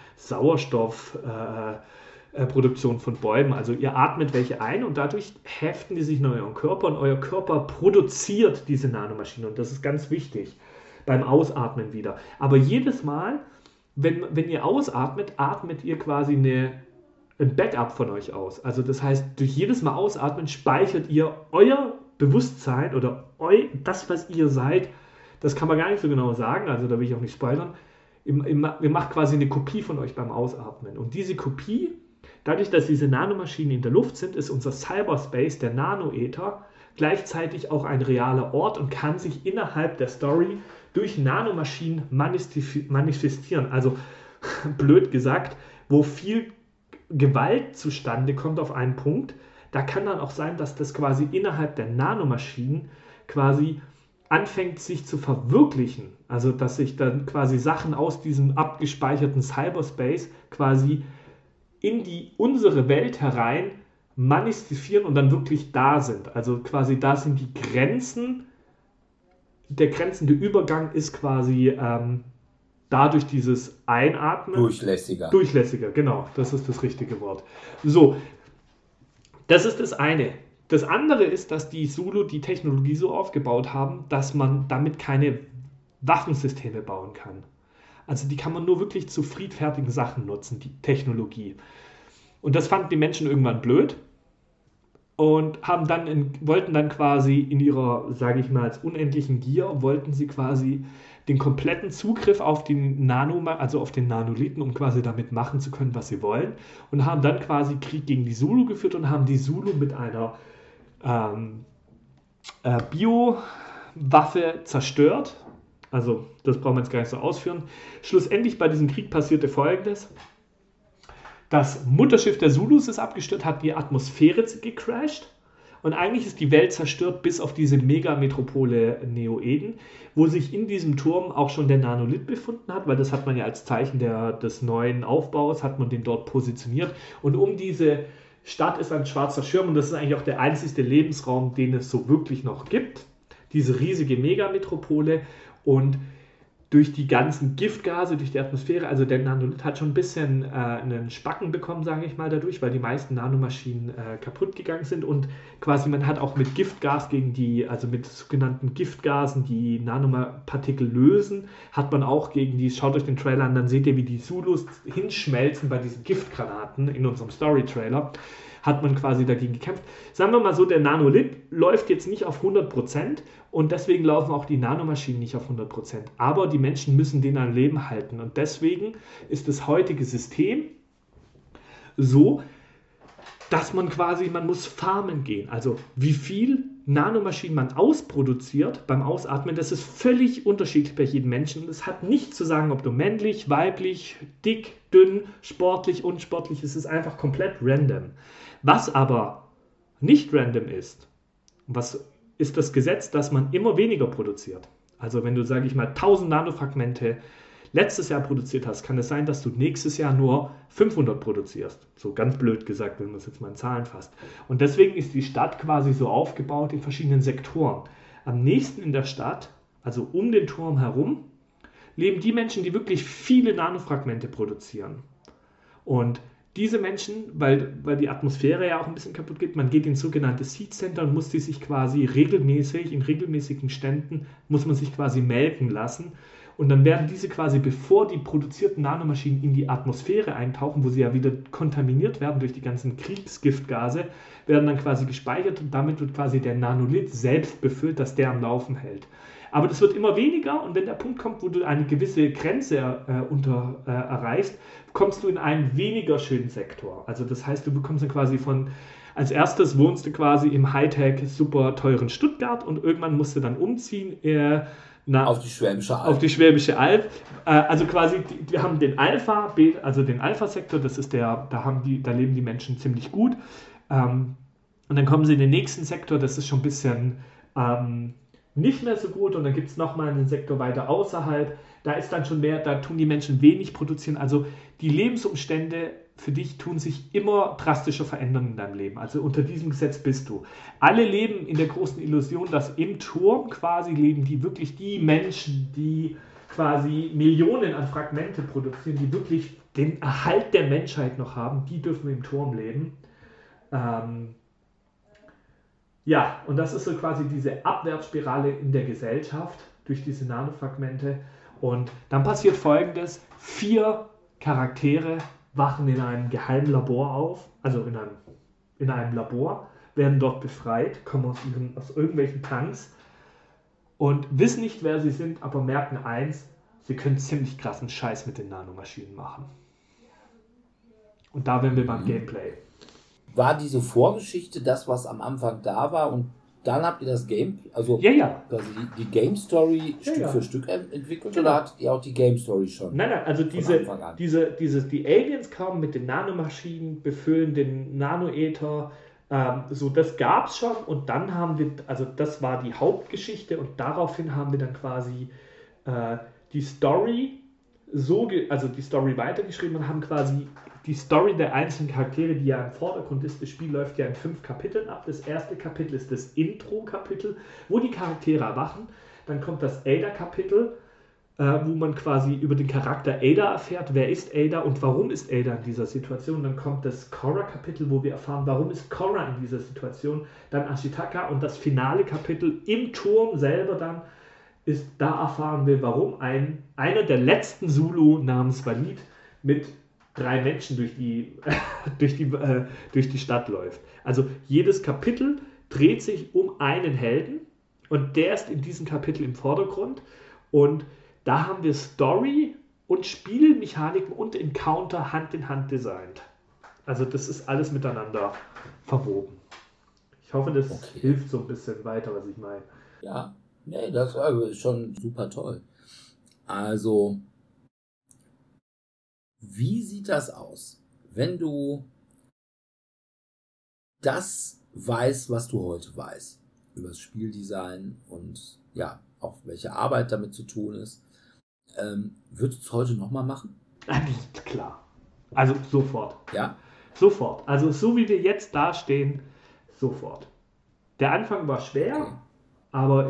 Sauerstoffproduktion von Bäumen. Also ihr atmet welche ein und dadurch heften die sich in euren Körper und euer Körper produziert diese Nanomaschine und das ist ganz wichtig beim Ausatmen wieder. Aber jedes Mal, wenn ihr ausatmet, atmet ihr quasi ein Backup von euch aus. Also das heißt, durch jedes Mal ausatmen speichert ihr euer Bewusstsein oder das, was ihr seid. Das kann man gar nicht so genau sagen, also da will ich auch nicht spoilern. Ihr macht quasi eine Kopie von euch beim Ausatmen. Und diese Kopie, dadurch, dass diese Nanomaschinen in der Luft sind, ist unser Cyberspace, der Nanoäther, gleichzeitig auch ein realer Ort und kann sich innerhalb der Story durch Nanomaschinen manifestieren. Also blöd gesagt, wo viel Gewalt zustande kommt auf einen Punkt, da kann dann auch sein, dass das quasi innerhalb der Nanomaschinen quasi anfängt sich zu verwirklichen, also dass sich dann quasi Sachen aus diesem abgespeicherten Cyberspace quasi in unsere Welt herein manifestieren und dann wirklich da sind. Also quasi da sind die Grenzen, der grenzende Übergang ist quasi dadurch dieses Einatmen. Durchlässiger, genau, das ist das richtige Wort. So, das ist das eine. Das andere ist, dass die Zulu die Technologie so aufgebaut haben, dass man damit keine Waffensysteme bauen kann. Also die kann man nur wirklich zu friedfertigen Sachen nutzen, die Technologie. Und das fanden die Menschen irgendwann blöd und wollten dann quasi in ihrer, sage ich mal, als unendlichen Gier, wollten sie quasi den kompletten Zugriff auf den auf den Nanolithen, um quasi damit machen zu können, was sie wollen. Und haben dann quasi Krieg gegen die Zulu geführt und haben die Zulu mit einer Biowaffe zerstört. Also das brauchen wir jetzt gar nicht so ausführen. Schlussendlich bei diesem Krieg passierte Folgendes. Das Mutterschiff der Zulus ist abgestürzt, hat die Atmosphäre gecrashed und eigentlich ist die Welt zerstört bis auf diese Megametropole Neo-Eden, wo sich in diesem Turm auch schon der Nanolith befunden hat, weil das hat man ja als Zeichen des neuen Aufbaus, hat man den dort positioniert und um diese Stadt ist ein schwarzer Schirm und das ist eigentlich auch der einzige Lebensraum, den es so wirklich noch gibt. Diese riesige Megametropole und durch die ganzen Giftgase, durch die Atmosphäre, also der Nanolith hat schon ein bisschen einen Spacken bekommen, sage ich mal, dadurch, weil die meisten Nanomaschinen kaputt gegangen sind und quasi man hat auch mit Giftgas also mit sogenannten Giftgasen, die Nanopartikel lösen, hat man auch schaut euch den Trailer an, dann seht ihr, wie die Zulus hinschmelzen bei diesen Giftgranaten in unserem Story-Trailer, hat man quasi dagegen gekämpft. Sagen wir mal so, der Nanolith läuft jetzt nicht auf 100% und deswegen laufen auch die Nanomaschinen nicht auf 100%. Aber die Menschen müssen den am Leben halten und deswegen ist das heutige System so, dass man muss farmen gehen. Also wie viel Nanomaschinen man ausproduziert beim Ausatmen, das ist völlig unterschiedlich bei jedem Menschen. Und es hat nichts zu sagen, ob du männlich, weiblich, dick, dünn, sportlich, unsportlich, es ist einfach komplett random. Was aber nicht random ist, ist das Gesetz, dass man immer weniger produziert. Also wenn du, sage ich mal, 1000 Nanofragmente letztes Jahr produziert hast, kann es sein, dass du nächstes Jahr nur 500 produzierst. So ganz blöd gesagt, wenn man es jetzt mal in Zahlen fasst. Und deswegen ist die Stadt quasi so aufgebaut in verschiedenen Sektoren. Am nächsten in der Stadt, also um den Turm herum, leben die Menschen, die wirklich viele Nanofragmente produzieren. Und diese Menschen, weil die Atmosphäre ja auch ein bisschen kaputt geht, man geht in sogenannte Seed Center und muss die sich quasi in regelmäßigen Ständen, muss man sich quasi melken lassen. Und dann werden diese quasi, bevor die produzierten Nanomaschinen in die Atmosphäre eintauchen, wo sie ja wieder kontaminiert werden durch die ganzen Kriegsgiftgase, werden dann quasi gespeichert und damit wird quasi der Nanolith selbst befüllt, dass der am Laufen hält. Aber das wird immer weniger und wenn der Punkt kommt, wo du eine gewisse Grenze erreichst, kommst du in einen weniger schönen Sektor. Also das heißt, du bekommst dann quasi als erstes wohnst du quasi im Hightech super teuren Stuttgart und irgendwann musst du dann umziehen auf die Schwäbische Alb. Auf die Schwäbische Alb. Also quasi, wir haben den den Alpha-Sektor, das ist da leben die Menschen ziemlich gut. Und dann kommen sie in den nächsten Sektor, das ist schon ein bisschen nicht mehr so gut. Und dann gibt es nochmal einen Sektor weiter außerhalb. Da ist dann schon mehr, da tun die Menschen wenig produzieren. Also die Lebensumstände für dich tun sich immer drastischer verändern in deinem Leben. Also unter diesem Gesetz bist du. Alle leben in der großen Illusion, dass im Turm quasi leben die Menschen, die quasi Millionen an Fragmente produzieren, die wirklich den Erhalt der Menschheit noch haben, die dürfen im Turm leben. Ja, und das ist so quasi diese Abwärtsspirale in der Gesellschaft durch diese Nanofragmente. Und dann passiert Folgendes: 4 Charaktere wachen in einem geheimen Labor auf, also in einem Labor, werden dort befreit, kommen aus irgendwelchen Tanks und wissen nicht, wer sie sind, aber merken eins: sie können ziemlich krassen Scheiß mit den Nanomaschinen machen. Und da wären wir beim Gameplay. War diese Vorgeschichte das, was am Anfang da war und dann habt ihr das Game, also quasi die Game Story Stück für Stück entwickelt, oder hattet ihr auch die Game Story schon? Nein, also die Aliens kamen mit den Nanomaschinen, befüllen den Nanoäther, das gab es schon und dann haben wir, also das war die Hauptgeschichte und daraufhin haben wir dann quasi die Story die Story weitergeschrieben und haben quasi die Story der einzelnen Charaktere, die ja im Vordergrund ist. Das Spiel läuft ja in 5 Kapiteln ab. Das erste Kapitel ist das Intro-Kapitel, wo die Charaktere erwachen. Dann kommt das Ada-Kapitel, wo man quasi über den Charakter Ada erfährt, wer ist Ada und warum ist Ada in dieser Situation. Dann kommt das Korra-Kapitel, wo wir erfahren, warum ist Korra in dieser Situation. Dann Ashitaka und das finale Kapitel im Turm selber dann da erfahren wir, warum einer der letzten Zulu namens Walid mit 3 Menschen durch die Stadt läuft. Also jedes Kapitel dreht sich um einen Helden und der ist in diesem Kapitel im Vordergrund und da haben wir Story und Spielmechaniken und Encounter Hand in Hand designt. Also das ist alles miteinander verwoben. Ich hoffe, das hilft so ein bisschen weiter, was ich meine. Ja, nee, das ist schon super toll. Also, wie sieht das aus, wenn du das weißt, was du heute weißt, über das Spieldesign und ja, auch welche Arbeit damit zu tun ist? Würdest du es heute nochmal machen? Klar. Also sofort. Ja? Sofort. Also so wie wir jetzt dastehen, sofort. Der Anfang war schwer, aber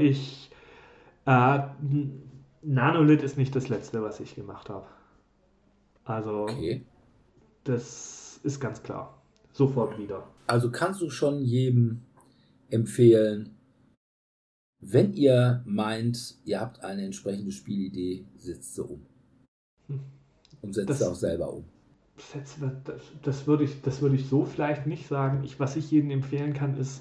Nanolith ist nicht das Letzte, was ich gemacht habe. Also, das ist ganz klar. Sofort wieder. Also kannst du schon jedem empfehlen, wenn ihr meint, ihr habt eine entsprechende Spielidee, setzt sie um. Und setzt sie auch selber um. Das würde ich so vielleicht nicht sagen. Was ich jedem empfehlen kann, ist,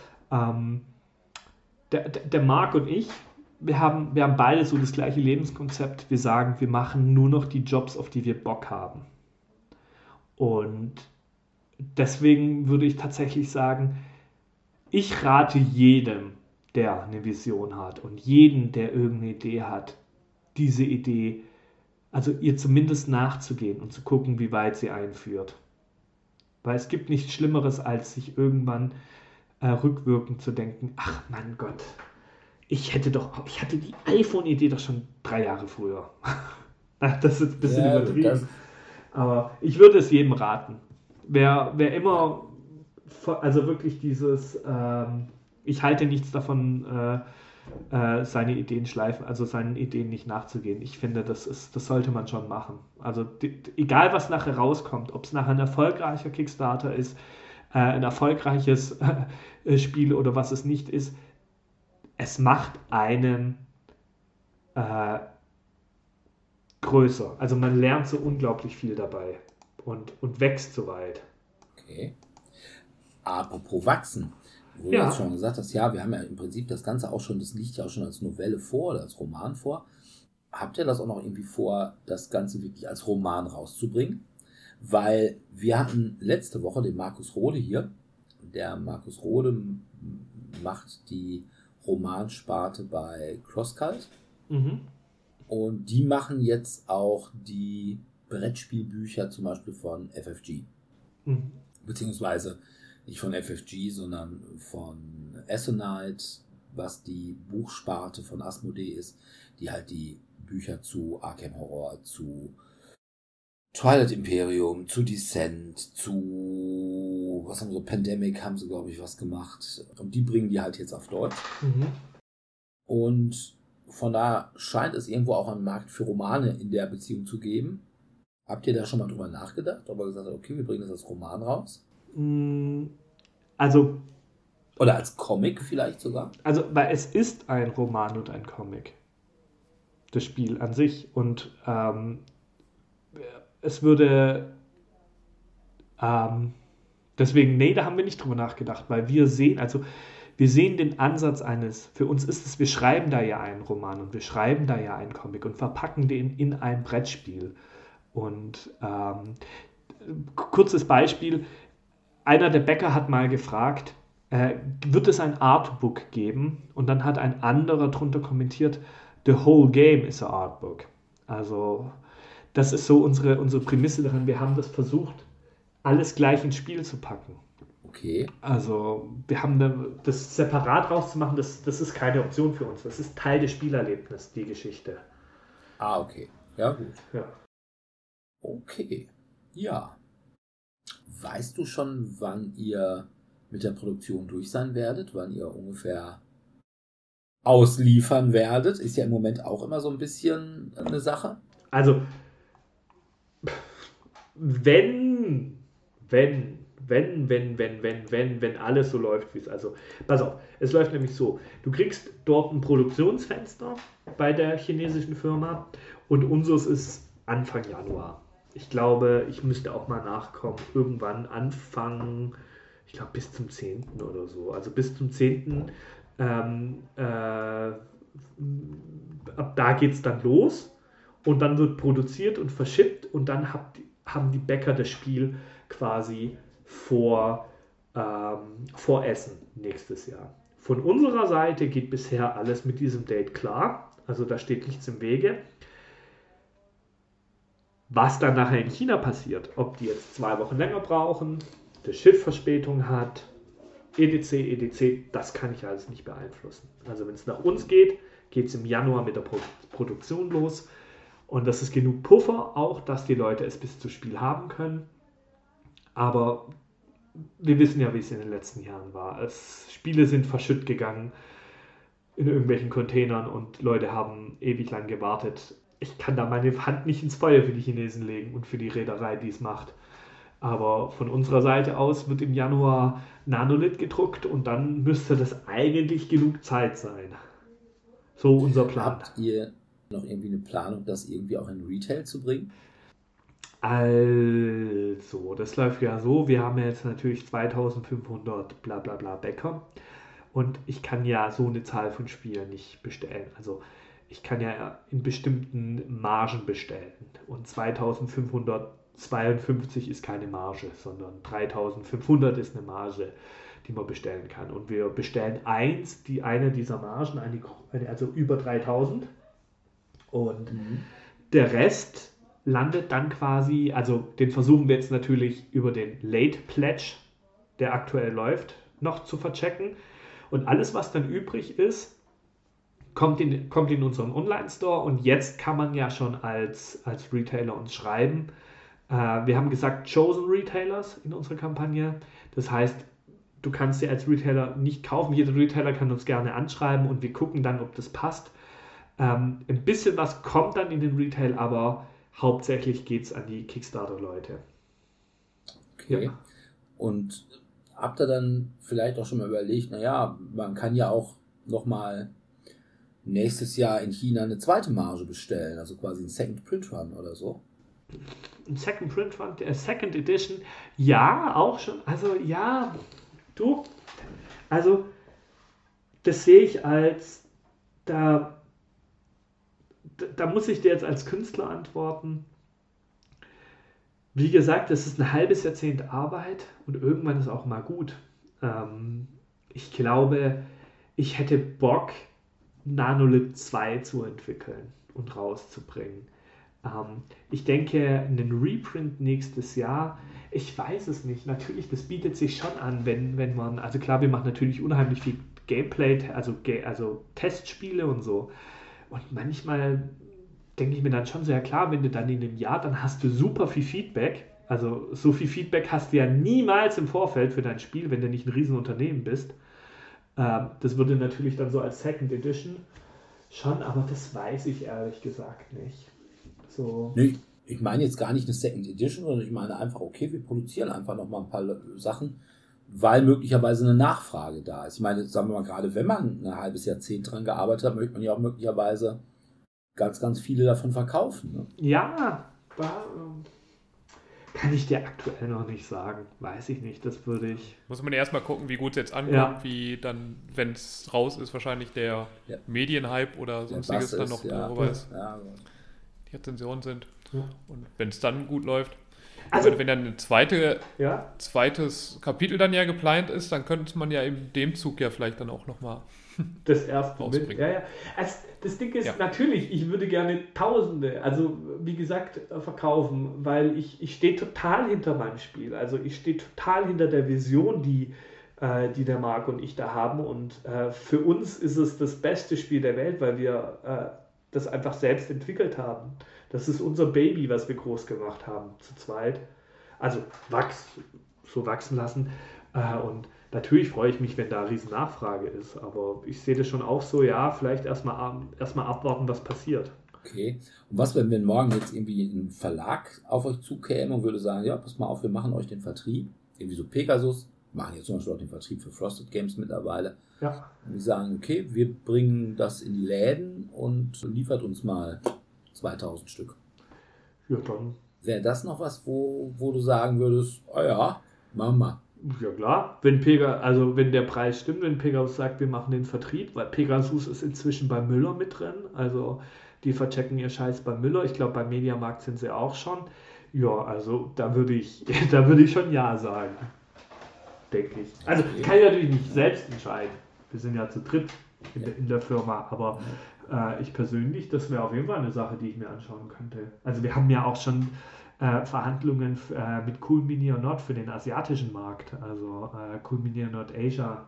der Marc und ich, wir haben beide so das gleiche Lebenskonzept. Wir sagen, wir machen nur noch die Jobs, auf die wir Bock haben. Und deswegen würde ich tatsächlich sagen, ich rate jedem, der eine Vision hat und jeden, der irgendeine Idee hat, diese Idee, also ihr zumindest nachzugehen und zu gucken, wie weit sie einführt. Weil es gibt nichts Schlimmeres, als sich irgendwann rückwirkend zu denken, ach mein Gott, ich hatte die iPhone-Idee doch schon 3 Jahre früher. Das ist ein bisschen übertrieben. Aber ich würde es jedem raten. Wer immer, also wirklich dieses, ich halte nichts davon, seine Ideen schleifen, also seinen Ideen nicht nachzugehen. Ich finde, das sollte man schon machen. Also egal, was nachher rauskommt, ob es nachher ein erfolgreicher Kickstarter ist, ein erfolgreiches Spiel oder was es nicht ist, es macht einem größer. Also man lernt so unglaublich viel dabei und wächst so weit. Okay. Apropos wachsen. Wo du Ja. jetzt schon gesagt hast, ja, wir haben ja im Prinzip das Ganze auch schon, das liegt ja auch schon als Novelle vor oder als Roman vor. Habt ihr das auch noch irgendwie vor, das Ganze wirklich als Roman rauszubringen? Weil wir hatten letzte Woche den Markus Rode hier. Der Markus Rode macht die Romansparte bei CrossCult. Mhm. Und die machen jetzt auch die Brettspielbücher zum Beispiel von FFG. Mhm. Beziehungsweise nicht von FFG, sondern von Assonite, was die Buchsparte von Asmodee ist, die halt die Bücher zu Arkham Horror, zu Twilight Imperium, zu Descent, zu was haben sie, Pandemic haben sie, glaube ich, was gemacht. Und die bringen die halt jetzt auf Deutsch. Mhm. Und von da scheint es irgendwo auch einen Markt für Romane in der Beziehung zu geben. Habt ihr da schon mal drüber nachgedacht? Ob ihr gesagt habt, okay, wir bringen das als Roman raus? Also, Oder als Comic vielleicht sogar? weil es ist ein Roman und ein Comic. Das Spiel an sich. Und es würde deswegen, nee, da haben wir nicht drüber nachgedacht, weil wir sehen den Ansatz für uns ist es, wir schreiben da ja einen Roman und wir schreiben da ja einen Comic und verpacken den in ein Brettspiel. Und kurzes Beispiel, einer der Bäcker hat mal gefragt, wird es ein Artbook geben? Und dann hat ein anderer drunter kommentiert, the whole game is a artbook. Also das ist so unsere Prämisse daran, wir haben das versucht, alles gleich ins Spiel zu packen. Okay. Also wir haben das separat rauszumachen, das ist keine Option für uns. Das ist Teil des Spielerlebnisses, die Geschichte. Ah, okay. Ja, gut. Ja. Okay. Ja. Weißt du schon, wann ihr mit der Produktion durch sein werdet? Wann ihr ungefähr ausliefern werdet? Ist ja im Moment auch immer so ein bisschen eine Sache. Also wenn alles so läuft, wie es also. Pass auf, es läuft nämlich so. Du kriegst dort ein Produktionsfenster bei der chinesischen Firma und unseres ist Anfang Januar. Ich glaube, ich müsste auch mal nachkommen. Irgendwann Anfang, ich glaube bis zum 10. oder so. Also bis zum 10. Ab da geht es dann los und dann wird produziert und verschippt und dann haben die Bäcker das Spiel quasi vor Essen nächstes Jahr. Von unserer Seite geht bisher alles mit diesem Date klar. Also da steht nichts im Wege. Was dann nachher in China passiert, ob die jetzt 2 Wochen länger brauchen, das Schiff Verspätung hat, etc., das kann ich alles nicht beeinflussen. Also wenn es nach uns geht, geht es im Januar mit der Produktion los. Und das ist genug Puffer, auch dass die Leute es bis zum Spiel haben können. Aber wir wissen ja, wie es in den letzten Jahren war. Spiele sind verschütt gegangen in irgendwelchen Containern und Leute haben ewig lang gewartet. Ich kann da meine Hand nicht ins Feuer für die Chinesen legen und für die Reederei, die es macht. Aber von unserer Seite aus wird im Januar Nanolith gedruckt und dann müsste das eigentlich genug Zeit sein. So unser Plan. Habt ihr noch irgendwie eine Planung, das irgendwie auch in Retail zu bringen? Also, das läuft ja so, wir haben jetzt natürlich 2500 bla bla bla Bäcker und ich kann ja so eine Zahl von Spielen nicht bestellen. Also ich kann ja in bestimmten Margen bestellen und 2552 ist keine Marge, sondern 3500 ist eine Marge, die man bestellen kann. Und wir bestellen eine dieser Margen, also über 3000 und der Rest landet dann quasi, also den versuchen wir jetzt natürlich über den Late Pledge, der aktuell läuft, noch zu verchecken. Und alles, was dann übrig ist, kommt in unseren Online-Store und jetzt kann man ja schon als Retailer uns schreiben. Wir haben gesagt, Chosen Retailers in unserer Kampagne. Das heißt, du kannst sie als Retailer nicht kaufen. Jeder Retailer kann uns gerne anschreiben und wir gucken dann, ob das passt. Ein bisschen was kommt dann in den Retail, aber hauptsächlich geht es an die Kickstarter-Leute. Okay. Ja. Und habt ihr dann vielleicht auch schon mal überlegt, naja, man kann ja auch nochmal nächstes Jahr in China eine zweite Marge bestellen, also quasi ein Second Print Run oder so. Ein Second Print Run, Second Edition, ja, auch schon. Also ja, also das sehe ich als, da muss ich dir jetzt als Künstler antworten. Wie gesagt, das ist ein halbes Jahrzehnt Arbeit und irgendwann ist auch mal gut. Ich glaube, ich hätte Bock, Nanolith 2 zu entwickeln und rauszubringen. Ich denke, einen Reprint nächstes Jahr, ich weiß es nicht. Natürlich, das bietet sich schon an, wenn man, also klar, wir machen natürlich unheimlich viel Gameplay, also Testspiele und so. Und manchmal denke ich mir dann schon so, ja klar, wenn du dann in einem Jahr, dann hast du super viel Feedback. Also so viel Feedback hast du ja niemals im Vorfeld für dein Spiel, wenn du nicht ein Riesenunternehmen bist. Das würde natürlich dann so als Second Edition schon, aber das weiß ich ehrlich gesagt nicht. So. Nee, ich meine jetzt gar nicht eine Second Edition, sondern ich meine einfach, okay, wir produzieren einfach nochmal ein paar Sachen, weil möglicherweise eine Nachfrage da ist. Ich meine, sagen wir mal, gerade wenn man ein halbes Jahrzehnt dran gearbeitet hat, möchte man ja auch möglicherweise ganz, ganz viele davon verkaufen. Ne? Ja, kann ich dir aktuell noch nicht sagen. Weiß ich nicht, das würde ich... Muss man erstmal gucken, wie gut es jetzt ankommt, wie dann, wenn es raus ist, wahrscheinlich der Medienhype oder sonstiges dann noch darüber ist. Die Rezensionen sind. Ja. Und wenn es dann gut läuft, also wenn dann ein zweites Kapitel dann ja geplant ist, dann könnte man ja in dem Zug ja vielleicht dann auch nochmal das erste mit. Ja. Also das Ding ist, natürlich, ich würde gerne Tausende, also wie gesagt, verkaufen, weil ich stehe total hinter meinem Spiel. Also ich stehe total hinter der Vision, die der Marc und ich da haben. Und für uns ist es das beste Spiel der Welt, weil wir das einfach selbst entwickelt haben. Das ist unser Baby, was wir groß gemacht haben, zu zweit. Also wachsen lassen. Und natürlich freue ich mich, wenn da eine riesen Nachfrage ist. Aber ich sehe das schon auch so, ja, vielleicht erstmal abwarten, was passiert. Okay. Und was, wenn morgen jetzt irgendwie ein Verlag auf euch zukäme und würde sagen, ja, pass mal auf, wir machen euch den Vertrieb. Irgendwie so Pegasus. Machen jetzt zum Beispiel auch den Vertrieb für Frosted Games mittlerweile. Ja. Und die sagen, okay, wir bringen das in die Läden und liefert uns mal 2000 Stück. Ja, dann. Wäre das noch was, wo du sagen würdest, oh ja, machen wir. Ja klar, wenn der Preis stimmt, wenn Pegasus sagt, wir machen den Vertrieb, weil Pegasus ist inzwischen bei Müller mit drin, also die verchecken ihr Scheiß bei Müller, ich glaube beim Mediamarkt sind sie auch schon. Ja, also da würde ich schon ja sagen. Denke ich. Also kann ich natürlich nicht selbst entscheiden. Wir sind ja zu dritt in der Firma, aber ich persönlich, das wäre auf jeden Fall eine Sache, die ich mir anschauen könnte. Also wir haben ja auch schon Verhandlungen mit Cool Mini Nord für den asiatischen Markt. Also Cool Mini Nord Asia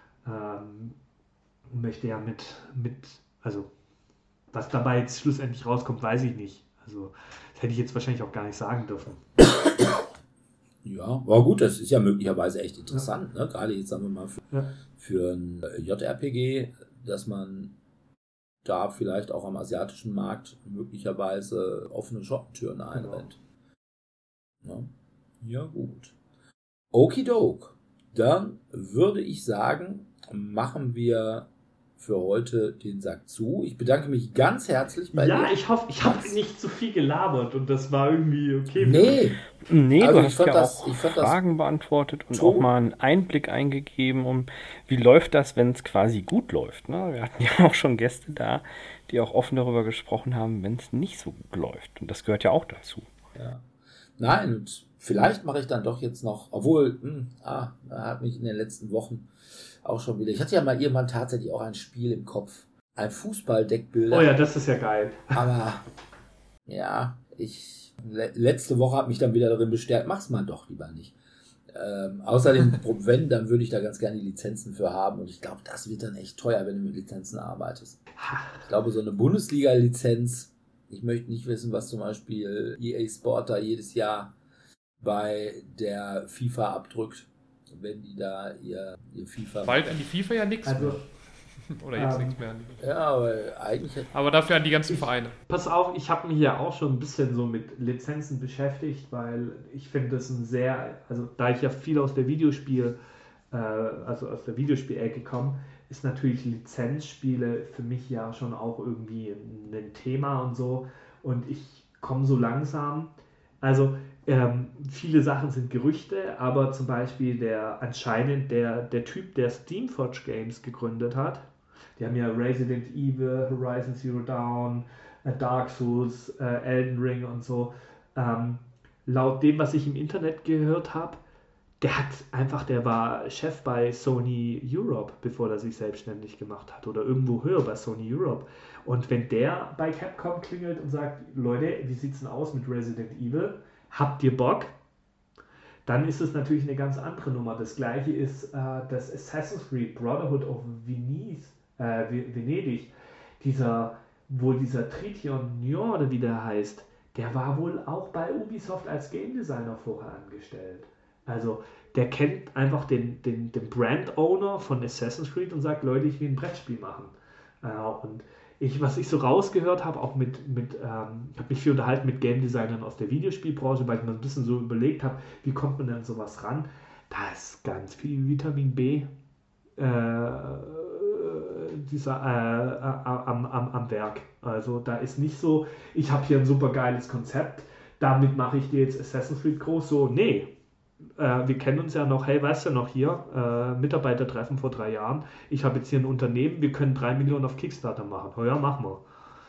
möchte ja mit, also was dabei jetzt schlussendlich rauskommt, weiß ich nicht. Also das hätte ich jetzt wahrscheinlich auch gar nicht sagen dürfen. Ja, aber gut, das ist ja möglicherweise echt interessant, ne? Gerade jetzt sagen wir mal für ein JRPG, dass man da vielleicht auch am asiatischen Markt möglicherweise offene Shop-Türen einrennt. Ja, gut. Okidok. Dann würde ich sagen, machen wir für heute den Sack zu. Ich bedanke mich ganz herzlich bei dir. Ja, ich hoffe, ich habe nicht zu viel gelabert und das war irgendwie okay. Nee, also du hast ja auch Fragen beantwortet und auch mal einen Einblick eingegeben, wie läuft das, wenn es quasi gut läuft. Ne? Wir hatten ja auch schon Gäste da, die auch offen darüber gesprochen haben, wenn es nicht so gut läuft. Und das gehört ja auch dazu. Ja. Nein, und vielleicht mache ich dann doch jetzt noch, obwohl, er hat mich in den letzten Wochen auch schon wieder, ich hatte ja mal irgendwann tatsächlich auch ein Spiel im Kopf, ein Fußball-Deckbilder. Oh ja, das ist ja geil. Aber, ja, letzte Woche hat mich dann wieder darin bestärkt, mach's mal doch lieber nicht. Außerdem, wenn, dann würde ich da ganz gerne die Lizenzen für haben und ich glaube, das wird dann echt teuer, wenn du mit Lizenzen arbeitest. Ich glaube, so eine Bundesliga-Lizenz, ich möchte nicht wissen, was zum Beispiel EA Sport da jedes Jahr bei der FIFA abdrückt, wenn die da ihr FIFA... Bald an die FIFA ja nichts mehr. Oder jetzt nichts mehr. Ja, aber eigentlich... Aber dafür an die ganzen Vereine. Pass auf, ich habe mich ja auch schon ein bisschen so mit Lizenzen beschäftigt, weil ich finde das also da ich ja viel aus der Videospiel-Ecke komme, ist natürlich Lizenzspiele für mich ja schon auch irgendwie ein Thema und so. Und ich komme so langsam. Also viele Sachen sind Gerüchte, aber zum Beispiel anscheinend der Typ, der Steamforge Games gegründet hat, die haben ja Resident Evil, Horizon Zero Dawn, Dark Souls, Elden Ring und so. Laut dem, was ich im Internet gehört habe, der war Chef bei Sony Europe, bevor er sich selbstständig gemacht hat oder irgendwo höher bei Sony Europe. Und wenn der bei Capcom klingelt und sagt, Leute, wie sieht's denn aus mit Resident Evil? Habt ihr Bock? Dann ist es natürlich eine ganz andere Nummer. Das gleiche ist das Assassin's Creed Brotherhood of Venedig. Dieser Trition Nyon, oder wie der heißt, der war wohl auch bei Ubisoft als Game Designer vorher angestellt. Also der kennt einfach den Brand Owner von Assassin's Creed und sagt, Leute, ich will ein Brettspiel machen. Und was ich so rausgehört habe, auch ich habe mich viel unterhalten mit Game Designern aus der Videospielbranche, weil ich mir ein bisschen so überlegt habe, wie kommt man denn sowas ran? Da ist ganz viel Vitamin B am Werk. Also da ist nicht so, ich habe hier ein super geiles Konzept, damit mache ich dir jetzt Assassin's Creed groß. So, nee. Wir kennen uns ja noch, hey, weißt du noch hier, Mitarbeitertreffen vor 3 Jahren. Ich habe jetzt hier ein Unternehmen, wir können 3 Millionen auf Kickstarter machen. Oh ja, machen wir.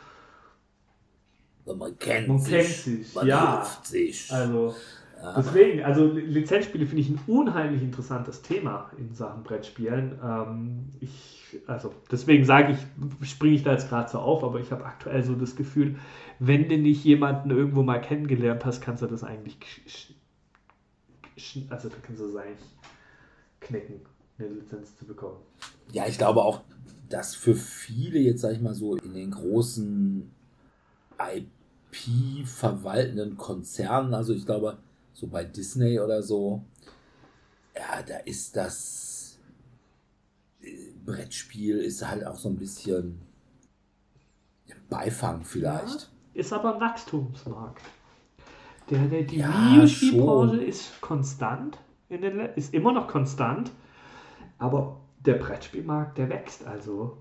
Man kennt sich, man hilft sich. Also, deswegen, also Lizenzspiele finde ich ein unheimlich interessantes Thema in Sachen Brettspielen. Deswegen springe ich da jetzt gerade so auf, aber ich habe aktuell so das Gefühl, wenn du nicht jemanden irgendwo mal kennengelernt hast, kannst du das eigentlich da kannst du es eigentlich knicken, eine Lizenz zu bekommen. Ja, ich glaube auch, dass für viele jetzt, sag ich mal so, in den großen IP-verwaltenden Konzernen, also ich glaube, so bei Disney oder so, ja, da ist das Brettspiel ist halt auch so ein bisschen Beifang vielleicht. Ja, ist aber ein Wachstumsmarkt. Die Videospielbranche ist konstant, ist immer noch konstant, aber der Brettspielmarkt, der wächst. Also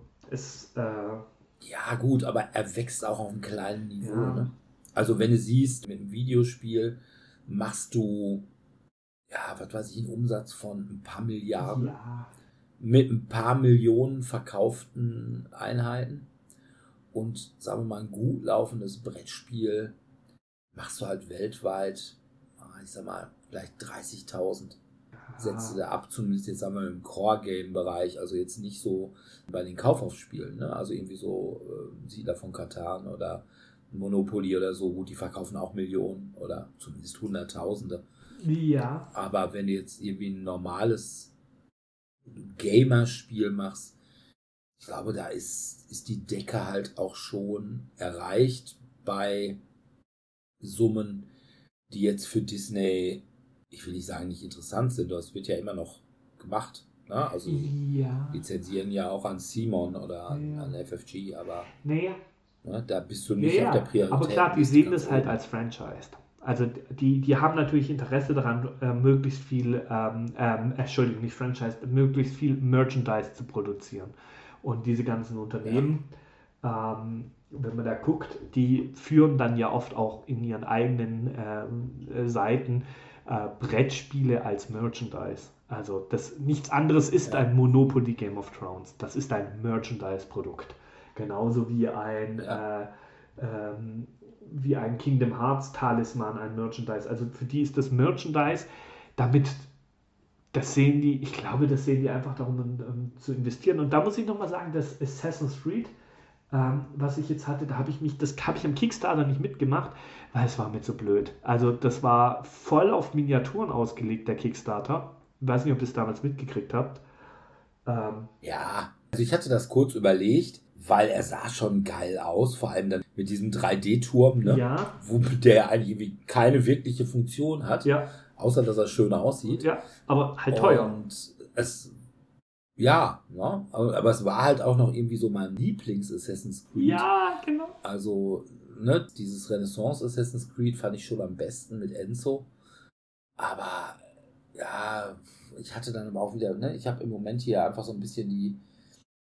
ja gut, aber er wächst auch auf einem kleinen Niveau. Ja. Ne? Also wenn du siehst, mit einem Videospiel machst du, ja, was weiß ich, einen Umsatz von ein paar Milliarden mit ein paar Millionen verkauften Einheiten und sagen wir mal ein gut laufendes Brettspiel machst du halt weltweit, ich sag mal, vielleicht 30.000 setzt du da ab, zumindest jetzt sagen wir im Core-Game-Bereich, also jetzt nicht so bei den Kaufhausspielen, ne? Also irgendwie so Siedler von Catan oder Monopoly oder so, gut, die verkaufen auch Millionen oder zumindest Hunderttausende. Ja. Aber wenn du jetzt irgendwie ein normales Gamerspiel machst, ich glaube, da ist die Decke halt auch schon erreicht bei Summen, die jetzt für Disney, ich will nicht sagen, nicht interessant sind, das wird ja immer noch gemacht. Ne? Also lizenzieren ja auch an Simon oder an FFG, aber ne, da bist du nicht auf der Priorität. Aber klar, die sehen das halt als Franchise. Also die haben natürlich Interesse daran, möglichst viel, nicht Franchise, möglichst viel Merchandise zu produzieren. Und diese ganzen Unternehmen, wenn man da guckt, die führen dann ja oft auch in ihren eigenen Seiten Brettspiele als Merchandise. Also nichts anderes ist ein Monopoly Game of Thrones. Das ist ein Merchandise-Produkt. Genauso wie ein Kingdom Hearts Talisman ein Merchandise. Also für die ist das Merchandise, das sehen die einfach darum, zu investieren. Und da muss ich nochmal sagen, dass Assassin's Creed, was ich jetzt hatte, das habe ich am Kickstarter nicht mitgemacht, weil es war mir zu blöd. Also das war voll auf Miniaturen ausgelegt, der Kickstarter. Ich weiß nicht, ob ihr es damals mitgekriegt habt. Ja, also ich hatte das kurz überlegt, weil er sah schon geil aus, vor allem dann mit diesem 3D-Turm, ne? Ja. Wo der eigentlich keine wirkliche Funktion hat, außer dass er schön aussieht. Ja, aber halt teuer. Und aber es war halt auch noch irgendwie so mein Lieblings-Assassin's Creed. Ja, genau. Also, ne, dieses Renaissance-Assassin's Creed fand ich schon am besten mit Enzo. Aber, ja, ich hatte dann aber auch wieder, ne, ich habe im Moment hier einfach so ein bisschen die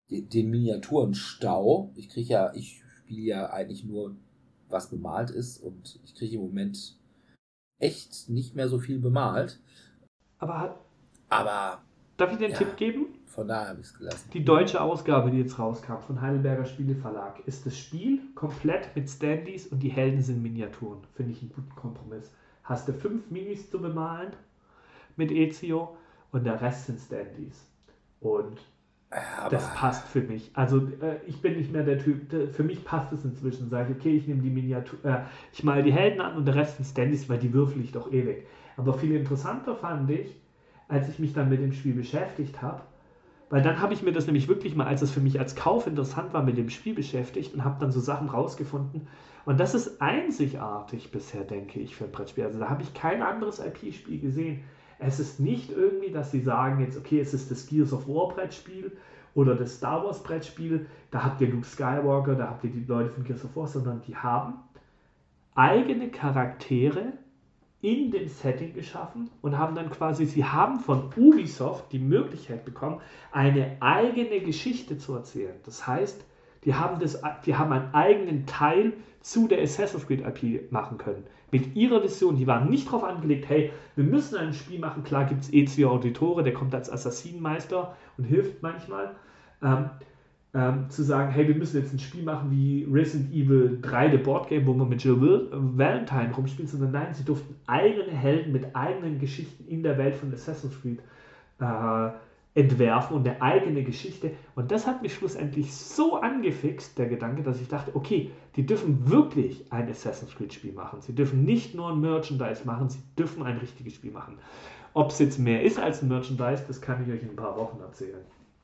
den Miniaturenstau. Ich spiele ja eigentlich nur, was bemalt ist, und ich kriege im Moment echt nicht mehr so viel bemalt. Aber darf ich dir einen Tipp geben? Von daher habe ich es gelassen. Die deutsche Ausgabe, die jetzt rauskam, von Heidelberger Spieleverlag, ist das Spiel komplett mit Standys und die Helden sind Miniaturen. Finde ich einen guten Kompromiss. Hast du 5 Minis zu bemalen mit Ezio und der Rest sind Standys. Und das passt für mich. Also ich bin nicht mehr der Typ, für mich passt es inzwischen. Sage ich, okay, ich nehme die Miniatur, ich male die Helden an und der Rest sind Standys, weil die würfel ich doch ewig. Aber viel interessanter fand ich, als ich mich dann mit dem Spiel beschäftigt habe, weil dann habe ich mir das nämlich wirklich mal, als es für mich als Kauf interessant war, mit dem Spiel beschäftigt und habe dann so Sachen rausgefunden. Und das ist einzigartig bisher, denke ich, für ein Brettspiel. Also da habe ich kein anderes IP-Spiel gesehen. Es ist nicht irgendwie, dass sie sagen jetzt, okay, es ist das Gears of War Brettspiel oder das Star Wars Brettspiel, da habt ihr Luke Skywalker, da habt ihr die Leute von Gears of War, sondern die haben eigene Charaktere in dem Setting geschaffen und haben dann sie haben von Ubisoft die Möglichkeit bekommen, eine eigene Geschichte zu erzählen. Das heißt, die haben einen eigenen Teil zu der Assassin's Creed IP machen können. Mit ihrer Vision, die waren nicht darauf angelegt, hey, wir müssen ein Spiel machen, klar gibt es Ezio Auditore, der kommt als Assassinenmeister und hilft manchmal, zu sagen, hey, wir müssen jetzt ein Spiel machen wie Resident Evil 3, The Board Game, wo man mit Jill Valentine rumspielt, sondern nein, sie durften eigene Helden mit eigenen Geschichten in der Welt von Assassin's Creed entwerfen und eine eigene Geschichte. Und das hat mich schlussendlich so angefixt, der Gedanke, dass ich dachte, okay, die dürfen wirklich ein Assassin's Creed Spiel machen. Sie dürfen nicht nur ein Merchandise machen, sie dürfen ein richtiges Spiel machen. Ob es jetzt mehr ist als ein Merchandise, das kann ich euch in ein paar Wochen erzählen.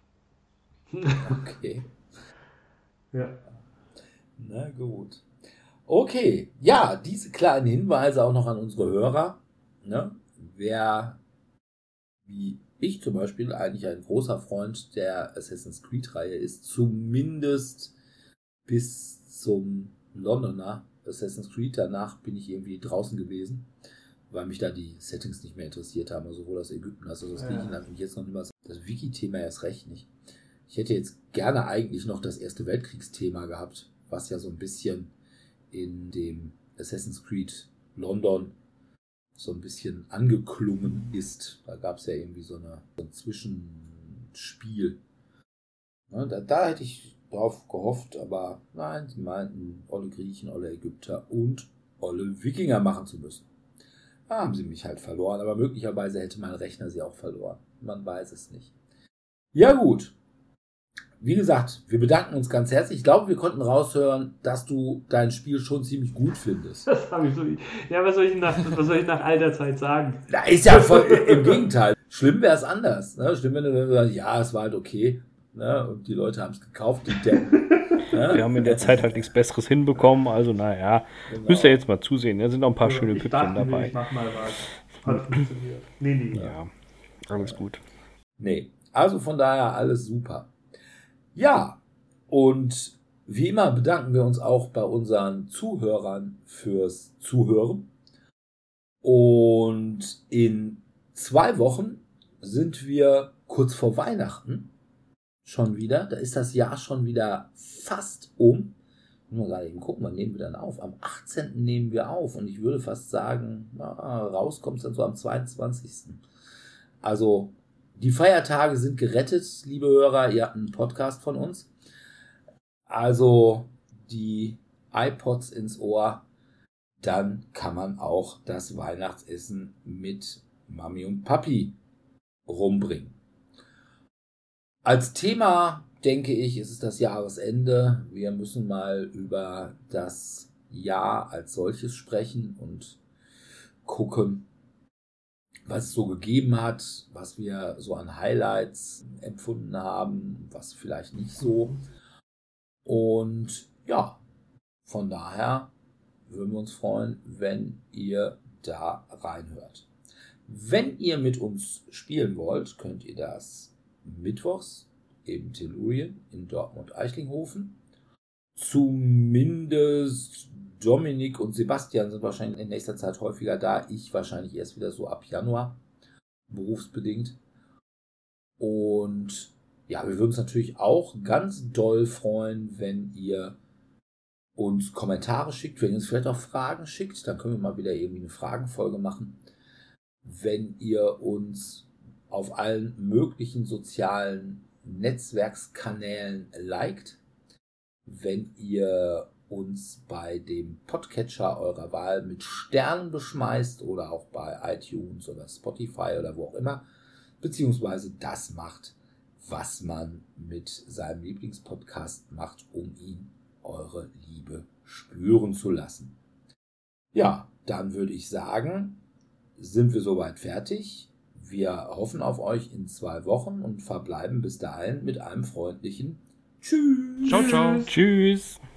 Okay. Ja. Na gut. Okay, ja, diese kleinen Hinweise auch noch an unsere Hörer. Ne? Wer, wie ich zum Beispiel, eigentlich ein großer Freund der Assassin's Creed-Reihe ist, zumindest bis zum Londoner Assassin's Creed. Danach bin ich irgendwie draußen gewesen, weil mich da die Settings nicht mehr interessiert haben, also sowohl das Ägypten als auch das Griechenland und jetzt noch nicht mal das Wiki-Thema erst recht nicht. Ich hätte jetzt gerne eigentlich noch das Erste Weltkriegsthema gehabt, was ja so ein bisschen in dem Assassin's Creed London so ein bisschen angeklungen ist. Da gab es ja irgendwie so ein Zwischenspiel. Ja, da hätte ich drauf gehofft, aber nein, sie meinten, olle Griechen, olle Ägypter und olle Wikinger machen zu müssen. Da haben sie mich halt verloren, aber möglicherweise hätte mein Rechner sie auch verloren. Man weiß es nicht. Ja gut. Wie gesagt, wir bedanken uns ganz herzlich. Ich glaube, wir konnten raushören, dass du dein Spiel schon ziemlich gut findest. Das habe ich so. Ja, was soll ich nach all der Zeit sagen? Da ist ja voll, im Gegenteil. Schlimm wäre es anders. Ne? Schlimm, wenn du sagst, ja, es war halt okay. Ne? Und die Leute haben es gekauft. Ne? Wir haben in der Zeit halt nichts Besseres hinbekommen. Also, naja, genau. Müsst ihr jetzt mal zusehen. Da sind noch ein paar schöne Püppchen dabei. Ich mach mal was. Hat funktioniert. Nee. Ja, alles gut. Nee, also von daher alles super. Ja, und wie immer bedanken wir uns auch bei unseren Zuhörern fürs Zuhören. Und in 2 Wochen sind wir kurz vor Weihnachten schon wieder. Da ist das Jahr schon wieder fast um. Ich muss mal gerade eben gucken, wann nehmen wir dann auf? Am 18. nehmen wir auf. Und ich würde fast sagen, rauskommt es dann so am 22. Also die Feiertage sind gerettet, liebe Hörer. Ihr habt einen Podcast von uns. Also die iPods ins Ohr. Dann kann man auch das Weihnachtsessen mit Mami und Papi rumbringen. Als Thema, denke ich, ist es das Jahresende. Wir müssen mal über das Jahr als solches sprechen und gucken, was es so gegeben hat, was wir so an Highlights empfunden haben, was vielleicht nicht so. Und ja, von daher würden wir uns freuen, wenn ihr da reinhört. Wenn ihr mit uns spielen wollt, könnt ihr das mittwochs im Tellurien in Dortmund-Eichlinghofen. Zumindest Dominik und Sebastian sind wahrscheinlich in nächster Zeit häufiger da. Ich wahrscheinlich erst wieder so ab Januar, berufsbedingt. Und Ja, wir würden uns natürlich auch ganz doll freuen, wenn ihr uns Kommentare schickt, wenn ihr uns vielleicht auch Fragen schickt. Dann können wir mal wieder irgendwie eine Fragenfolge machen. Wenn ihr uns auf allen möglichen sozialen Netzwerkskanälen liked, wenn ihr uns bei dem Podcatcher eurer Wahl mit Sternen beschmeißt oder auch bei iTunes oder Spotify oder wo auch immer, beziehungsweise das macht, was man mit seinem Lieblingspodcast macht, um ihn eure Liebe spüren zu lassen. Ja, dann würde ich sagen, sind wir soweit fertig. Wir hoffen auf euch in 2 Wochen und verbleiben bis dahin mit einem freundlichen Tschüss. Ciao, ciao. Tschüss.